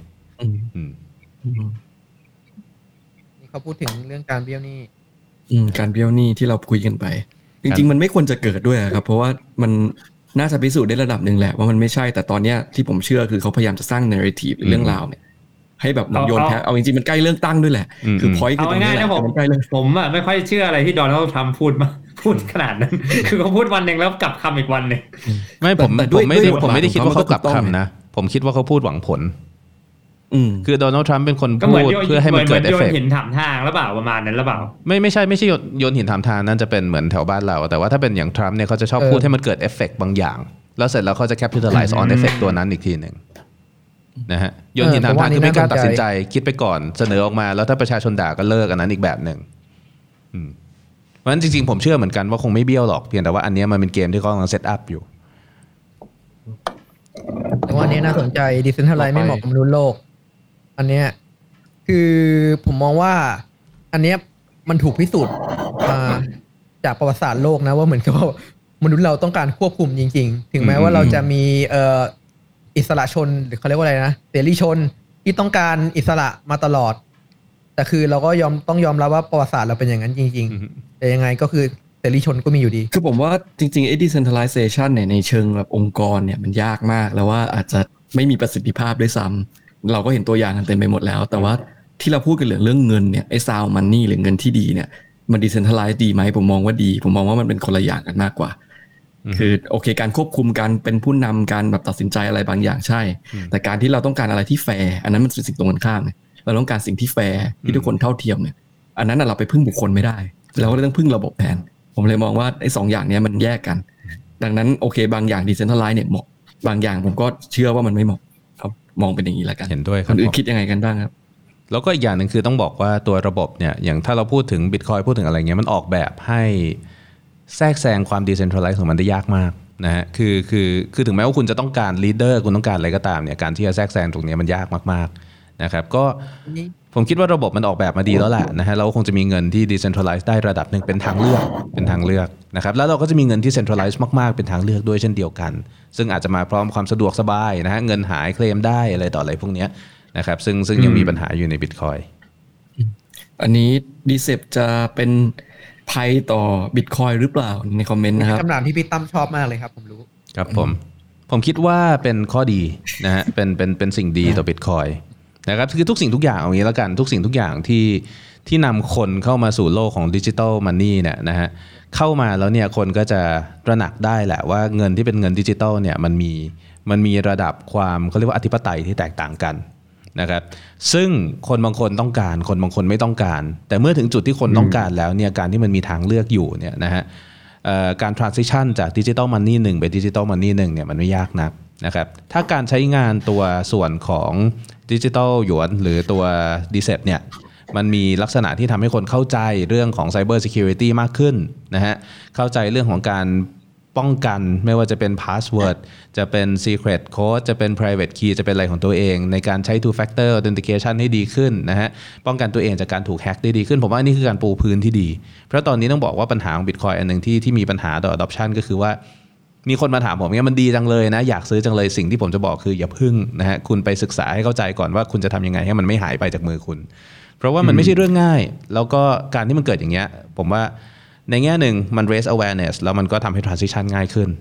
นี่เขาพูดถึงเรื่องการเบี้ยวหนี้การเบี้ยวหนี้ที่เราคุยกันไปจริงๆมันไม่ควรจะเกิดด้วยครับเพราะว่ามันน่าจะพิสูจน์ได้ระดับหนึ่งแหละว่ามันไม่ใช่แต่ตอนนี้ที่ผมเชื่อคือเขาพยายามจะสร้าง narrative เรื่องราวเนี่ยให้แบบโยนแพ้เอาจริงๆมันใกล้เรื่องตั้งด้วยแหละคือพอยต์คือตรงนี้แหละผมไม่ค่อยเชื่ออะไรที่โดนัลด์ทรัมป์พูดขนาดนั้นคือเขาพูดวันนึงแล้วกลับคำอีกวันนึงไม่ผมไม่ได้คิดว่าเขากลับคำนะผมคิดว่าเขาพูดหวังผลคือโดนัลด์ทรัมป์เป็นคนพูดเพื่อให้มันเกิดเอฟเฟกต์โยนหินถามทางหรือเปล่าประมาณนั้นหรือเปล่าไม่ใช่โยนหินถามทางนั่นจะเป็นเหมือนแถวบ้านเราแต่ว่าถ้าเป็นอย่างทรัมป์เนี่ยเขาจะชอบพูดให้มันเกิดเอฟเฟกต์บางอย่างแล้วเสร็จแล้วเขาจะ capitalize on effect ตัวนั้นอีกทีนึงนะฮะโยนหินถามทางคือไม่กล้าตัดสินใจคิดไปก่อนเสนอออกมาแล้วถ้าประชาชนด่าก็เลิกอันนั้นอีกแบบนึงเพราะฉะนั้นจริงๆผมเชื่อเหมือนกันว่าคงไม่เบี้ยวหรอกเพียงแต่ว่าอันนี้มันเป็นเกมที่เขากำลังเซตอัพอยู่แต่ว่าอันนี้น่าสนใจ Decentralize ไม่เหมาะกับมนุษย์โลกอันเนี้ยคือผมมองว่าอันเนี้ยมันถูกพิสูจน์มาจากประวัติศาสตร์โลกนะว่าเหมือนกับมนุษย์เราต้องการควบคุมจริงๆถึงแม้ว่าเราจะมีอิสระชนหรือเขาเรียกว่าอะไรนะเสรีชนที่ต้องการอิสระมาตลอดแต่คือเราก็ต้องยอมรับว่าประวัติศาสตร์เราเป็นอย่างนั้นจริงๆแต่ยังไงก็คือเสรีชนก็มีอยู่ดีคือผมว่าจริงๆไอ้ decentralization เนี่ยในเชิงแบบองค์กรเนี่ยมันยากมากแล้วว่าอาจจะไม่มีประสิทธิภาพด้วยซ้ำเราก็เห็นตัวอย่างกันเต็มไปหมดแล้วแต่ว่าที่เราพูดกันเรื่องเงินเนี่ยไอ้ sound money หรือเงินที่ดีเนี่ยมัน decentralize ดีไหมผมมองว่าดีผมมองว่ามันเป็นคนละอย่างกันมากกว่าคือโอเคการควบคุมการเป็นผู้นำการแบบตัดสินใจอะไรบางอย่างใช่แต่การที่เราต้องการอะไรที่แฟร์อันนั้นมันเป็นสิ่งตรงกันข้ามเนี่ยเราต้องการสิ่งที่แฟร์ที่ทุกคนเท่าเทียมเนี่ยอันนั้นเราไปพึ่งบุคคลไม่ได้เราก็ต้องพึ่งระบบแทนผมเลยมองว่าไอ้2 อย่างนี้มันแยกกันดังนั้นโอเคบางอย่าง decentralize เนี่ยเหมาะบางอย่างผมก็เชื่อว่ามันไม่เหมาะครับมองเป็นอย่างนี้แล้วกันเห็นด้วยครับคนอื่นคิดยังไงกันบ้างครับแล้วก็อีกอย่างนึงคือต้องบอกว่าตัวระบบเนี่ยอย่างถ้าเราพูดถึง Bitcoin พูดถึงอะไรเงี้ยมันออกแบบให้แทรกแซงความ decentralize ของมันได้ยากมากนะฮะคือถึงแม้ว่าคุณจะต้องการ leader คุณต้องการอะไรก็ตามเนี่ยการที่จะแทรกแซงตรงนี้มันยากมากๆนะครับก็ผมคิดว่าระบบมันออกแบบมาดีแล้วแหละนะฮะเราคงจะมีเงินที่ decentralize ได้ระดับนึงเป็นทางเลือกนะครับแล้วเราก็จะมีเงินที่ centralize มากๆเป็นทางเลือกด้วยเช่นเดียวกันซึ่งอาจจะมาพร้อมความสะดวกสบายนะฮะเงินหายเคลมได้อะไรต่ออะไรพวกนี้นะครับซึ่งยังมีปัญหาอยู่ใน Bitcoin อันนี้ Decep จะเป็นภัยต่อ Bitcoin หรือเปล่าในคอมเมนต์นะครับคำถามที่พี่ตั้มชอบมากเลยครับผมรู้ครับผมคิดว่าเป็นข้อดีนะฮะเป็นสิ่งดีต่อ Bitcoin นะครับคือทุกสิ่งทุกอย่างอย่างนี้แล้วกันทุกสิ่งทุกอย่างที่นำคนเข้ามาสู่โลกของ Digital Money เนี่ยนะฮะเข้ามาแล้วเนี่ยคนก็จะตระหนักได้แหละว่าเงินที่เป็นเงินดิจิตอลเนี่ยมันมีระดับความเขาเรียกว่าอธิปไตยที่แตกต่างกันนะครับซึ่งคนบางคนต้องการคนบางคนไม่ต้องการแต่เมื่อถึงจุดที่คนต้องการแล้วเนี่ยการที่มันมีทางเลือกอยู่เนี่ยนะฮะการ transition จาก Digital Money 1ไป Digital Money 1เนี่ยมันไม่ยากนักนะครับถ้าการใช้งานตัวส่วนของ Digital หยวนหรือตัว Decep เนี่ยมันมีลักษณะที่ทำให้คนเข้าใจเรื่องของ Cyber Security มากขึ้นนะฮะเข้าใจเรื่องของการป้องกันไม่ว่าจะเป็น password จะเป็น secret code จะเป็น private key จะเป็นอะไรของตัวเองในการใช้ two factor authentication ให้ดีขึ้นนะฮะป้องกันตัวเองจากการถูกแฮ็กได้ดีขึ้นผมว่านี่คือการปูพื้นที่ดีเพราะตอนนี้ต้องบอกว่าปัญหาของ Bitcoin อันนึงที่มีปัญหาต่อ adoption ก็คือว่ามีคนมาถามผมเนี่ยมันดีจังเลยนะอยากซื้อจังเลยสิ่งที่ผมจะบอกคืออย่าพึ่งนะฮะคุณไปศึกษาให้เข้าใจก่อนว่าคุณจะทำยังไงให้มันไม่หายไปจากมือคุณเพราะว่ามันไม่ใช่เรื่องง่ายแล้วก็การที่มันเกิดอย่างเงี้ยผมว่าในแง่หนึ่งมัน raise awareness แล้วมันก็ทำให้ transition ง่ายขึ้น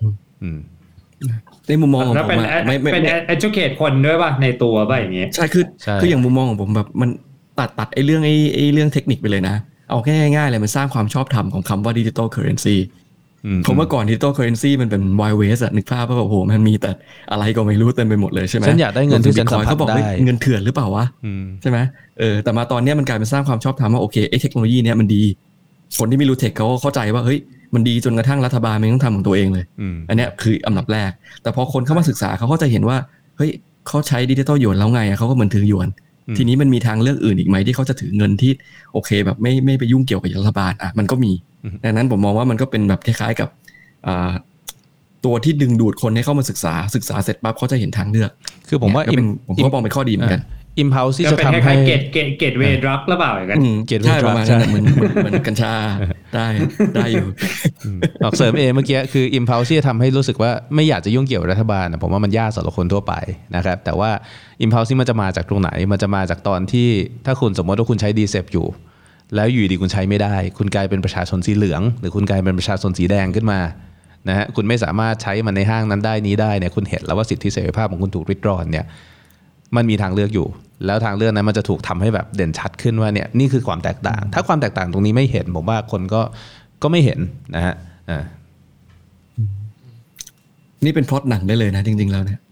ในมุมมองของผมเป็น educate คนด้วยป่ะในตัวป่ะอย่างเงี้ยใช่คืออย่างมุมมองของผมแบบมันตัดไอ้เรื่องเทคนิคไปเลยนะเอาแค่ง่ายๆเลยมันสร้างความชอบธรรมของคำว่า digital currency ผมเมื่อก่อน digital currency มันเป็น wild west นึกภาพว่าแบบโหมันมีแต่อะไรก็ไม่รู้เต็มไปหมดเลยใช่ไหมฉันอยากได้เงินที่ฉันสัมผัสได้เงินเถื่อนหรือเปล่าวะใช่ไหมแต่มาตอนนี้มันกลายเป็นสร้างความชอบธรรมว่าโอเคไอ้เทคโนโลยีเนี้ยมันดีคนที่ไม่รู้เทคเขาก็เข้าใจว่าเฮ้ยมันดีจนกระทั่งรัฐบาลไม่ต้องทำของตัวเองเลยอันเนี้ยคืออันดับแรกแต่พอคนเข้ามาศึกษาเขาก็จะเห็นว่าเฮ้ยเขาใช้ดิจิตอลหยวนแล้วไงเขาก็เหมือนถือหยวนทีนี้มันมีทางเลือกอื่นอีกไหมที่เขาจะถือเงินที่โอเคแบบไม่ไปยุ่งเกี่ยวกับรัฐบาลมันก็มีดังนั้นผมมองว่ามันก็เป็นแบบคล้ายๆกับตัวที่ดึงดูดคนให้เข้ามาศึกษาเสร็จปั๊บเขาจะเห็นทางเลือกคือผมว่าผมก็มองเป็นข้อดีเหมือนกัน impulse ที่จะทำให้เกตเวย์ดรักหรือเปล่าอย่างนั้นเกตเวย์ดรักใช่เหมือนกัญชาได้อยู่ออกเสริมเมื่อกี้คือ impulse ที่จะทำให้รู้สึกว่าไม่อยากจะยุ่งเกี่ยวกับรัฐบาลผมว่ามันยากสำหรับคนทั่วไปนะครับแต่ว่า impulse ที่มันจะมาจากตรงไหนมันจะมาจากตอนที่ถ้าคุณสมมติว่าคุณใช้ Decep อยู่แล้วอยู่ดีคุณใช้ไม่ได้คุณกลายเป็นประชาชนสีเหลืองหรือคุณกลายเป็นประชาชนสีแดงขึ้นมานะฮะคุณไม่สามารถใช้มันในห้างนั้นได้นี้ได้เนี่ยคุณเห็นแล้วว่าสิทธิเสรีภาพของคุณถูกริดรอนเนี่ยมันมีทางเลือกอยู่แล้วทางเลือกนั้นมันจะถูกทำให้แบบเด่นชัดขึ้นว่าเนี่ยนี่คือความแตกต่างถ้าความแตกต่างตรงนี้ไม่เห็นผมว่าคนก็ไม่เห็นนะฮะนี่เป็นพล็อตหนังได้เลยนะจริงๆแล้วเนี่ย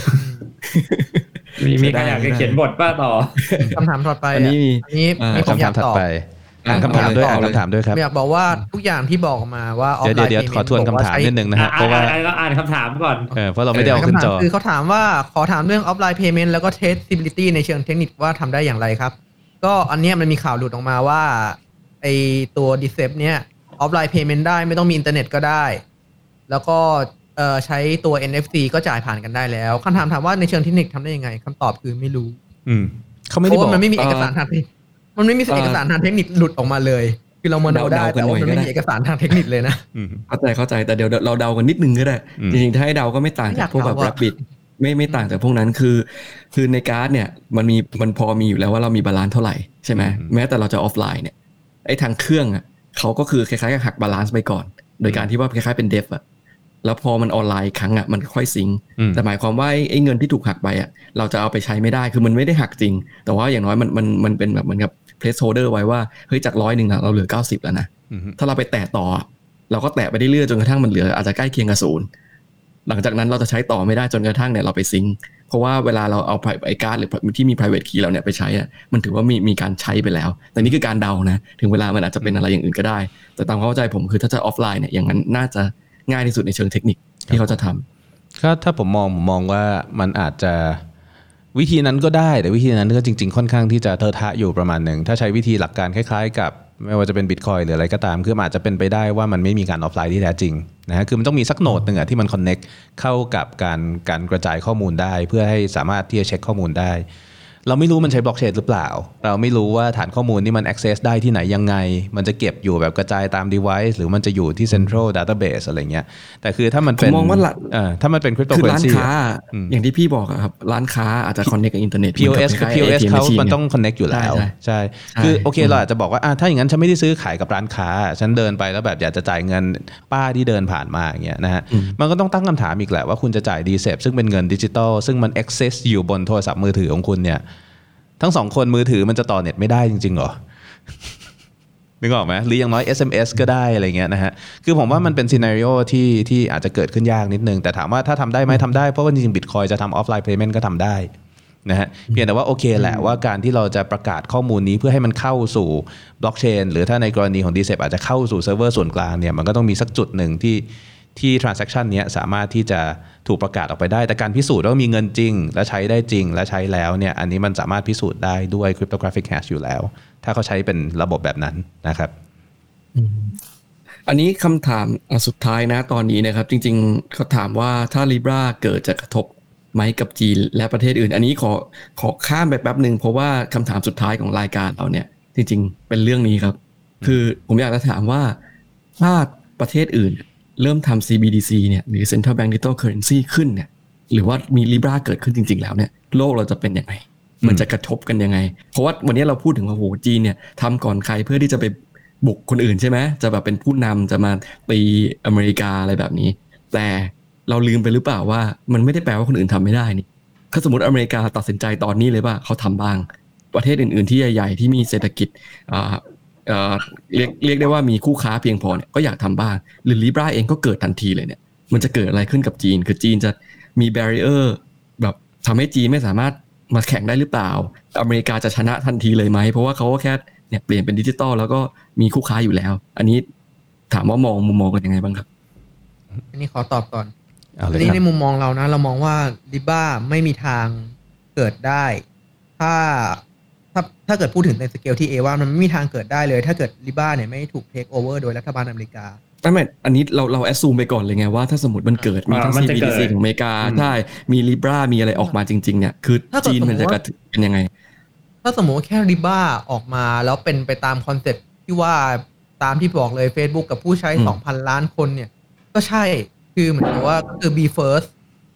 มีใครอยากจะเขียนบทป่ะต่อคำถามถัดไปอันนี้มีคำถามถัดไปคำถามด้วยครับอยากบอกว่าทุกอย่างที่บอกมาว่าออฟไลน์เดี๋ยวขอทวนคำถามนิดนึงนะฮะเพราะว่าอ่านคำถามก่อนเพราะเราไม่ได้เอาขึ้นจอคือเขาถามว่าขอถามเรื่องออฟไลน์เพย์เมนต์แล้วก็ traceability ในเชิงเทคนิคว่าทำได้อย่างไรครับก็อันนี้มันมีข่าวหลุดออกมาว่าไอตัว Decep เนี้ยออฟไลน์เพย์เมนต์ได้ไม่ต้องมีอินเทอร์เน็ตก็ได้แล้วก็ใช้ตัว NFC ก็จ่ายผ่านกันได้แล้วคำถามว่าในเชิงเทคนิคทำได้ยังไงคำตอบคือไม่รู้เขาไม่ได้บอกมันไม่มีเอกสารทางมันไม่มีเอกสารทางเทคนิคหลุดออกมาเลยคือเรามาเดาได้แต่ว่ามันไม่มีเอกสารทางเทคนิคเลยนะเข้าใจแต่เดี๋ยวเราเดากันนิดนึงก็ได้จริงๆถ้าให้เดาก็ไม่ต่างจากพวกแบบ Rabbit ไม่ต่างจากพวกนั้นคือในการ์ดเนี่ยมันพอมีอยู่แล้วว่าเรามีบาลานซ์เท่าไหร่ใช่ไหมแม้แต่เราจะออฟไลน์เนี่ยไอ้ทางเครื่องอ่ะเขาก็คือคล้ายๆกับหักบาลานซ์ไปก่อนโดยการที่ว่าคล้ายๆเป็นเดฟอ่ะแล้วพอมันออนไลน์ครั้งอ่ะมันค่อยซิงค์แต่หมายความว่าไอ้เงินที่ถูกหักไปอ่ะเราจะเอาไปใช้ไม่ได้คือมันไม่ได้หักจริงแต่ว่าอย่างน้อยมันเป็นแบบเหมือนกับplaceholder ไว้ว่าเฮ้ยจาก100นะเราเหลือ90แล้วนะถ้าเราไปแตะต่อเราก็แตะไปได้เรื่อยจนกระทั่งมันเหลืออาจจะใกล้เคียงกับ0หลังจากนั้นเราจะใช้ต่อไม่ได้จนกระทั่งเนี่ยเราไปซิงค์เพราะว่าเวลาเราเอาไอ้การ์ดหรือที่มี private key เราเนี่ยไปใช้อ่ะมันถือว่ามีการใช้ไปแล้วแต่นี่คือการเดานะถึงเวลามันอาจจะเป็นอะไรอย่างอื่นก็ได้แต่ตามเข้าใจผมคือถ้าจะออฟไลน์เนี่ยอย่างนั้นน่าจะง่ายที่สุดในเชิงเทคนิคที่เขาจะทำก็ถ้าผมมองว่ามันอาจจะวิธีนั้นก็ได้แต่วิธีนั้นก็จริงๆค่อนข้างที่จะเทอะทะอยู่ประมาณหนึ่งถ้าใช้วิธีหลักการคล้ายๆกับไม่ว่าจะเป็น Bitcoin หรืออะไรก็ตามคืออาจจะเป็นไปได้ว่ามันไม่มีการออฟไลน์ที่แท้จริงนะฮะคือมันต้องมีสักโนดนึงที่มันคอนเน็กเข้ากับการกระจายข้อมูลได้เพื่อให้สามารถที่จะเช็คข้อมูลได้เราไม่รู้มันใช้บล็อกเชนหรือเปล่าเราไม่รู้ว่าฐานข้อมูลนี่มัน access ได้ที่ไหนยังไงมันจะเก็บอยู่แบบกระจายตาม device หรือมันจะอยู่ที่ central database อะไรเงี้ยแต่คือถ้ามันเป็นมองว่าถ้ามันเป็น cryptocurrency คือร้านค้าอย่างที่พี่บอกครับร้านค้าอาจจะ connect กับอินเทอร์เน็ต POS เขามันต้อง connect อยู่แล้วใช่คือโอเคเราอาจจะบอกว่าถ้าอย่างนั้นฉันไม่ได้ซื้อขายกับร้านค้าฉันเดินไปแล้วแบบอยากจะจ่ายเงินป้าที่เดินผ่านมาอย่างเงี้ยนะฮะมันก็ต้องตั้งคำถามอีกแหละว่าคุณจะจ่าย Decep ซึ่งเป็นเงินดิจิตอลซึ่งมัน access อยู่บนโทรศัพท์มือถือของคุณเนี่ยทั้ง2คนมือถือมันจะต่อเน็ตไม่ได้จริงๆหรอ นึกออกไหมหรืออย่างน้อย SMS ก็ได้อะไรเงี้ยนะฮะคือผมว่ามันเป็นซีนาริโอที่อาจจะเกิดขึ้นยากนิดนึงแต่ถามว่าถ้าทำได้ไหมทำได้เพราะว่าจริงๆ Bitcoin จะทำออฟไลน์เพย์เมนต์ก็ทำได้นะฮะเพียงแต่ว่าโอเคแหละว่าการที่เราจะประกาศข้อมูลนี้เพื่อให้มันเข้าสู่บล็อกเชนหรือถ้าในกรณีของ Decep อาจจะเข้าสู่เซิร์ฟเวอร์ส่วนกลางเนี่ยมันก็ต้องมีสักจุดหนึ่งที่ transaction เนี้ยสามารถที่จะถูกประกาศออกไปได้แต่การพิสูจน์ว่ามีเงินจริงและใช้ได้จริงและใช้แล้วเนี่ยอันนี้มันสามารถพิสูจน์ได้ด้วย cryptographic hash อยู่แล้วถ้าเขาใช้เป็นระบบแบบนั้นนะครับอันนี้คำถามสุดท้ายนะตอนนี้นะครับจริงๆเขาถามว่าถ้า Libra เกิดจะกระทบไหมกับจีนและประเทศอื่นอันนี้ขอข้ามไปแป๊บนึงเพราะว่าคำถามสุดท้ายของรายการเราเนี่ยจริงๆเป็นเรื่องนี้ครับคือผมอยากจะถามว่าถ้าประเทศอื่นเริ่มทำ CBDC เนี่ยหรือ Central Bank Digital Currency ขึ้นเนี่ยหรือว่ามี Libra เกิดขึ้นจริงๆแล้วเนี่ยโลกเราจะเป็นยังไงมันจะกระทบกันยังไงเพราะว่าวันนี้เราพูดถึงว่าโหจีนเนี่ยทำก่อนใครเพื่อที่จะไปบุกคนอื่นใช่ไหมจะแบบเป็นผู้นำจะมาตีอเมริกาอะไรแบบนี้แต่เราลืมไปหรือเปล่าว่ามันไม่ได้แปลว่าคนอื่นทำไม่ได้นี่ถ้าสมมติอเมริกาตัดสินใจตอนนี้เลยว่าเขาทำบ้างประเทศอื่นๆที่ใหญ่ๆที่มีเศรษฐกิจเรียกได้ว่ามีคู่ค้าเพียงพอเนี่ยก็อยากทำบ้างหรือ Libra เองก็เกิดทันทีเลยเนี่ยมันจะเกิดอะไรขึ้นกับจีนคือจีนจะมีแบรีเออร์แบบทำให้จีนไม่สามารถมาแข่งได้หรือเปล่าอเมริกาจะชนะทันทีเลยไหมเพราะว่าเขาก็แค่เนี่ยเปลี่ยนเป็นดิจิตอลแล้วก็มีคู่ค้าอยู่แล้วอันนี้ถามว่ามองมุมมองกันยังไงบ้างครับอันนี้ขอตอบก่อนอันนี้ในมุมมองเรานะเรามองว่า Libra ไม่มีทางเกิดได้ถ้าเกิดพูดถึงในสเกลที่ว่ามันไม่มีทางเกิดได้เลยถ้าเกิด Libra เนี่ยไม่ถูกเทคโอเวอร์โดยรัฐบาลอเมริกาไม่อันนี้เราแอสซูมไปก่อนเลยไงว่าถ้าสมมติมันเกิดมีทั้ง CBDC ของอเมริกาใช่มี Libra มีอะไรออกมาจริงๆเนี่ยคือจีนมันจะเป็นยังไงถ้าสมมติว่าแค่ Libra ออกมาแล้วเป็นไปตามคอนเซ็ปต์ที่ว่าตามที่บอกเลย Facebook กับผู้ใช้ 2,000 ล้านคนเนี่ยก็ใช่คือเหมือนกับว่าก็คือ be first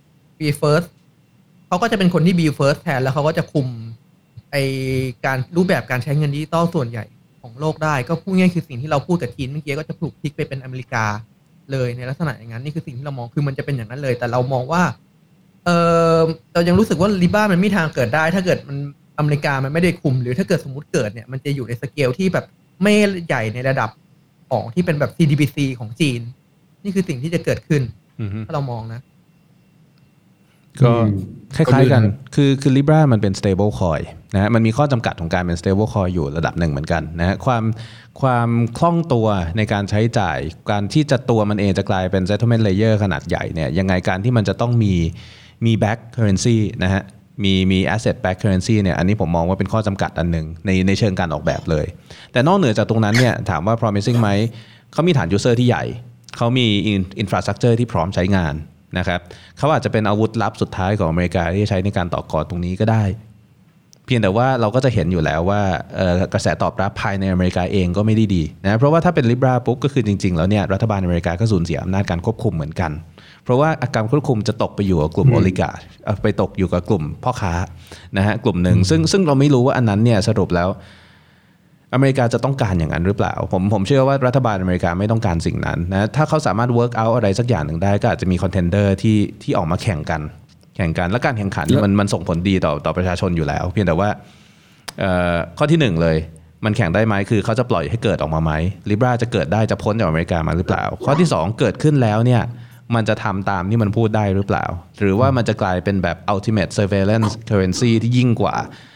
เขาก็จะเป็นคนที่ be first แทนแล้วเขาก็จะคุมไอการรูปแบบการใช้เงินดิจิตอลส่วนใหญ่ของโลกได้ก็พูดง่ายคือสิ่งที่เราพูดกับจีนเมื่อกี้ก็จะถูกพลิกไปเป็นอเมริกาเลยในลักษณะอย่างนั้นนี่คือสิ่งที่เรามองคือมันจะเป็นอย่างนั้นเลยแต่เรามองว่าเรายังรู้สึกว่าลิบ้ามันไม่ทางเกิดได้ถ้าเกิดมันอเมริกามันไม่ได้คุมหรือถ้าเกิดสมมุติเกิดเนี่ยมันจะอยู่ในสเกลที่แบบไม่ใหญ่ในระดับของที่เป็นแบบ CDBC ของจีนนี่คือสิ่งที่จะเกิดขึ้นถ้าเรามองนะก็คล้ายๆกันคือ Libra มันเป็น stable coin นะฮะมันมีข้อจำกัดของการเป็น stable coin อยู่ระดับหนึ่งเหมือนกันนะฮะความคล่องตัวในการใช้จ่ายการที่จะตัวมันเองจะกลายเป็น settlement layer ขนาดใหญ่เนี่ยยังไงการที่มันจะต้องมี back currency นะฮะมี asset back currency เนี่ยอันนี้ผมมองว่าเป็นข้อจำกัดอันหนึ่งในเชิงการออกแบบเลยแต่นอกเหนือจากตรงนั้นเนี่ยถามว่า promising ไหมเขามีฐาน user ที่ใหญ่เขามี infrastructure ที่พร้อมใช้งานนะครับเขาอาจจะเป็นอาวุธลับสุดท้ายของอเมริกาที่ใช้ในการต่อกรตรงนี้ก็ได้เพียงแต่ว่าเราก็จะเห็นอยู่แล้วว่ากระแสตอบรับภายในอเมริกาเองก็ไม่ได้ดีนะเพราะว่าถ้าเป็น Libra ปุ๊บก็คือจริงๆแล้วเนี่ยรัฐบาลอเมริกาก็สูญเสียอำนาจการควบคุมเหมือนกันเพราะว่าการควบคุมจะตกไปอยู่กับกลุ่มโอลิการ์ไปตกอยู่กับกลุ่มพ่อค้านะฮะกลุ่มหนึ่งซึ่งเราไม่รู้ว่าอันนั้นเนี่ยสรุปแล้วอเมริกาจะต้องการอย่างนั้นหรือเปล่าผมเชื่อว่ารัฐบาลอเมริกาไม่ต้องการสิ่งนั้นนะถ้าเขาสามารถ work out อะไรสักอย่างหนึ่งได้ก็อาจจะมีคอนเทนเดอร์ที่ออกมาแข่งกันและการแข่งขันมันส่งผลดีต่อประชาชนอยู่แล้วเพียงแต่ว่าข้อที่1เลยมันแข่งได้ไหมคือเขาจะปล่อยให้เกิดออกมาไหม Libra จะเกิดได้จะพ้นจากอเมริกามาหรือเปล่าข้อที่2เกิดขึ้นแล้วเนี่ยมันจะทำตามที่มันพูดได้หรือเปล่าหรือว่ามันจะกลายเป็นแบบ ultimate surveillance currency ที่ยิ่งกว่า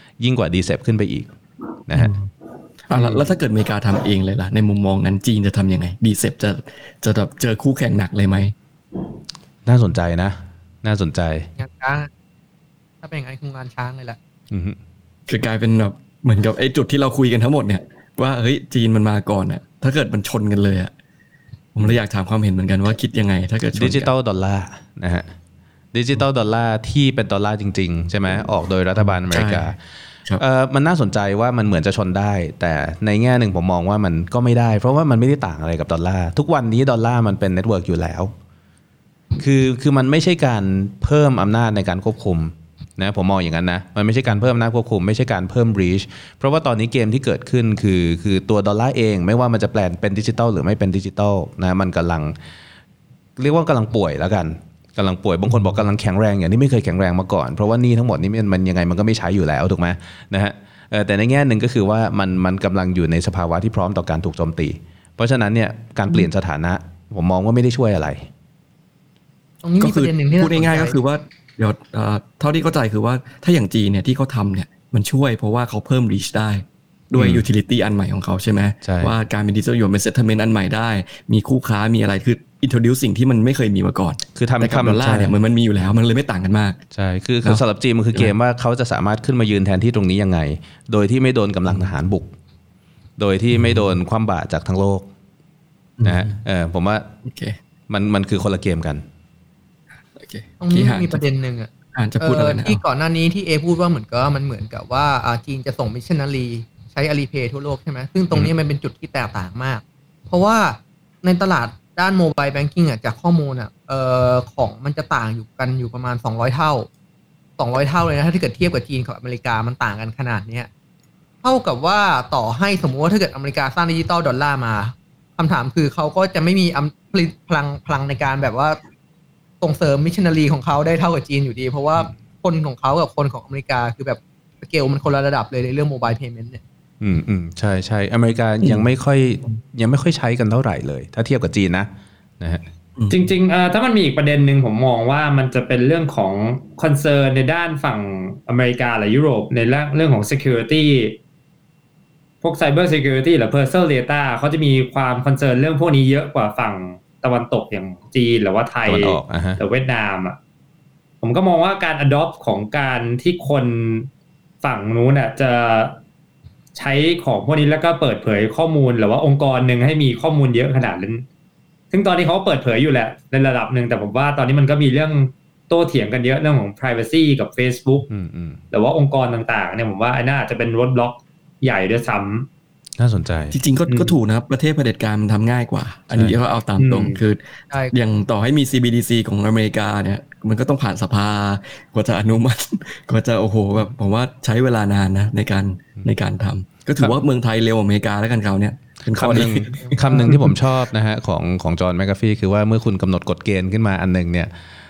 DCEP ขึ้นไปอีกนะฮะแล้วถ้าเกิดอเมริกาทำเองเลยล่ะในมุมมองนั้นจีนจะทำยังไงDCEPจะแบบเจอคู่แข่งหนักเลยไหมน่าสนใจนะน่าสนใจงานช้างถ้าเป็นอย่างไรคืองานช้างเลยแหละคือกลายเป็นแบบเหมือนกับไอ้จุดที่เราคุยกันทั้งหมดเนี่ยว่าเฮ้ยจีนมันมาก่อนอ่ะถ้าเกิดมันชนกันเลยอ่ะผมเลยอยากถามความเห็นเหมือนกันว่าคิดยังไงถ้าเกิดดิจิตอลดอลลาร์นะฮะดิจิตอลดอลลาร์ที่เป็นดอลลาร์จริงๆใช่ไหมออกโดยรัฐบาลอเมริกามันน่าสนใจว่ามันเหมือนจะชนได้แต่ในแง่หนึ่งผมมองว่ามันก็ไม่ได้เพราะว่ามันไม่ได้ต่างอะไรกับดอลลาร์ทุกวันนี้ดอลลาร์มันเป็นเน็ตเวิร์กอยู่แล้วคือมันไม่ใช่การเพิ่มอำนาจในการควบคุมนะผมมองอย่างนั้นนะมันไม่ใช่การเพิ่มอำนาจควบคุมไม่ใช่การเพิ่ม reach เพราะว่าตอนนี้เกมที่เกิดขึ้นคือตัวดอลลาร์เองไม่ว่ามันจะแปลงเป็นดิจิตอลหรือไม่เป็นดิจิตอลนะมันกำลังเรียกว่ากำลังป่วยแล้วกันกำลังป่วยบางคนบอกกำลังแข็งแรงอย่างที่ไม่เคยแข็งแรงมาก่อนเพราะว่านี่ทั้งหมดนี้มันยังไงมันก็ไม่ใช้อยู่แล้วถูกไหมนะฮะแต่ในแง่หนึ่งก็คือว่ามันกำลังอยู่ในสภาวะที่พร้อมต่อการถูกโจมตีเพราะฉะนั้นเนี่ยการเปลี่ยนสถานะผมมองว่าไม่ได้ช่วยอะไรก็คือพูดง่ายๆก็คือว่าเดี๋ยวเท่าที่เข้าใจคือว่าถ้าอย่างจีนเนี่ยที่เขาทำเนี่ยมันช่วยเพราะว่าเขาเพิ่ม reach ได้ด้วย utility อันใหม่ของเขาใช่ไหมว่าการเป็นดิจิทัลหยวนเป็น settlement อันใหม่ได้มีคู่ค้ามีอะไรคือ introduce สิ่งที่มันไม่เคยมีมาก่อนคือทำกับดอลลาร์เนี่ยมันมีอยู่แล้วมันเลยไม่ต่างกันมากใช่คือสำหรับจีนมันคือเกมว่าเขาจะสามารถขึ้นมายืนแทนที่ตรงนี้ยังไงโดยที่ไม่โดนกำลังทหารบุกโดยที่ไม่โดนคว่ำบาตรจากทั้งโลกนะฮะผมว่ามันคือคนละเกมกันตรงนี้มีประเด็นหนึ่งจะพูดอะไรนะที่ก่อนหน้านี้ที่พูดว่าเหมือนกับว่าจีนจะส่งมิชชันนารีใช้ Alipay ทั่วโลกใช่ไหมซึ่งตรงนี้มันเป็นจุดที่แตกต่างมากเพราะว่าในตลาดด้านโมบายแบงกิ้งจากข้อมูลของมันจะต่างอยู่ประมาณ200เท่าเลยนะถ้าเกิดเทียบกับจีนกับอเมริกามันต่างกันขนาดนี้เท่ากับว่าต่อให้สมมติว่าถ้าเกิดอเมริกาสร้างดิจิตอลดอลลาร์มาคำถามคือเขาก็จะไม่มีพลังในการแบบว่าส่งเสริมมิชชันนารีของเขาได้เท่ากับจีนอยู่ดีเพราะว่าคนของเขากับคนของอเมริกาคือแบบสเกลมันคนละระดับเลยในเรื่องโมบายเพย์เมนต์เนี่ยใช่อเมริกายังไม่ค่อยใช้กันเท่าไหร่เลยถ้าเทียบกับจีนนะฮะจริงๆถ้ามันมีอีกประเด็นหนึ่งผมมองว่ามันจะเป็นเรื่องของคอนเซิร์นในด้านฝั่งอเมริกาหรือยุโรปในเรื่องของ security พวก cyber security หรือ personal data เขาจะมีความคอนเซิร์นเรื่องพวกนี้เยอะกว่าฝั่งตะวันตกอย่างจีนหรือว่าไทยหรือเวียดนามผมก็มองว่าการ adopt ของการที่คนฝั่งนู้นจะใช้ของพวกนี้แล้วก็เปิดเผยข้อมูลหรือว่าองค์กรหนึ่งให้มีข้อมูลเยอะขนาดนั้นซึ่งตอนนี้เขาเปิดเผยอยู่แหละในระดับหนึ่งแต่ผมว่าตอนนี้มันก็มีเรื่องโต้เถียงกันเยอะเรื่องของ privacy กับ Facebook หรือว่าองค์กรต่างๆเนี่ยผมว่าไอ้น่าจะเป็น roadblock ใหญ่ด้วยซ้ำน่าสนใจจริงๆก็ถูกนะครับประเทศเผด็จการมันทำง่ายกว่าอันนี้ก็เอาตามตรงคืออย่างต่อให้มี CBDC ของอเมริกาเนี่ยมันก็ต้องผ่านสภากว่าจะอนุมัติกว่าจะโอ้โหแบบผมว่าใช้เวลานานนะในการทำก็ถือว่าเมืองไทยเร็วกว่าอเมริกาแล้วกันเขาเนี่ยคำหนึ่งที่ผมชอบนะฮะของจอห์นแมคกาฟี่คือว่าเมื่อคุณกำหนดกฎเกณฑ์ขึ้นมาอันนึงเนี่ย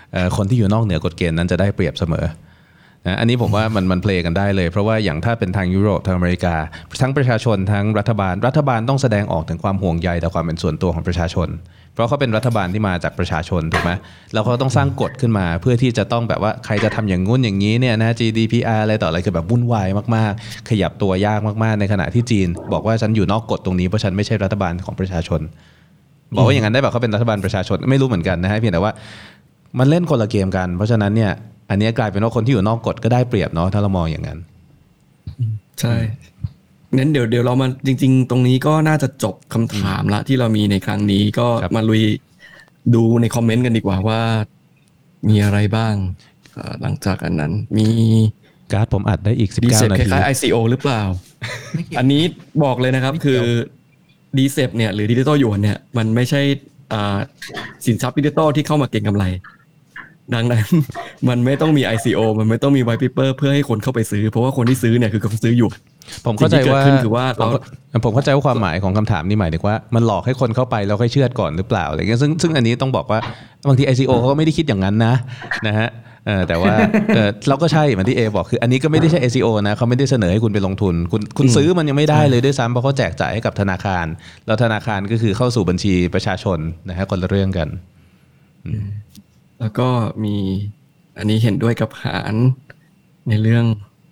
คนที่อยู่นอกเหนือกฎเกณฑ์นั้นจะได้เปรียบเสมอนะอันนี้ผมว่ามันเพลย์กันได้เลยเพราะว่าอย่างถ้าเป็นทางยุโรปทางอเมริกาทั้งประชาชนทั้งรัฐบาลต้องแสดงออกถึงความห่วงใยต่อความเป็นส่วนตัวของประชาชนเพราะเขาเป็นรัฐบาลที่มาจากประชาชนถูกไหมแล้วเขาต้องสร้างกฎขึ้นมาเพื่อที่จะต้องแบบว่าใครจะทำอย่างงู้นอย่างนี้เนี่ยนะ GDPR อะไรต่ออะไรคือแบบวุ่นวายมากๆขยับตัวยากมากๆในขณะที่จีนบอกว่าฉันอยู่นอกกฎตรงนี้เพราะฉันไม่ใช่รัฐบาลของประชาชนบอกว่าอย่างนั้นได้แบบเขาเป็นรัฐบาลประชาชนไม่รู้เหมือนกันนะฮะเพียงแต่ว่ามันเล่นคนละเกมกันเพราะฉะนั้นเนี่ยอันนี้กลายเป็นว่าคนที่อยู่นอกกฎก็ได้เปรียบเนาะถ้าเรามองอย่างนั้นใช่งั้นเดี๋ยวเรามาจริงๆตรงนี้ก็น่าจะจบคำถามละที่เรามีในครั้งนี้ก็มาลุยดูในคอมเมนต์กันดีกว่าว่ามีอะไรบ้างหลังจากอันนั้นมีการ์ดผมอัดได้อีก19นาทีคล้ายๆ ICO หรือเปล่าอันนี้บอกเลยนะครับคือ DCEP เนี่ยหรือดิจิตอลหยวนเนี่ยมันไม่ใช่สินทรัพย์ดิจิตอลที่เข้ามาเก็งกำไรดังนั้นมันไม่ต้องมี ICO มันไม่ต้องมี white paper เพื่อให้คนเข้าไปซื้อเพราะว่าคนที่ซื้อเนี่ยคือคนซื้ออยู่ผมเข้าใจว่าผมเข้าใจว่าความหมายของคำถามนี่หมายถึงว่ามันหลอกให้คนเข้าไปแล้วค่อยเชื่อก่อนหรือเปล่าอะไรเงี้ยซึ่งอันนี้ต้องบอกว่าบางที ICO เขาก็ไม่ได้คิดอย่างนั้นนะฮะแต่ว่าเราก็ใช่เหมือนที่เอบอกคืออันนี้ก็ไม่ได้ใช่ ICO นะเขาไม่ได้เสนอให้คุณไปลงทุนคุณซื้อมันยังไม่ได้เลยด้วยซ้ำเพราะเขาแจกจ่ายให้กับธนาคารแล้วธนาคารก็คือเข้าสู่บัญชีประชาชนนะฮะคนละเรื่องกันแล้วก็มีอันนี้เห็นด้วยกับหารในเรื่อง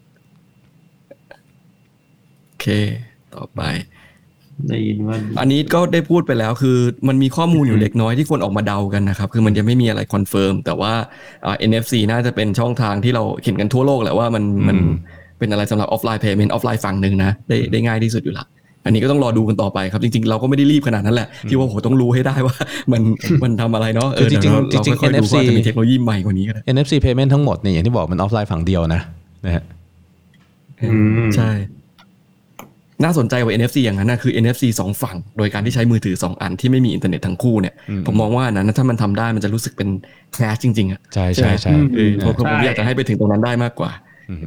โอเคต่อไปได้ยินว่าอันนี้ก็ได้พูดไปแล้วคือมันมีข้อมูลอยู่เล็กน้อยที่คนออกมาเดากันนะครับคือมันยังไม่มีอะไรคอนเฟิร์มแต่ว่า NFC น่าจะเป็นช่องทางที่เราเห็นกันทั่วโลกแหละว่ามันเป็นอะไรสำหรับออฟไลน์เพย์เมนต์ออฟไลน์ฝั่งนึงนะได้ง่ายที่สุดอยู่ละอันนี้ก็ต้องรอดูกันต่อไปครับจริงๆเราก็ไม่ได้รีบขนาดนั้นแหละที่ว่าโหต้องรู้ให้ได้ว่ามันทำอะไรเนาะจริง NFC จะมีเทคโนโลยีใหม่กว่านี้ก็ได้ NFC payment ทั้งหมดเนี่ยอย่างที่บอกมันออฟไลน์ฝั่งเดียวนะฮะใช่น่าสนใจกว่า NFC อย่างนั้นนะคือ NFC 2 ฝั่งโดยการที่ใช้มือถือ2อันที่ไม่มีอินเทอร์เน็ตทั้งคู่เนี่ยผมมองว่านั้นถ้ามันทำได้มันจะรู้สึกเป็นแคชจริงๆอ่ะใช่ผมอยากจะให้ไปถึงตรงนั้นได้มากกว่า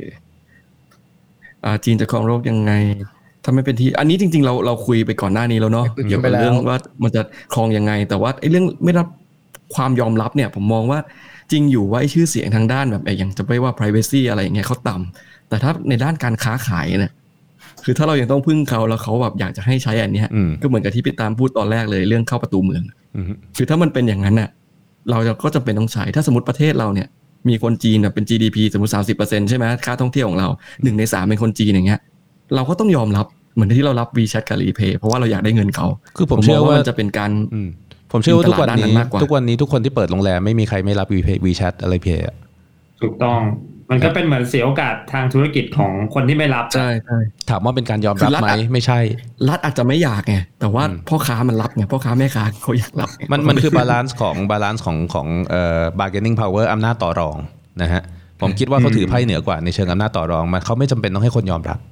จีนจะครองโลกยังไงถ้าไม่เป็นที่อันนี้จริงๆเราคุยไปก่อนหน้านี้แล้วเนาะเกี่ยวกับเรื่องว่ามันจะครองยังไงแต่ว่าไอ้เรื่องไม่รับความยอมรับเนี่ยผมมองว่าจริงอยู่ว่าชื่อเสียงทางด้านแบบอย่างจะไม่ว่า privacy อะไรอย่างเงี้ยเขาต่ำแต่ถ้าในด้านการค้าขายเนี่ยคือถ้าเรายังต้องพึ่งเขาแล้วเขาแบบอยากจะให้ใช้อันนี้ก็เหมือนกับที่พี่ตามพูดตอนแรกเลยเรื่องเข้าประตูเมืองคือถ้ามันเป็นอย่างนั้นน่ะเราก็จำเป็นต้องใช้ถ้าสมมติประเทศเราเนี่ยมีคนจีนเป็น GDP สมมติ 30% ใช่ไหมค่าท่องเที่ยวของเรา1 ใน 3เป็นคนจีนอย่างเงี้ยเราก็ต้องยอมรับเหมือนที่เรารับ WeChat กับ Alipay เพราะว่าเราอยากได้เงินเขาคือผมเชื่อว่ามันจะเป็นการผมเชื่อว่าทุกวันนี้ทุกคนที่เปิดโรงแรมไม่มีใครไม่รับ WeChat Alipay ถูกต้องมันก็เป็นเหมือนเสียโอกาสทางธุรกิจของคนที่ไม่รับใช่ถามว่าเป็นการยอมรับไหมไม่ใช่รัฐอาจจะไม่อยากไงแต่ว่าพ่อค้ามันรับไงพ่อค้าแม่ค้าเขาอยากรับมันคือบาลานซ์ของbargaining power อำนาจต่อรองนะฮะผมคิดว่าเขาถือไพ่เหนือกว่าในเชิงอำนาจต่อรองมันเขาไม่จำเป็นต้องให้คนยอมรับ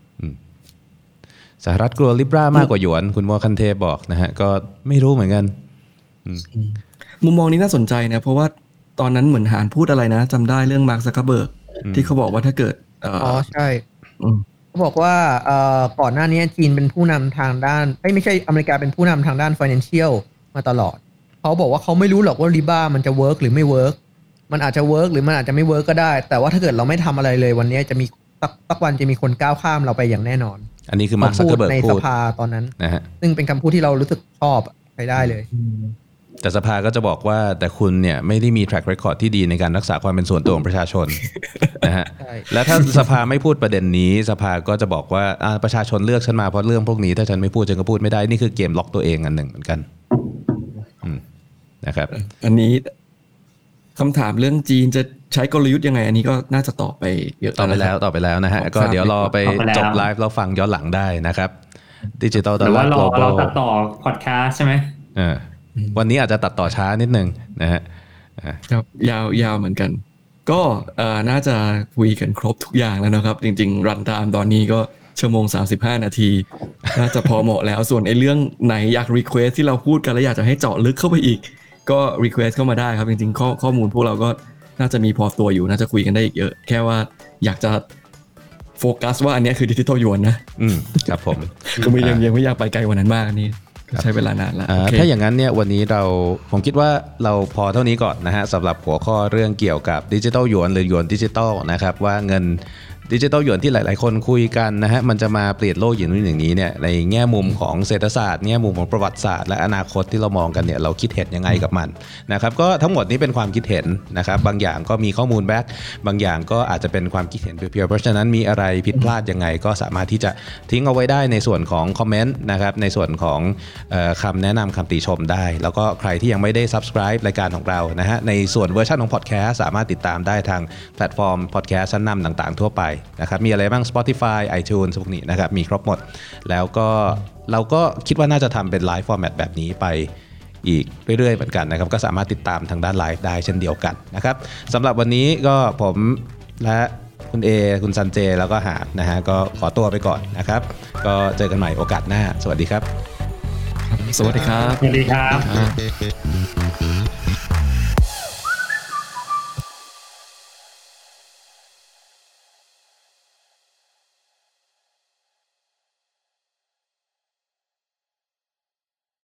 สหรัฐกลัวลิบรามากกว่าหยวนคุณมัวคันเทบอกนะฮะก็ไม่รู้เหมือนกันมุมมองนี้น่าสนใจนะเพราะว่าตอนนั้นเหมือนหานพูดอะไรนะจำได้เรื่องมาร์ค ซักเคอร์เบิร์กที่เขาบอกว่าถ้าเกิดใช่เขาบอกว่าก่อนหน้านี้จีนเป็นผู้นำทางด้านไม่ใช่อเมริกาเป็นผู้นำทางด้าน financial มาตลอดเขาบอกว่าเขาไม่รู้หรอกว่าลิบรามันจะเวิร์กหรือไม่เวิร์กมันอาจจะเวิร์กหรือมันอาจจะไม่เวิร์กก็ได้แต่ว่าถ้าเกิดเราไม่ทำอะไรเลยวันนี้จะมีสักวันจะมีคนก้าวข้ามเราไปอย่างแน่นอนอันนี้คือมาร์ค ซักเคอร์เบิร์กในสภาตอนนั้นนะฮะซึ่งเป็นคำพูดที่เรารู้สึกชอบใช้ได้เลยแต่สภาก็จะบอกว่าแต่คุณเนี่ยไม่ได้มี track record ที่ดีในการรักษาความเป็นส่วนตัวของประชาชนนะฮะและถ้าสภาไม่พูดประเด็นนี้สภาก็จะบอกว่าประชาชนเลือกฉันมาเพราะเรื่องพวกนี้ถ้าฉันไม่พูดฉันก็พูดไม่ได้นี่คือเกมล็อกตัวเองอันหนึ่งเหมือนกันนะครับอันนี้คำถามเรื่องจีนจะใช้กลยุทธ์ยังไงอันนี้ก็น่าจะตอบไปเยอะตอบไปแล้วนะฮะก็เดี๋ยวรอไปจบไลฟ์แล้วฟังย้อนหลังได้นะครับ Digital Dollar Global เราตัดต่อพอดแคสต์ใช่ไหมวันนี้อาจจะตัดต่อช้านิดนึงนะฮะครับยาวเหมือนกันก็น่าจะคุยกันครบทุกอย่างแล้วนะครับจริงๆรันไทม์ตอนนี้ก็ชั่วโมง35นาทีน่าจะพอเหมาะแล้วส่วนไอ้เรื่องไหนอยากรีเควสที่เราพูดกันแล้วอยากจะให้เจาะลึกเข้าไปอีกก็รีเควสเข้ามาได้ครับจริงๆข้อมูลพวกเราก็น่าจะมีพอตัวอยู่น่าจะคุยกันได้อีกเยอะแค่ว่าอยากจะโฟกัสว่าอันนี้คือดิจิทัลหยวนนะครับผมก็ยังไม่อยากไปไกลกว่านั้นมากอันนี้ใช้เวลานานแล้วถ้าอย่างนั้นเนี่ยวันนี้ผมคิดว่าเราพอเท่านี้ก่อนนะฮะสำหรับหัวข้อเรื่องเกี่ยวกับดิจิทัลหยวนหรือหยวนดิจิทัลนะครับว่าเงินดิจิทัลหยวนที่หลายๆคนคุยกันนะฮะมันจะมาเปลี่ยนโลกอย่างนู้นอย่างนี้เนี่ยในแง่มุมของเศรษฐศาสตร์แง่มุมของประวัติศาสตร์และอนาคตที่เรามองกันเนี่ยเราคิดเห็นยังไงกับมันนะครับก็ทั้งหมดนี้เป็นความคิดเห็นนะครับบางอย่างก็มีข้อมูลแบ็กบางอย่างก็อาจจะเป็นความคิดเห็นเพียวๆเพราะฉะนั้นมีอะไรผิดพลาดยังไงก็สามารถที่จะทิ้งเอาไว้ได้ในส่วนของคอมเมนต์นะครับในส่วนของคำแนะนำคำติชมได้แล้วก็ใครที่ยังไม่ได้ subscribe รายการของเรานะฮะในส่วนเวอร์ชันของพอดแคสต์สามารถติดตามได้ทางแพลตฟอร์มพอดแคสต์ชั้นนำต่างๆทั่วไปนะครับมีอะไรบ้าง Spotify iTunes พวกนี้นะครับมีครบหมดแล้วก็เราก็คิดว่าน่าจะทำเป็นไลฟ์ฟอร์แมตแบบนี้ไปอีกเรื่อยๆเหมือนกันนะครับก็สามารถติดตามทางด้านไลฟ์ได้เช่นเดียวกันนะครับสำหรับวันนี้ก็ผมและคุณเอคุณซันเจแล้วก็หานะฮะก็ขอตัวไปก่อนนะครับก็เจอกันใหม่โอกาสหน้าสวัสดีครับสวัสดีครับสวัสดีครับ